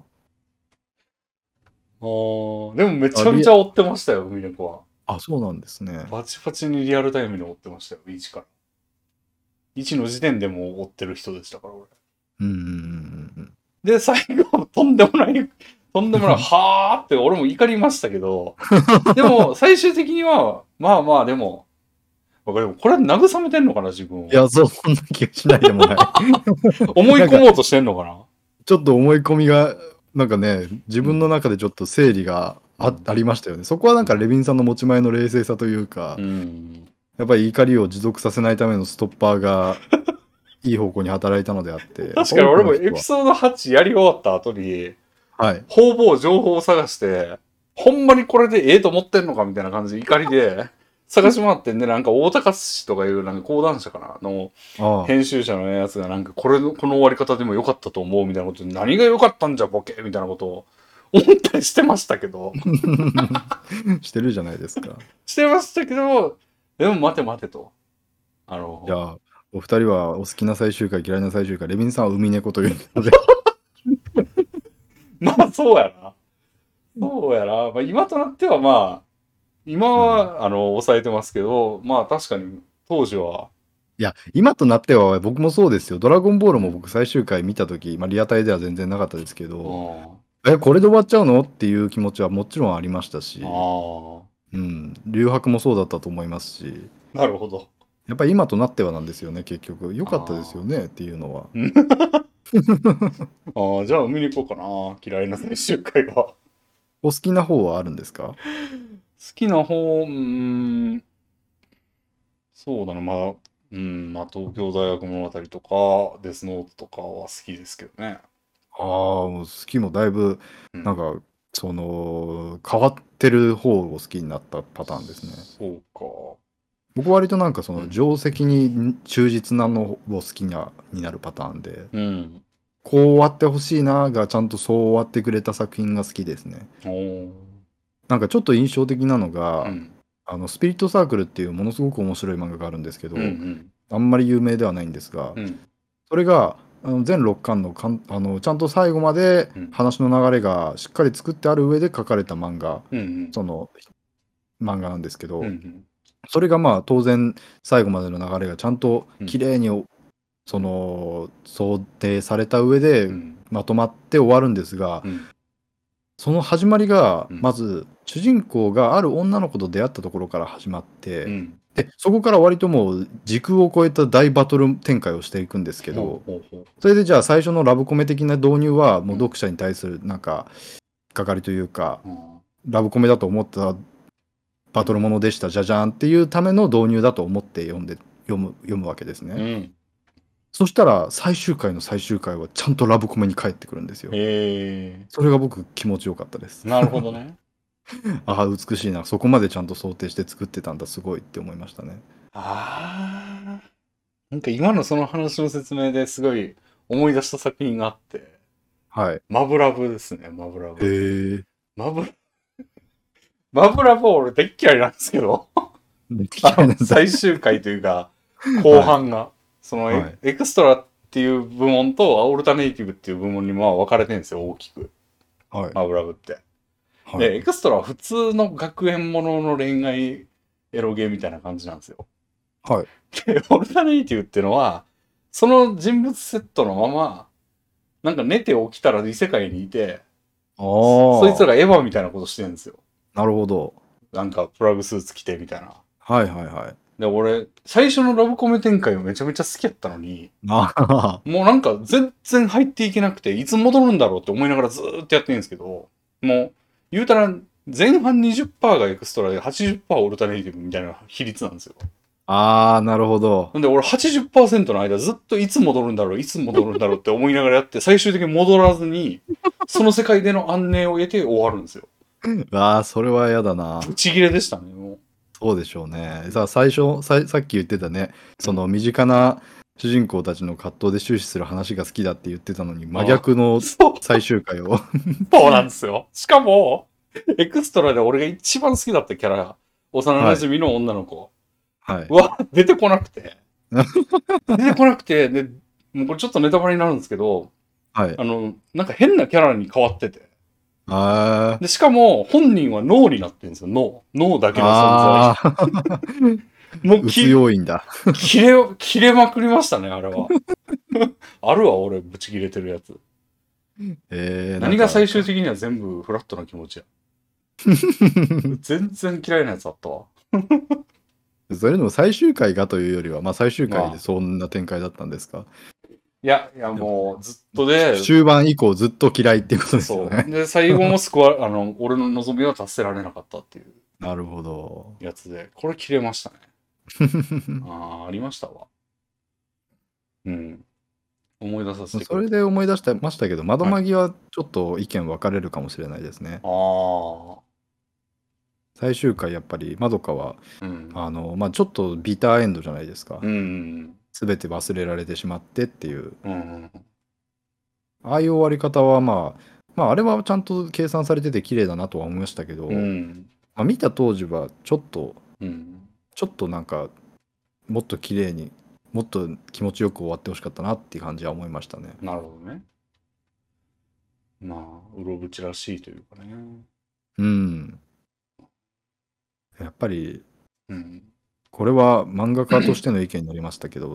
でもめちゃめちゃ追ってましたよ、海猫は。 あ、そうなんですね。 バチバチにリアルタイムに追ってましたよ、1から。1の時点でもう追ってる人でしたから、俺。で、最後、とんでもない、はーって俺も怒りましたけど、でも、最終的には、まあまあ、でも、これ慰めてんのかな、自分を。 いや、そんな気がしないでもない。 思い込もうとしてんのかな。 ちょっと思い込みが、なんかね、自分の中でちょっと整理がありましたよね。そこはなんかレビンさんの持ち前の冷静さというか、やっぱり怒りを持続させないためのストッパーがいい方向に働いたのであって。 確かに俺もエピソード8やり終わった後に、 はい。 方々情報を探して、ほんまにこれでええと思ってんのかみたいな感じで怒りで探し回ってんで、なんか大高氏とかいうなんか講談社かなの編集者のやつがなんかこの終わり方でも良かったと思うみたいなことで、何が良かったんじゃボケみたいなことを思ったりしてましたけど。 してるじゃないですか。 してましたけど、でも待て待てと。 じゃあ、お二人はお好きな最終回、嫌いな最終回、レビンさんは海猫というので。 まあ、そうやな。そうやな。まあ、今となってはまあ、今は、抑えてますけど、まあ確かに、当時は。 いや、今となっては僕もそうですよ。ドラゴンボールも僕最終回見たとき、まあリアタイでは全然なかったですけど、これで終わっちゃうのっていう気持ちはもちろんありましたし、留白もそうだったと思いますし。 なるほど。 やっぱり今となってはなんですよね、結局。良かったですよねっていうのは。 じゃあ海に行こうかな。嫌いな最終回が。 お好きな方はあるんですか？ 好きな方、そうだな、まあ、まあ、東京大学物語とか、デスノートとかは好きですけどね。 好きもだいぶ、なんか、変わってる方を好きになったパターンですね。 そうか。 僕割となんか定石に忠実なのを好きになるパターンで、こう終わってほしいながちゃんとそう終わってくれた作品が好きですね。なんかちょっと印象的なのが、スピリットサークルっていうものすごく面白い漫画があるんですけど、あんまり有名ではないんですが、それが全6巻のちゃんと最後まで話の流れがしっかり作ってある上で書かれた漫画、その漫画なんですけど、それがまあ当然最後までの流れがちゃんと綺麗に想定された上でまとまって終わるんですが、その始まりがまず主人公がある女の子と出会ったところから始まって、でそこから割ともう時空を超えた大バトル展開をしていくんですけど、それでじゃあ最初のラブコメ的な導入はもう読者に対するなんか係というか、ラブコメだと思ったバトルものでしたじゃじゃんっていうための導入だと思って読むわけですね。そしたら最終回の最終回はちゃんとラブコメに帰ってくるんですよ。それが僕気持ちよかったです。 なるほどね。 ああ美しいな、そこまでちゃんと想定して作ってたんだ、すごいって思いましたね。 なんか今のその話の説明ですごい思い出した作品があって、マブラブですね、マブラブ。マブラブは俺でっ嫌いなんですけど最終回というか後半が、そのエクストラっていう部門とオルタネイティブっていう部門にまあ分かれてるんですよ、大きく。マブラブって。で、エクストラは普通の学園ものの恋愛エロゲーみたいな感じなんですよ。で、オルタネイティブっていうのは、その人物セットのまま、なんか寝て起きたら異世界にいて、そいつらがエヴァみたいなことしてるんですよ。 なるほど。 なんかプラグスーツ着てみたいな。 はい。 で、俺、最初のラブコメ展開めちゃめちゃ好きやったのに、もうなんか全然入っていけなくて、いつ戻るんだろうって思いながらずーっとやってるんですけど、もう、言うたら、前半 20% がエクストラで 80% オルタネイティブみたいな比率なんですよ。 なるほど。 なんで俺 80% の間ずっといつ戻るんだろうって思いながらやって、最終的に戻らずに、その世界での安寧を得て終わるんですよ。 それは嫌だな。 ブチギレでしたね、もう。 そうでしょうね。さっき言ってたね、その身近な主人公たちの葛藤で終始する話が好きだって言ってたのに、真逆のそう最終回を。 そうなんですよ。しかも、エクストラで俺が一番好きだったキャラ、幼馴染の女の子。 はい。 出てこなくて。出てこなくて、で、もうこれちょっとネタバレになるんですけど、 はい。 なんか変なキャラに変わってて。で、しかも、本人は脳になってるんですよ、脳。脳だけの存在。もう強いんだ。 切れまくりましたね、あれは。あるわ、俺、ブチ切れてるやつ。何が最終的には全部フラットな気持ちや。全然嫌いなやつあったわ。 それでも最終回がというよりは、まあ最終回でそんな展開だったんですか？ いや、もうずっとで。 終盤以降ずっと嫌いっていうことですよね。 そう。で、最後も俺の望みは達せられなかったっていう。 なるほど。 やつで、これ切れましたね。ありましたわ。うん。思い出させてそれで思い出してましたけど、窓マギはちょっと意見分かれるかもしれないですね。最終回やっぱりまどかは、まあちょっとビターエンドじゃないですか。全て忘れられてしまってっていう。ああいう終わり方はまああれはちゃんと計算されてて綺麗だなとは思いましたけど、まあ、見た当時はちょっとなんかもっと綺麗にもっと気持ちよく終わってほしかったなっていう感じは思いましたね。 なるほどね。まあうろぶちらしいというかね。 やっぱり、これは漫画家としての意見になりますけど、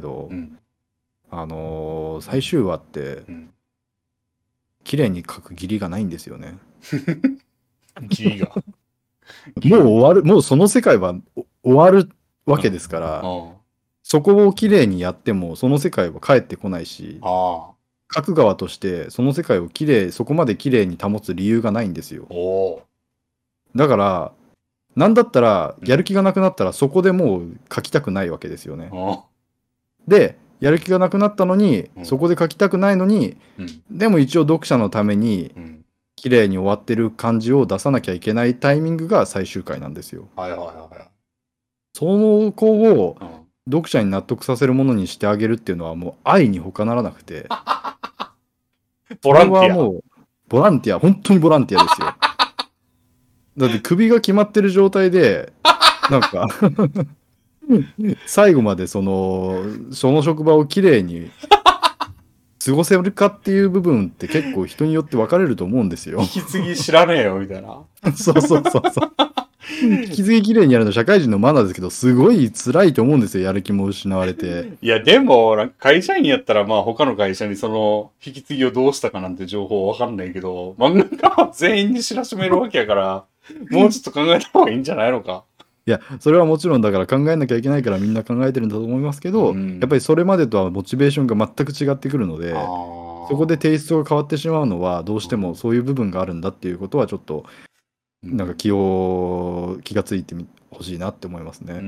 最終話って、綺麗に描く義理がないんですよね。 義理が。 もう終わる、もうその世界は終わるわけですから、そこを綺麗にやってもその世界は帰ってこないし、描く側としてその世界をそこまで綺麗に保つ理由がないんですよ。だからなんだったらやる気がなくなったらそこでもう描きたくないわけですよね。でやる気がなくなったのに、そこで描きたくないのに、でも一応読者のために綺麗に終わってる感じを出さなきゃいけないタイミングが最終回なんですよ。その子を読者に納得させるものにしてあげるっていうのはもう愛に他ならなくて。 ボランティア。 これはもうボランティア、本当にボランティアですよ。だって首が決まってる状態で、なんか最後までその職場をきれいに過ごせるかっていう部分って結構人によって分かれると思うんですよ。 引き継ぎ知らねえよみたいな。 そう。引き継ぎきれいにやるの社会人のマナーですけど、すごい辛いと思うんですよ、やる気も失われて。 いや、でも、会社員やったら、まあ他の会社にその引き継ぎをどうしたかなんて情報わかんないけど、漫画家は全員に知らしめるわけやから、もうちょっと考えた方がいいんじゃないのか。 いや、それはもちろんだから考えなきゃいけないからみんな考えてるんだと思いますけど、やっぱりそれまでとはモチベーションが全く違ってくるので、そこでテイストが変わってしまうのはどうしてもそういう部分があるんだっていうことはちょっとなんか気がついてほしいなって思いますね。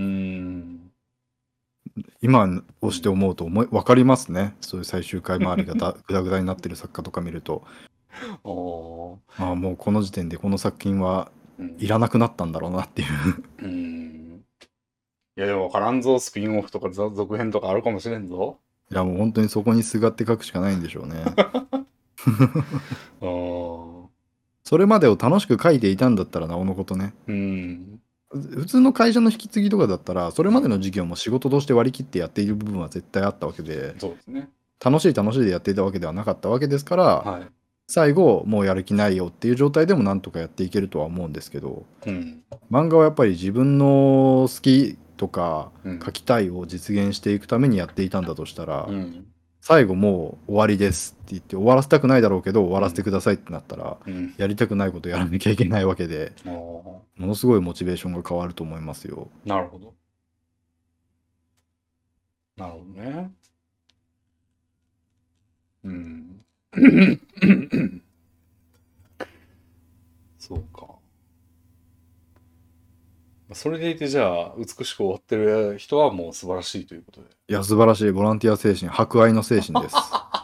今をして思うと分かりますね。そういう最終回周りがグダグダになってる作家とか見るともうこの時点でこの作品はいらなくなったんだろうなっていう。 いやでも分からんぞ、スピンオフとか続編とかあるかもしれんぞ。 いやもう本当にそこにすがって書くしかないんでしょうね。それまでを楽しく書いていたんだったらなおのことね。普通の会社の引き継ぎとかだったらそれまでの事業も仕事として割り切ってやっている部分は絶対あったわけで、 そうですね、 楽しいでやっていたわけではなかったわけですから、最後もうやる気ないよっていう状態でもなんとかやっていけるとは思うんですけど、漫画はやっぱり自分の好きとか書きたいを実現していくためにやっていたんだとしたら、最後もう終わりですって言って終わらせたくないだろうけど終わらせてくださいってなったら、やりたくないことやらなきゃいけないわけで、ものすごいモチベーションが変わると思いますよ。 なるほど。なるほどね。そうか。それでいてじゃあ美しく終わってる人はもう素晴らしいということで。 いや素晴らしいボランティア精神、博愛の精神です。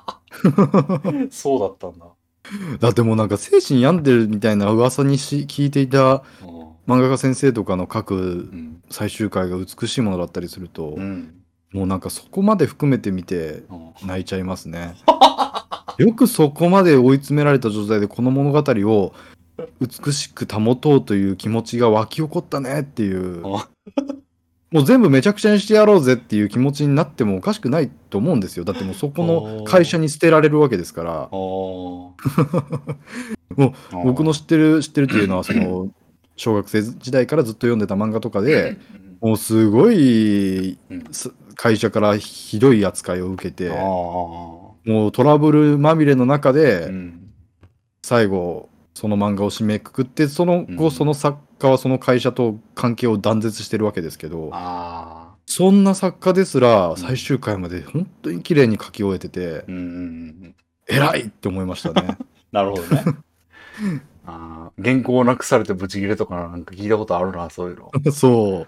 そうだったんだ。 だってもうなんか精神病んでるみたいな噂に聞いていた漫画家先生とかの書く最終回が美しいものだったりすると、 もうなんかそこまで含めて見て泣いちゃいますね。よくそこまで追い詰められた状態でこの物語を美しく保とうという気持ちが湧き起こったねっていう、もう全部めちゃくちゃにしてやろうぜっていう気持ちになってもおかしくないと思うんですよ。だってもうそこの会社に捨てられるわけですから。もう僕の知ってるっていうのは、その小学生時代からずっと読んでた漫画とかで、もうすごい会社からひどい扱いを受けて、もうトラブルまみれの中で最後その漫画を締めくくって、その後その作家はその会社と関係を断絶してるわけですけど、そんな作家ですら最終回まで本当に綺麗に書き終えてて、偉いって思いましたね。 なるほどね。原稿をなくされてブチ切れとかなんか聞いたことあるな、そういうの。 そう。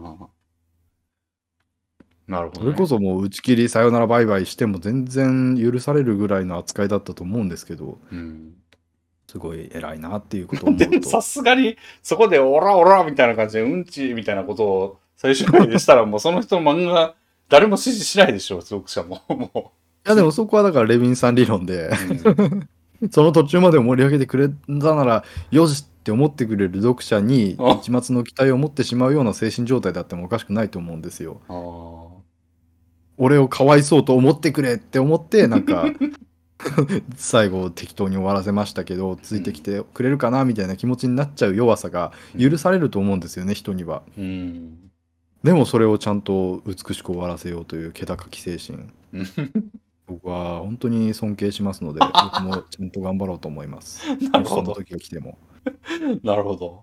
なるほど、ね。 それこそもう打ち切りさよならバイバイしても全然許されるぐらいの扱いだったと思うんですけど、すごい偉いなっていうことを思うと。 さすがにそこでオラオラみたいな感じでうんちみたいなことを最終回でしたらもうその人の漫画誰も支持しないでしょう、読者も。もういやでもそこはだからレヴィンさん理論で、その途中まで盛り上げてくれたならよしって思ってくれる読者に一抹の期待を持ってしまうような精神状態だってもおかしくないと思うんですよ。俺をかわいそうと思ってくれって思ってなんか最後適当に終わらせましたけど、ついてきてくれるかなみたいな気持ちになっちゃう弱さが許されると思うんですよね、人には。でもそれをちゃんと美しく終わらせようという気高き精神、僕は本当に尊敬しますので、僕もちゃんと頑張ろうと思います。 なるほど。 その時が来ても。 なるほど。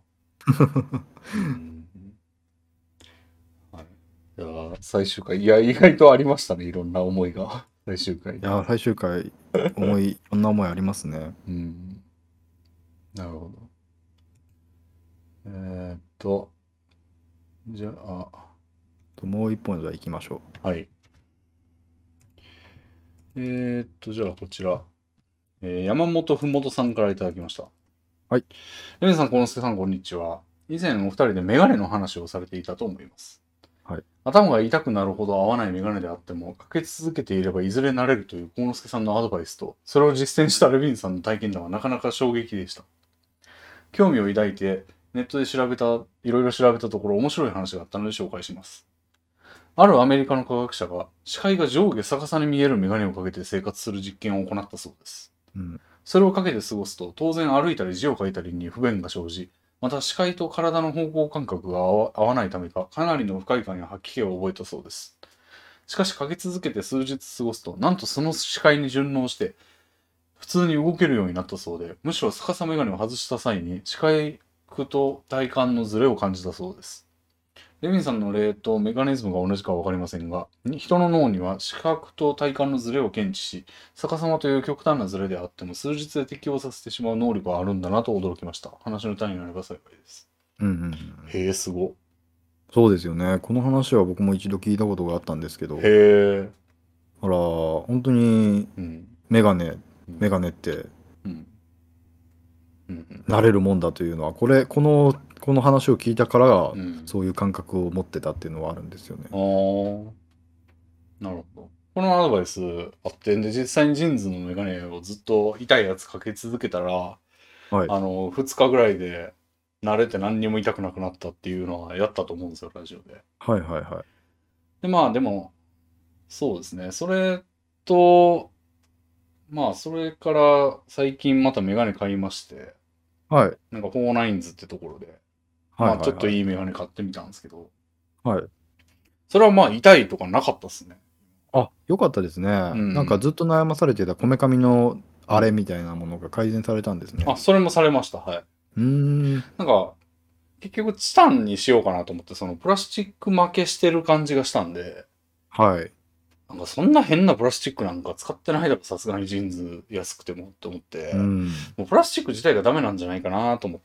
はい、いや最終回、いや、意外とありましたね、いろんな思いが。最終回。 いや、最終回、いろんな思いありますね。 なるほど。じゃあ。 もう一本じゃあ行きましょう。はい。じゃあこちら。山本ふもとさんからいただきました。 はい。 レミさん、このすけさん、こんにちは。以前お二人でメガネの話をされていたと思います。 はい。 頭が痛くなるほど合わないメガネであっても、かけ続けていればいずれ慣れるという幸之助さんのアドバイスと、それを実践したレビンさんの体験談はなかなか衝撃でした。興味を抱いて、ネットでいろいろ調べたところ面白い話があったので紹介します。あるアメリカの科学者が視界が上下逆さに見えるメガネをかけて生活する実験を行ったそうです。それをかけて過ごすと当然歩いたり字を書いたりに不便が生じ、また視界と体の方向感覚が合わないためかかなりの不快感や吐き気を覚えたそうです。しかしかけ続けて数日過ごすとなんとその視界に順応して普通に動けるようになったそうで、むしろ逆さメガネを外した際に視界と体感のズレを感じたそうです。レヴィンさんの例とメカニズムが同じかはわかりませんが、人の脳には視覚と体感のズレを検知し、逆さまという極端なズレであっても数日で適応させてしまう能力があるんだなと驚きました。話の種になれば幸いです。へえ、すご。 そうですよね。この話は僕も一度聞いたことがあったんですけど。 へえ。 ほら、本当にメガネって、慣れるもんだというのは、この話を聞いたから、そういう感覚を持ってたっていうのはあるんですよね。 なるほど。このアドバイスあってんで、実際にジーンズのメガネをずっと痛いやつかけ続けたら、2日ぐらいで慣れて何にも痛くなくなったっていうのはやったと思うんですよ、ラジオで。で、まあでも、そうですね。それと、まあそれから最近またメガネ買いまして、なんかフォーナインズってところで、まあちょっといいメガネ買ってみたんですけど、それはまあ痛いとかなかったっすね。 あ、よかったですね。なんかずっと悩まされてたこめかみのあれみたいなものが改善されたんですね。 あ、それもされました。はい。なんか、結局チタンにしようかなと思って、そのプラスチック負けしてる感じがしたんで、なんかそんな変なプラスチックなんか使ってないだろ、さすがにジーンズ安くてもって思って、もうプラスチック自体がダメなんじゃないかなと思って、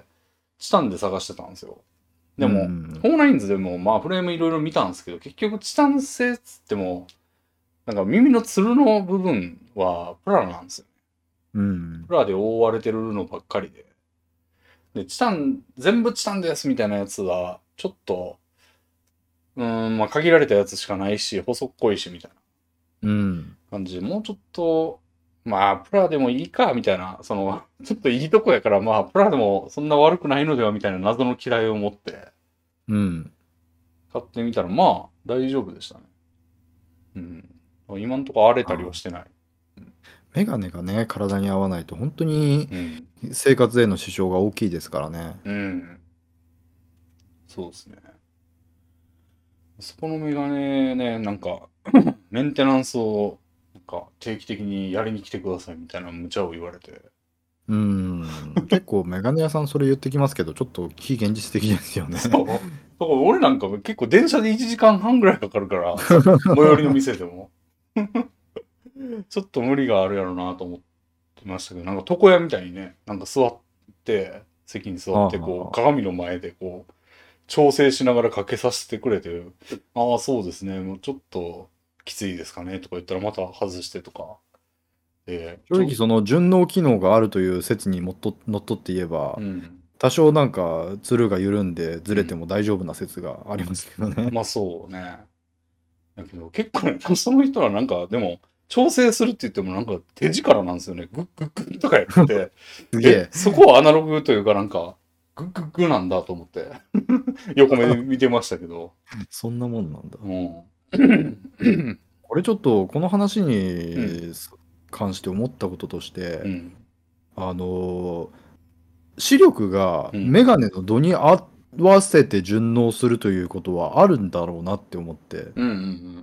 チタンで探してたんですよ。でも、フォーナインズでもまあフレームいろいろ見たんですけど、結局チタン製っつっても、なんか耳のつるの部分はプラなんですよね。プラで覆われてるのばっかりで。で、全部チタンですみたいなやつは、ちょっと、 まあ限られたやつしかないし、細っこいし、みたいなうん。 感じで、もうちょっと、まあ、プラでもいいか、みたいな、ちょっといいとこやから、まあ、プラでもそんな悪くないのでは、みたいな謎の嫌いを持って、 うん。 買ってみたら、まあ、大丈夫でしたね。うん。今んとこ荒れたりはあしてない。 メガネがね、体に合わないと本当にうん。 生活への支障が大きいですからね。 うん。そうですね。そこのメガネね、なんか、メンテナンスを、なんか、定期的にやりに来てくださいみたいな無茶を言われて。 うん。結構メガネ屋さんそれ言ってきますけど、ちょっと非現実的ですよね。 そう。だから俺なんか結構電車で1時間半ぐらいかかるから、最寄りの店でも。ちょっと無理があるやろなと思ってましたけど、なんか床屋みたいにね、なんか座って、席に座って、こう、 は鏡の前でこう、調整しながらかけさせてくれて、ああ、そうですね、もうちょっときついですかね、とか言ったらまた外してとか。で、 正直その順応機能があるという説にのっとって言えば、 うん、 多少なんかつるが緩んでずうん。 れても大丈夫な説がありますけどね。 まあそうね。だけど結構ね、その人はなんか、でも、調整するって言ってもなんか手力なんですよね。グッグッグッとかやってて、 すげえ。 そこはアナログというかなんか、グッグッグなんだと思って、横目で見てましたけど。 そんなもんなんだ。 うん。うん。 これちょっとこの話うん。 に関して思ったこととして、 うん。 あの視力がうん。 メガネの度に合わせて順応するということはあるんだろうなって思って。 うん。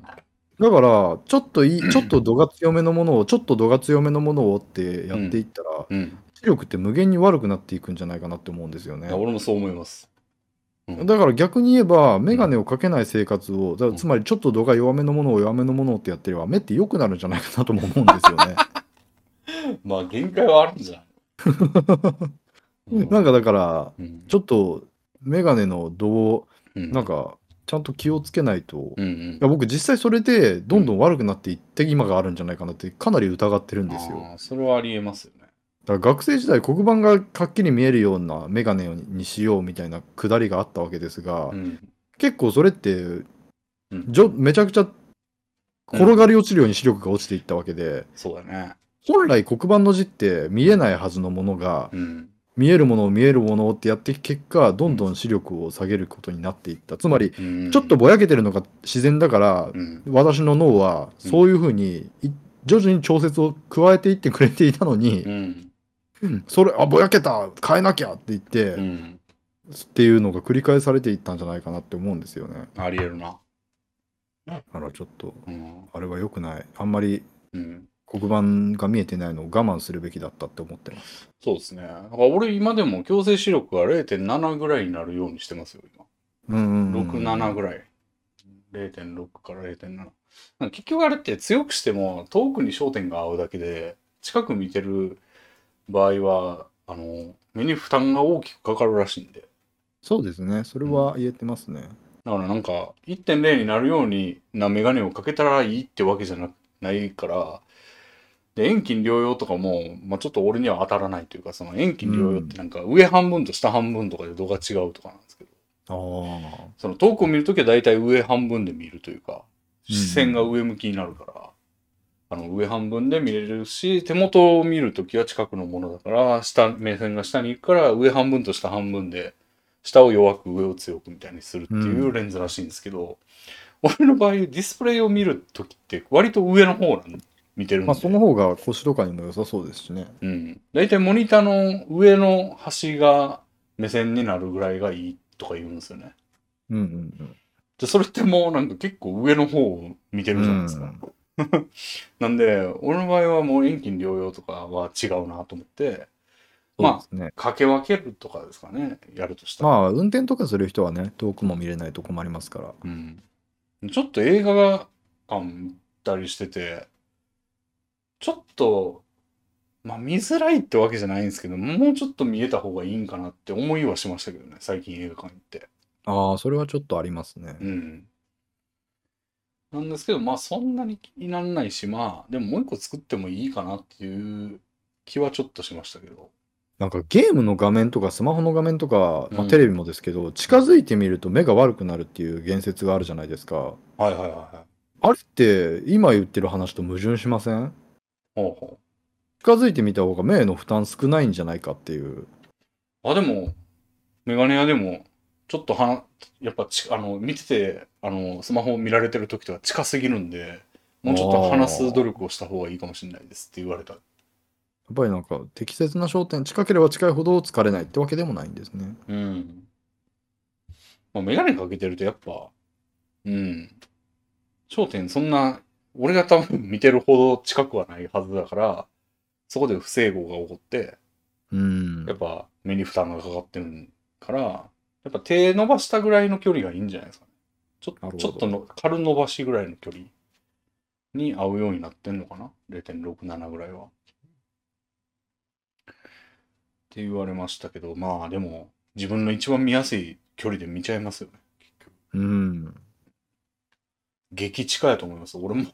だから、ちょっと度が強めのものを、ちょっと度が強めのものをってやっていうん。 ったら、 うん。 視力って無限に悪くなっていくんじゃないかなって思うんですよいや、 ね。 俺もそう思います。うん。 だから逆に言えば、メガネうん。 をかけない生活を、 うん。 つまりちょっと度が弱めのものを弱めのものをってやってれば、目って良くなるんじゃないかなとも思うんですよね。 まあ、限界はあるんじゃない？うん。 なんかだから、 うん。 ちょっとメガネの度を、 うん。 なんか、ちゃんと気をつけないと、 うん。 いや僕実際それでうん。 どんどん悪くなっていって今があるんじゃないかなってかなり疑ってるんですよ。 ああ、それはありえますよね。 だから学生時代黒板がはっきり見えるようなメガネにしようみたいなくだりがあったわけですが、 うん。 結構それってうん。 めちゃくちゃうん。 転がり落ちるように視力が落ちていったわけで、 そうだね。 本来黒板の字って見うん。 えないはずのものが、 うん。 見えるものってやっていく結果、どうん。 んどん視力を下げることになっていった。つまり、 うちょっとん。 ぼやけてるのが自然だから、 うん。 私の脳はうん。 そういうふうに徐々に調節を加えていってくれていたのに、 うん。 ぼやけた変えなきゃって言って、 うん。 っていうのが繰り返されていったんじゃないかなって思うんですよね。 ありえるな。 だからちょっと、 うん。 あれは良くない。あんまりうん。 黒板が見えてないのを我慢するべきだったって思ってます。 そうですね。だから俺今でも強制視力が0.7ぐらいになるようにしてますよ、今。 うんうん 6、7ぐうんらい。0.6から0.7。なんか結局あれって強くしても遠くに焦点が合うだけで、近く見てる場合は、目に負担が大きくかかるらしいんで。 そうですね。それうん。 は言えてますね。 だからなんか、1.0になるようになメガネをかけたらいいってわけじゃないから、で、遠近両用とかも、まあ、ちょっと俺には当たらないというか、その遠近両用ってうん。 なんか上半分と下半分とかで度が違うとかなんですけど、 ああ。 その遠くを見るときは大体上半分で見るというか、 うんう視線がん上向きになるから、上半分で見れるし、手元を見るときは近くのものだから、目線が下に行くから上半分と下半分で、下を弱く上を強くみたいにするっうん。うていうん。 レンズらしいんですけど、俺の場合ディスプレイを見るときって割と上の方なん見てるまあ、 んで、 その方が腰とかにも良さそうですしね。 うん。だいたいモニターの上の端が目線になるぐらいがいいとか言うんですよね。 うんうんで、それってもうなんか結構上の方を見てうん。 るじゃないですか。 うん。 なんで、俺の場合はもう遠近両用とかは違うなと思って、まあ、 そうですね。 掛け分けるとかですかね。やるとしたら。 まあ、運転とかする人はね、遠くも見れないと困りますから。 うん。ちょっと映画が見たりしてて、ちょっと、まあ見づらいってわけじゃないんですけど、もうちょっと見えた方がいいんかなって思いはしましたけどね。最近映画館行って。 ああ、それはちょっとありますね。 うん。なんですけど、まあそんなに気にならないし、まあ、でももう一個作ってもいいかなっていう気はちょっとしましたけど。 なんかゲームの画面とかスマホの画面とか、まあ、 うん。 テレビもですけど、近づいてみると目が悪くなるっていう言説があるじゃないですか。 はいはいはいはい。 あれって今言ってる話と矛盾しません？ ほうほ近づいてみた方が目の負担少ないんじゃないかっていう。 う。あ、でも、メガネ屋でも、ちょっとやっぱ見てて、スマホを見られてる時とか近すぎるんで、 あもうちょっと離す努あ。 力をした方がいいかもしれないですって言われた。 やっぱりなんか適切な焦点、近ければ近いほど疲れないってわけでもないんですね。 うん。まあ、メガネかけてるとやっぱ、うん。焦点そんな、俺が多分見てるほど近くはないはずだから、そこで不整合が起こって、 うん。 やっぱ目に負担がかかってるから、やっぱ手伸ばしたぐらいの距離がいいんじゃないですかね。ちょっとなるほど。 の軽伸ばしぐらいの距離に合うようになってんのかな？ 0.67 ぐらいは。って言われましたけど、まあでも、自分の一番見やすい距離で見ちゃいますよね。結局。 うん。 激近いと思います。俺も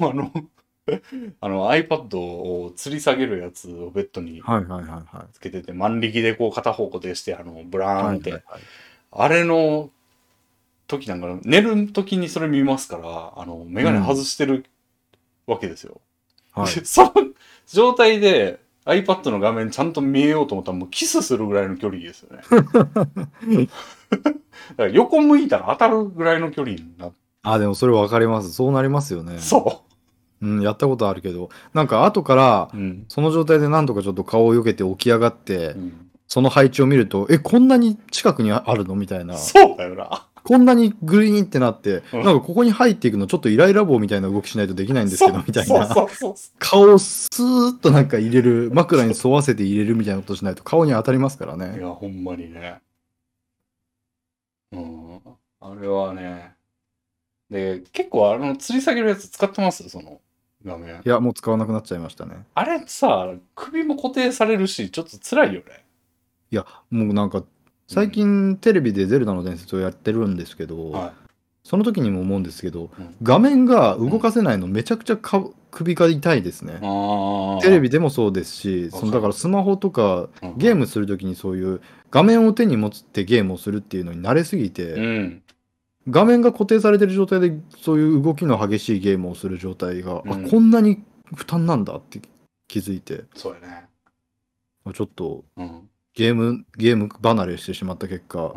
iPad を吊り下げるやつをベッドにはいはいはいはい。 つけてて、万力でこう片方固定して、ブラはいーンって。 はいはい。 あれの時なんかな、寝る時にそれ見ますから、メガネ外うん。 してるわけですよ。で、 はい。 その状態で iPad の画面ちゃんと見えようと思ったらもうキスするぐらいの距離ですよね。だから横向いたら当たるぐらいの距離になって、 あ、でもそれわかります。そうなりますよね。 そうん、やったことあるけど、なんか後から、 う。うん。 その状態でなんとかちょっと顔を避けて起き上がって、 うん。 その配置を見ると、こんなに近くにあるのみたいな。 そうだよな。 こんなにグリーンってなって、 うん。 なんかここに入っていくのちょっとイライラ棒みたいな動きしないとできないんですけど、みたいそうな。 そうそう。 顔をスーッとなんか入れる、枕に沿わせて入れるみたいなことしないと顔に当たりますからね。 いや、ほんまにね。うん。あれはね。で、結構吊り下げるやつ使ってますその画面。 いや、もう使わなくなっちゃいましたね。 あれさ、首も固定されるし、ちょっと辛いよね。 いや、もうなんか、最うん。 近テレビでゼルダの伝説をやってるんですけど、 はその時にも思うんですけど、 い。うん。 画面がうん。 動かせないのめちゃくちゃ首が痛いですね。テレあビでもそうですし、 あ、わだからかるわかる。 スマホとかうん。 ゲームする時にそういう画面を手に持ってゲームをするっていうのに慣れすぎて、 うん。 画面が固定されてる状態でそういう動きの激しいゲームをする状態が、あ、こうん。 んなに負担なんだって気づいて、 そうやね。 ちょっとうん。 ゲーム離れしてしまった結果、 うん。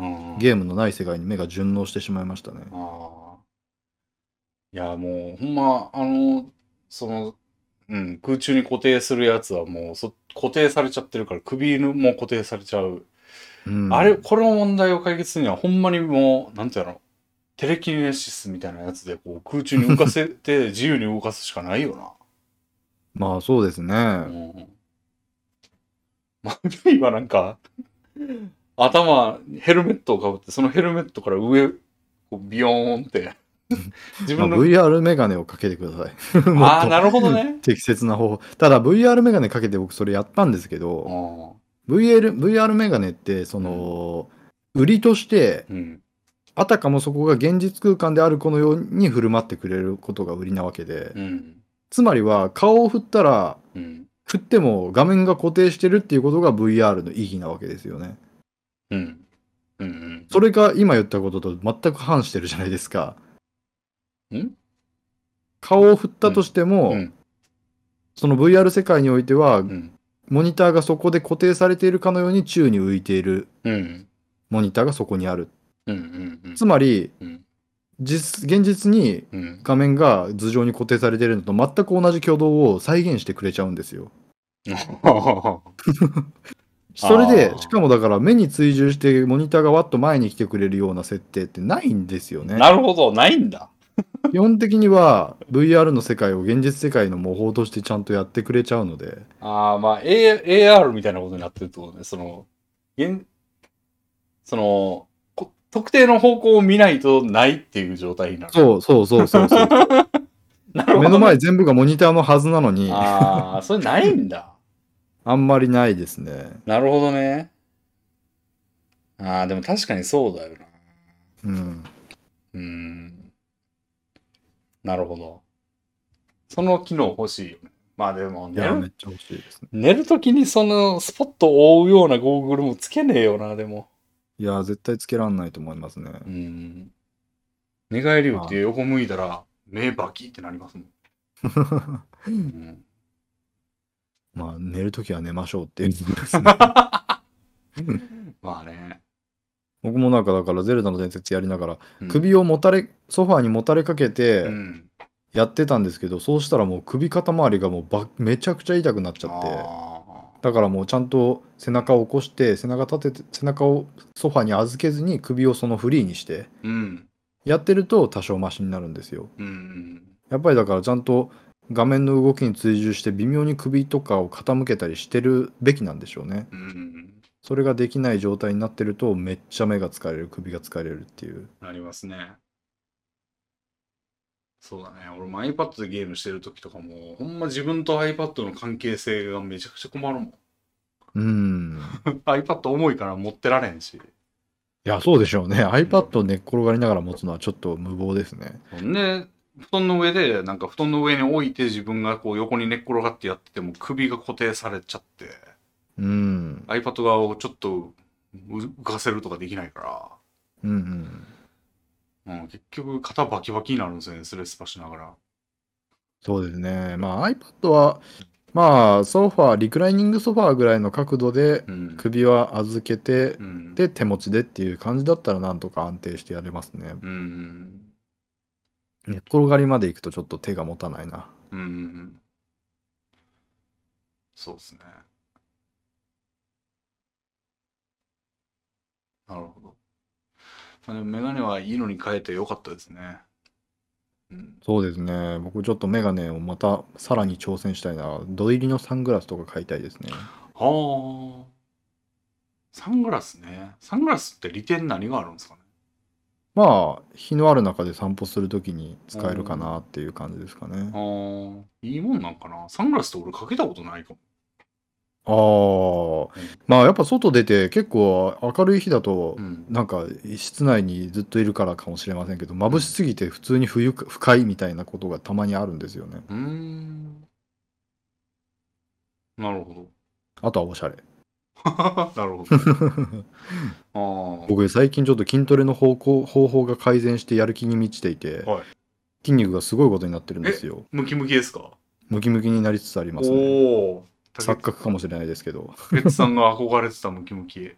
ゲームのない世界に目が順応してしまいましたね。 ああ。いや、もう、ほんま、その、うん、空中に固定するやつはもう固定されちゃってるから首も固定されちゃう。 うあれ、 ん。 この問題を解決するにはほんまにもう、なんていうの、テレキネシスみたいなやつでこう空中に浮かせて自由に動かすしかないよな。 まあそうですね。 うん。まあ、今なんか、ヘルメットをかぶって、そのヘルメットから上、こうビヨーンって、自まあ分の、 VR メガネをかけてください。もっああ、 となるほどね。 適切な方法。ただ VR メガネかけて僕それやったんですけあど、 あ、 VR メガネってそうん、 の、売りとしてうん、 あたかもそこが現実空間であるかのように振る舞ってくれることが売りなわけで、 うん、 つまりは顔を振ったら、 うん、 振っても画面が固定してるっていうことが VR の意義なわけですよね。 うん、うん、うん、 それが今言ったことと全く反してるじゃないですか。 うん、 顔を振ったとうん、 しても、 うん、 その VR 世界においては、 うん、 モニターがそこで固定されているかのように宙に浮いているうん、 モニターがそこにある。 うん、うん、 つまり、 うん、 現実にうん。 画面が頭上に固定されているのと全く同じ挙動を再現してくれちゃうんですよ。それで、しかああ、 もだから目に追従してモニターがワッと前に来てくれるような設定ってないんですよね。 なるほど、ないんだ。 基本的には VR の世界を現実世界の模倣としてちゃんとやってくれちゃうので、 ああ、まあ、AR みたいなことになってるってことね。現、その、特定の方向を見ないとないっていう状態になる。 そうそうそうそうそうそう。 なる目の前ほどね。 全部がモニターのはずなのに、 ああ、それないんだ。 あんまりないですね。 なるほどね。ああ、でも確かにそうだよな。 うん。 うーん。なるほど。その機能欲しいよね。 まあでもいや、めっちゃ欲しいですね。 寝るときにそのスポットを覆うようなゴーグルもつけねえよな、でも。 いや、絶対つけらんないと思いますね。 うん。寝返り打っまあ、 て横向いたら、目バキってなりますもん。うん、 まあ、寝るときは寝ましょうっていうことですね。 まあね。 僕もなんかだからゼルダの伝説やりながら、 うん、 首をソファーにもたれかけてうん。 やってたんですけど、そうしたらもう首肩周りがもうめちゃくちゃ痛くなっちゃって、 ああ。 だからもうちゃんと背中を起こして、背中立てて、背中をソファーに預けずに首をそのフリーにして、 うん。 やってると多少マシになるんですよ。 うん。 やっぱりだからちゃんと画面の動きに追従して微妙に首とかを傾けたりしてるべきなんでしょうね。 うん。 それができない状態になってるとめっちゃ目が疲れる、首が疲れるっていう。 なりますね。そうだね。俺も iPad でゲームしてる時とかも、ほんま自分と iPad の関係性がめちゃくちゃ困るもん。 うーん。 iPad 重いから持ってられんし。 いや、そうでしょうね。 うん。 iPad を寝っ転がりながら持つのはちょっと無謀ですね。 ほんで、布団の上で、なんか布団の上に置いて自分がこう横に寝っ転がってやってても首が固定されちゃって、 うーん。 iPad 側をちょっと浮かせるとかできないかうんうん。 ら、うん、結局肩バキバキになるんですよね、スレスパしながら。 そうですね。まあ iPad は、まあソファー、リクライニングソファーぐらいの角度でうん。 首は預けて、 うん。 で手持ちでっていう感じだったらなんとか安定してやれますね。 うん。 寝っ転がりまで行くとちょっと手が持たないな。 うん。そうですね。なるほど。まあ、でもメガネはいいのに変えてよかったですね。うん。 そうですね。僕ちょっとメガネをまたさらに挑戦したいな。土入りのサングラスとか買いたいですね。 はあ。サングラスね。サングラスって利点何があるんですかね。 まあ、日のある中で散歩するときにう使えるかん。 なっていう感じですかね。 ああ、いいもんなんかな。サングラスって俺かけたことないかも。 ああ、 うん。 まあやっぱ外出て結構明るい日だとうん。 なんか室内にずっといるからかもしれませんけど、眩しうん。 すぎて普通に不快みたいなことがたまにあるんですよね。 うーん。なるほど。 あとはおしゃれ。 なるほど。あ僕最近ちょっと筋トレの方法が改善してやる気に満ちていて、 あ、はい。 筋肉がすごいことになってるんですえ、 よ。 ムキムキですか？ ムキムキになりつつありますね。 おおー、 錯覚かもしれないですけど。 竹内さんが憧れてたムキムキ。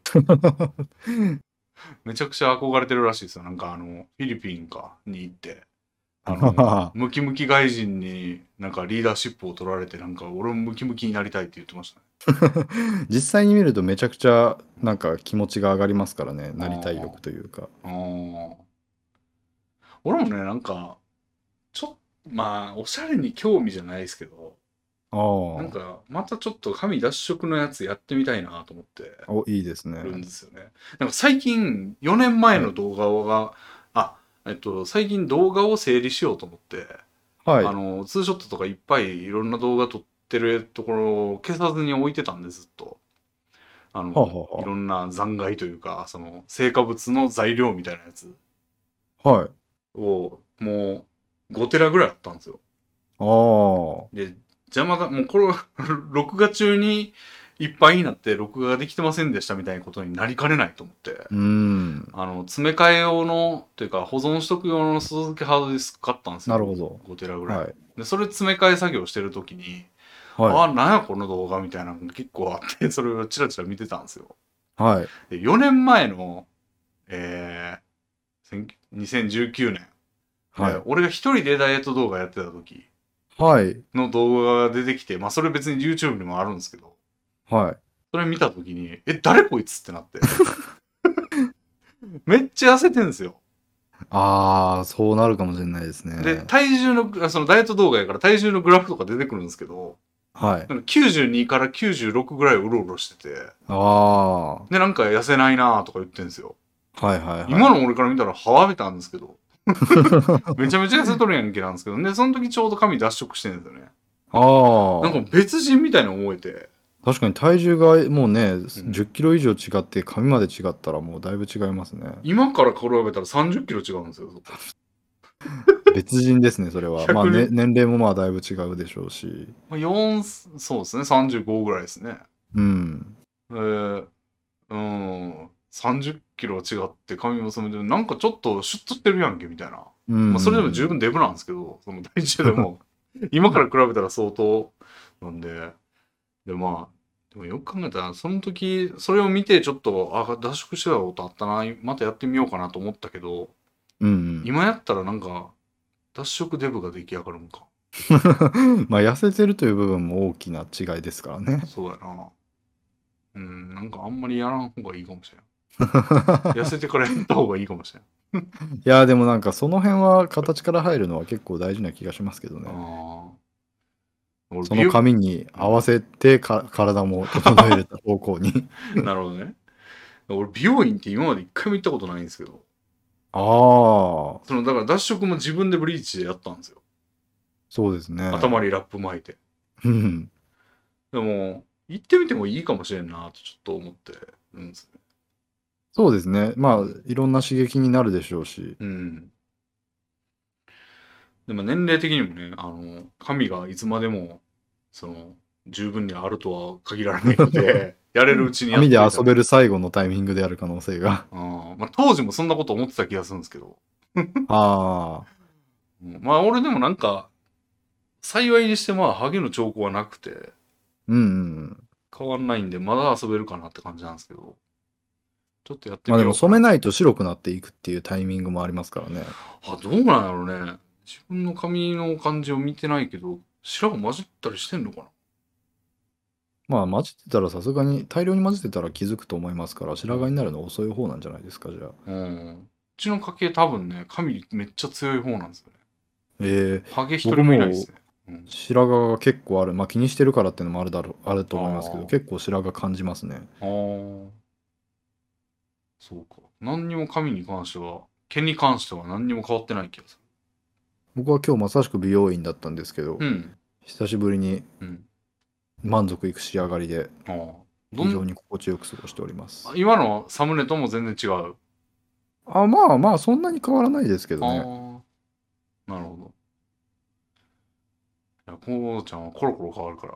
めちゃくちゃ憧れてるらしいですよ。なんかフィリピンかに行って、ムキムキ外人になんかリーダーシップを取られて、なんか俺もムキムキになりたいって言ってましたね。 実際に見るとめちゃくちゃなんか気持ちが上がりますからね。なりたいあ欲というか。 あ、ああ。俺もね、なんか、ちょっと、まあ、おしゃれに興味じゃないですけど、 ああ、 なんか、またちょっと髪脱色のやつやってみたいなと思っていいですね。 るんですよね。なんか最近、4年前はい。 の動画が、あ、最近動画を整理しようと思って、 はい。 ツーショットとかいっぱいいろんな動画撮ってるところを消さずに置いてたんで、ずっと。 はあ、はいろんな残骸というか、その、成果物の材料みたいなやつあ、はあ。はい。 を、もう、5テラぐらいあったんですよ。 ああ、 で、邪魔が、もうこれ、録画中にいっぱいになって録画ができてませんでしたみたいなことになりかねないと思って、 うーん。 詰め替え用の、というか保存しとく用の外付けハードディスク買ったんですよ。 なるほど。 5テラぐらい。 はい。 で、それ詰め替え作業してるときに、 はい。 なんやこの動画みたいなのが結構あって、それをチラチラ見てたんですよ。 はい。 で、4年前の、え2019年、 はい。 俺が一人でダイエット動画やってた時はい。 の動画が出てきて、まあそれ別に YouTube にもあるんですけど、 はい。 それ見た時に、誰こいつってなって。めっちゃ痩せてんですよ。 ああ、そうなるかもしれないですで、 ね。 体重の、そのダイエット動画やから体重のグラフとか出てくるんですけど、 はい。 なんか92から96ぐらいうろうろしてて、 ああ、はで、なんか痩せないなーとか言ってんですよ。 いはいはい。 今の俺から見たら、はみたんですけど、めちゃめちゃ痩せとるやんけなんですけど、で、その時ちょうど髪脱色してんですよね。 あなんかあ、 別人みたいに思えて、 確かに体重がもうね、 うん、 10キロ以上違って髪まで違ったらもうだいぶ違いますね。 今から比べたら30キロ違うんですよ、そこ。 別人ですね、それは。まあ、 逆にね、年齢もまあだいぶ違うでしょうし。 そうですね、35ぐらいですね。 うん。 うん、30キロ違って髪も染めて、なんかちょっとシュッとしてるやんけ、みたいな。 うんうんうん、 まあ、それでも十分デブなんですけど、その体重でも、今から比べたら相当なんで、で、まあ、でもよく考えたら、その時、それを見てちょっと、あ、脱縮してたことあったな、またやってみようかなと思ったけど、 うんうん、 今やったらなんか、脱色デブが出来上がるんか。 まあ、痩せてるという部分も大きな違いですからね。 そうやな。うん、なんかあんまりやらん方がいいかもしれん。痩せてからやった方がいいかもしれん。 いや、でもなんかその辺は形から入るのは結構大事な気がしますけどね。 ああ。俺その髪に合わせて体も整える方向に。 なるほどね。俺、美容院って今まで一回も行ったことないんですけど、 ああ、 だから脱色も自分でブリーチでやったんですよ。 そうですね。 頭にラップ巻いて。 うん。 でも、行ってみてもいいかもしれんなとちょっと思ってるんですね。 そうですね。まあ、いろんな刺激になるでしょうし。 うん。でも年齢的にもね、髪がいつまでも、その、十分にあるとは限らないので、やれるうちにやっ髪でといたら。 遊べる最後のタイミングである可能性が。 まあ、当時もそんなこと思ってた気がするんですけど。 ああ、 まあ、俺でもなんか、幸いにしてまあ、ハゲの兆候はなくて、 うんうんうん。 変わんないんで、まだ遊べるかなって感じなんですけど、ちょっとやってまあでもみようかな。 染めないと白くなっていくっていうタイミングもありますからね。 あ、どうなんやろうね。自分の髪の感じを見てないけど、白が混じったりしてんのかまあ混じってたらさすがに大量に混じってたら気づくと思いますからな。 白髪になるの遅い方なんじゃないですか、じゃあ。 うん。うちの家系多分ね、髪めっちゃ強い方なんですよね。 ええ、 ハゲ一人僕ももいないですね。うん。 白髪が結構ある。まあ気にしてるからっていうのもあると思いますけど、 あ結構白髪感じますね。 あ。ああ。そうか。何にも髪に関しては、毛に関しては何にも変わってない気がす僕は今日まさしく美容院だったんですけど、 る。うん。 久しぶりにうん。 満足いく仕上がりでああ。 非常に心地よく過ごしております。 今のサムネとも全然違う。 あ、まあまあそんなに変わらないですけどね。 ああ。なるほど。いや、こうちゃんはコロコロ変わるから。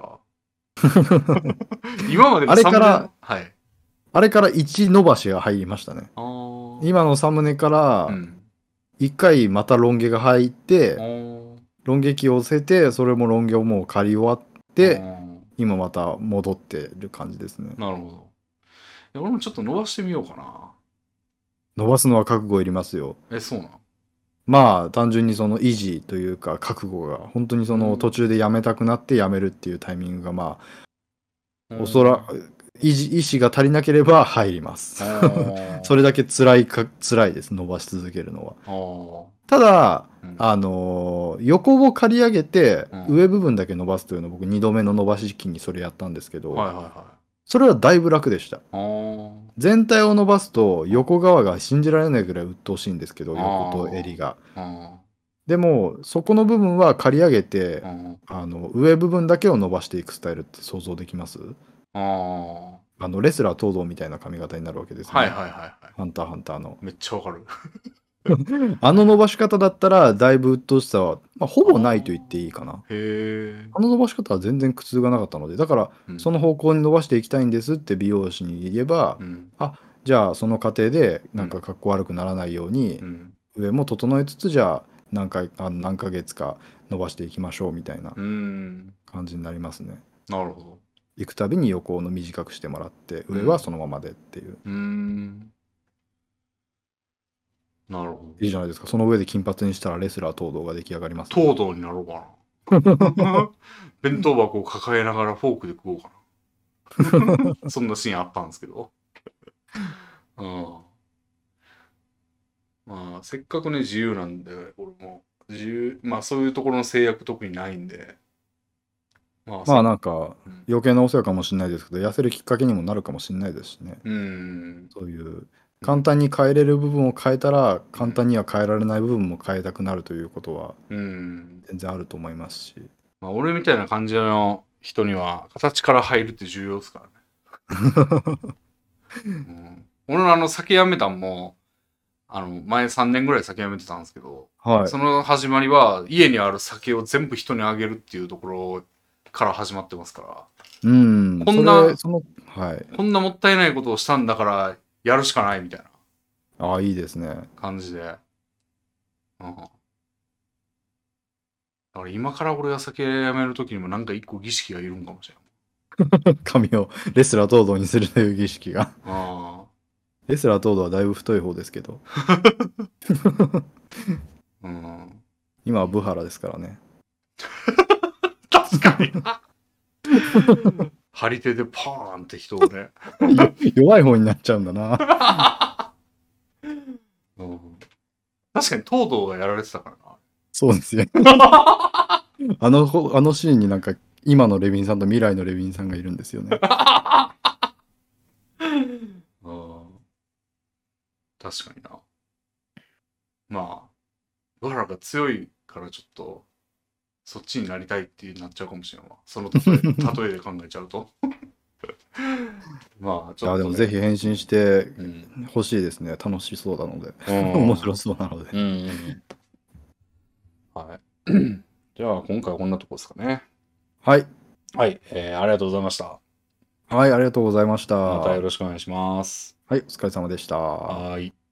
今までのあれサムネの、 から、 はい。 あれから1伸ばしが入りましたね。 ああ。 今のサムネからうん。 1回またロン毛が入っあて、 ーロン毛期を寄せて、それもロン毛をもう刈り終わっあて、 ー。 今また戻ってる感じですね。 なるほど。いや俺もちょっと伸ばしてみようかな。 伸ばすのは覚悟いりますよ。 そうなん。 まあ単純にその維持というか覚悟が本当にその途中でやめたくなってやめるっていうタイミングがまあおそら意思が足りなければ入ります。それだけ辛いです伸ばし続けるのは。ただ、 うん、 横を刈り上げてうん、 上部分だけ伸ばすというのを僕2度目の伸ばし期にそれやったんですけど、 はいはいはい。 それはだいぶ楽でした。全体を伸ばすと横側が信じられないぐらい鬱陶しいんですけど、横と襟が。でもそこの部分は刈り上げて、上部分だけを伸ばしていくスタイルって想像できます？レスラー東堂みたいな髪型になるわけですね。 はいはいはいはい。 ハンターハンターの。 めっちゃわかる。 あの伸ばし方だったらだいぶ鬱陶しさは、まあ、ほぼないと言っていいかな。 へえ。 あの伸ばし方は全然苦痛がなかったので、だからその方向に伸ばしていきたいんですって美容師に言えば、あ、じゃあその過程でなんか格好悪くならないように、上も整えつつじゃあ何ヶ月か伸ばしていきましょうみたいな感じになりますね。 なるほど。 行くたびに横の短くしてもらって上はそのままでっていう。 なるほど。 いいじゃないですか。その上で金髪にしたらレスラー東堂が出来上がります、 ね。東堂になろうかな。弁当箱を抱えながらフォークで食おうかな。そんなシーンあったんですけど。まあ、せっかくね、自由なんで、俺もまあそういうところの制約特にないんで。 まあなんか余計なお世話かもしれないですけど、痩せるきっかけにもなるかもしれないですしね。そういう簡単に変えれる部分を変えたら簡単には変えられない部分も変えたくなるということは全然あると思いますし、 まあ、俺みたいな感じの人には形から入るって重要ですからね。俺の酒やめたんも前3年ぐらい酒やめてたんですけど、 はい。 その始まりは、家にある酒を全部人にあげるっていうところから始まってますから、 うん。 こんな、 はい。 こんなもったいないことをしたんだから、やるしかないみたいなああ、いいですね。 感じで。うん。だから今から俺が酒やめるときにもなんか一個儀式がいるんかもしれん。 髪をレスラー東堂にするという儀式が。 あレスラー東堂はだいぶ太い方ですけど、 あ。うん。 今はブハラですからね。 確かに。張り手でパーンって人をね。 弱い方になっちゃうんだな。 うん、確かに東堂がやられてたからな。 そうですよ。あのシーンになんか、今のレビンさんと未来のレビンさんがいるんですよね。 うん、確かにな。まあ、ドラが強いからちょっと、そっちになりたいってなっちゃうかもしれんわ。その例えで考えちゃうと。まあ、ちいや、 ょっと、ね。 でもぜひ変身してうん。 欲しいですね。楽しそうなので。 うん面白そうなので。 うん。はい。じゃあ、今回はこんなとこですかね。 はい。 はい。ありがとうございました。 はい、ありがとうございました。 またよはろしくお願いします。 い、お疲れ様でした。 はい。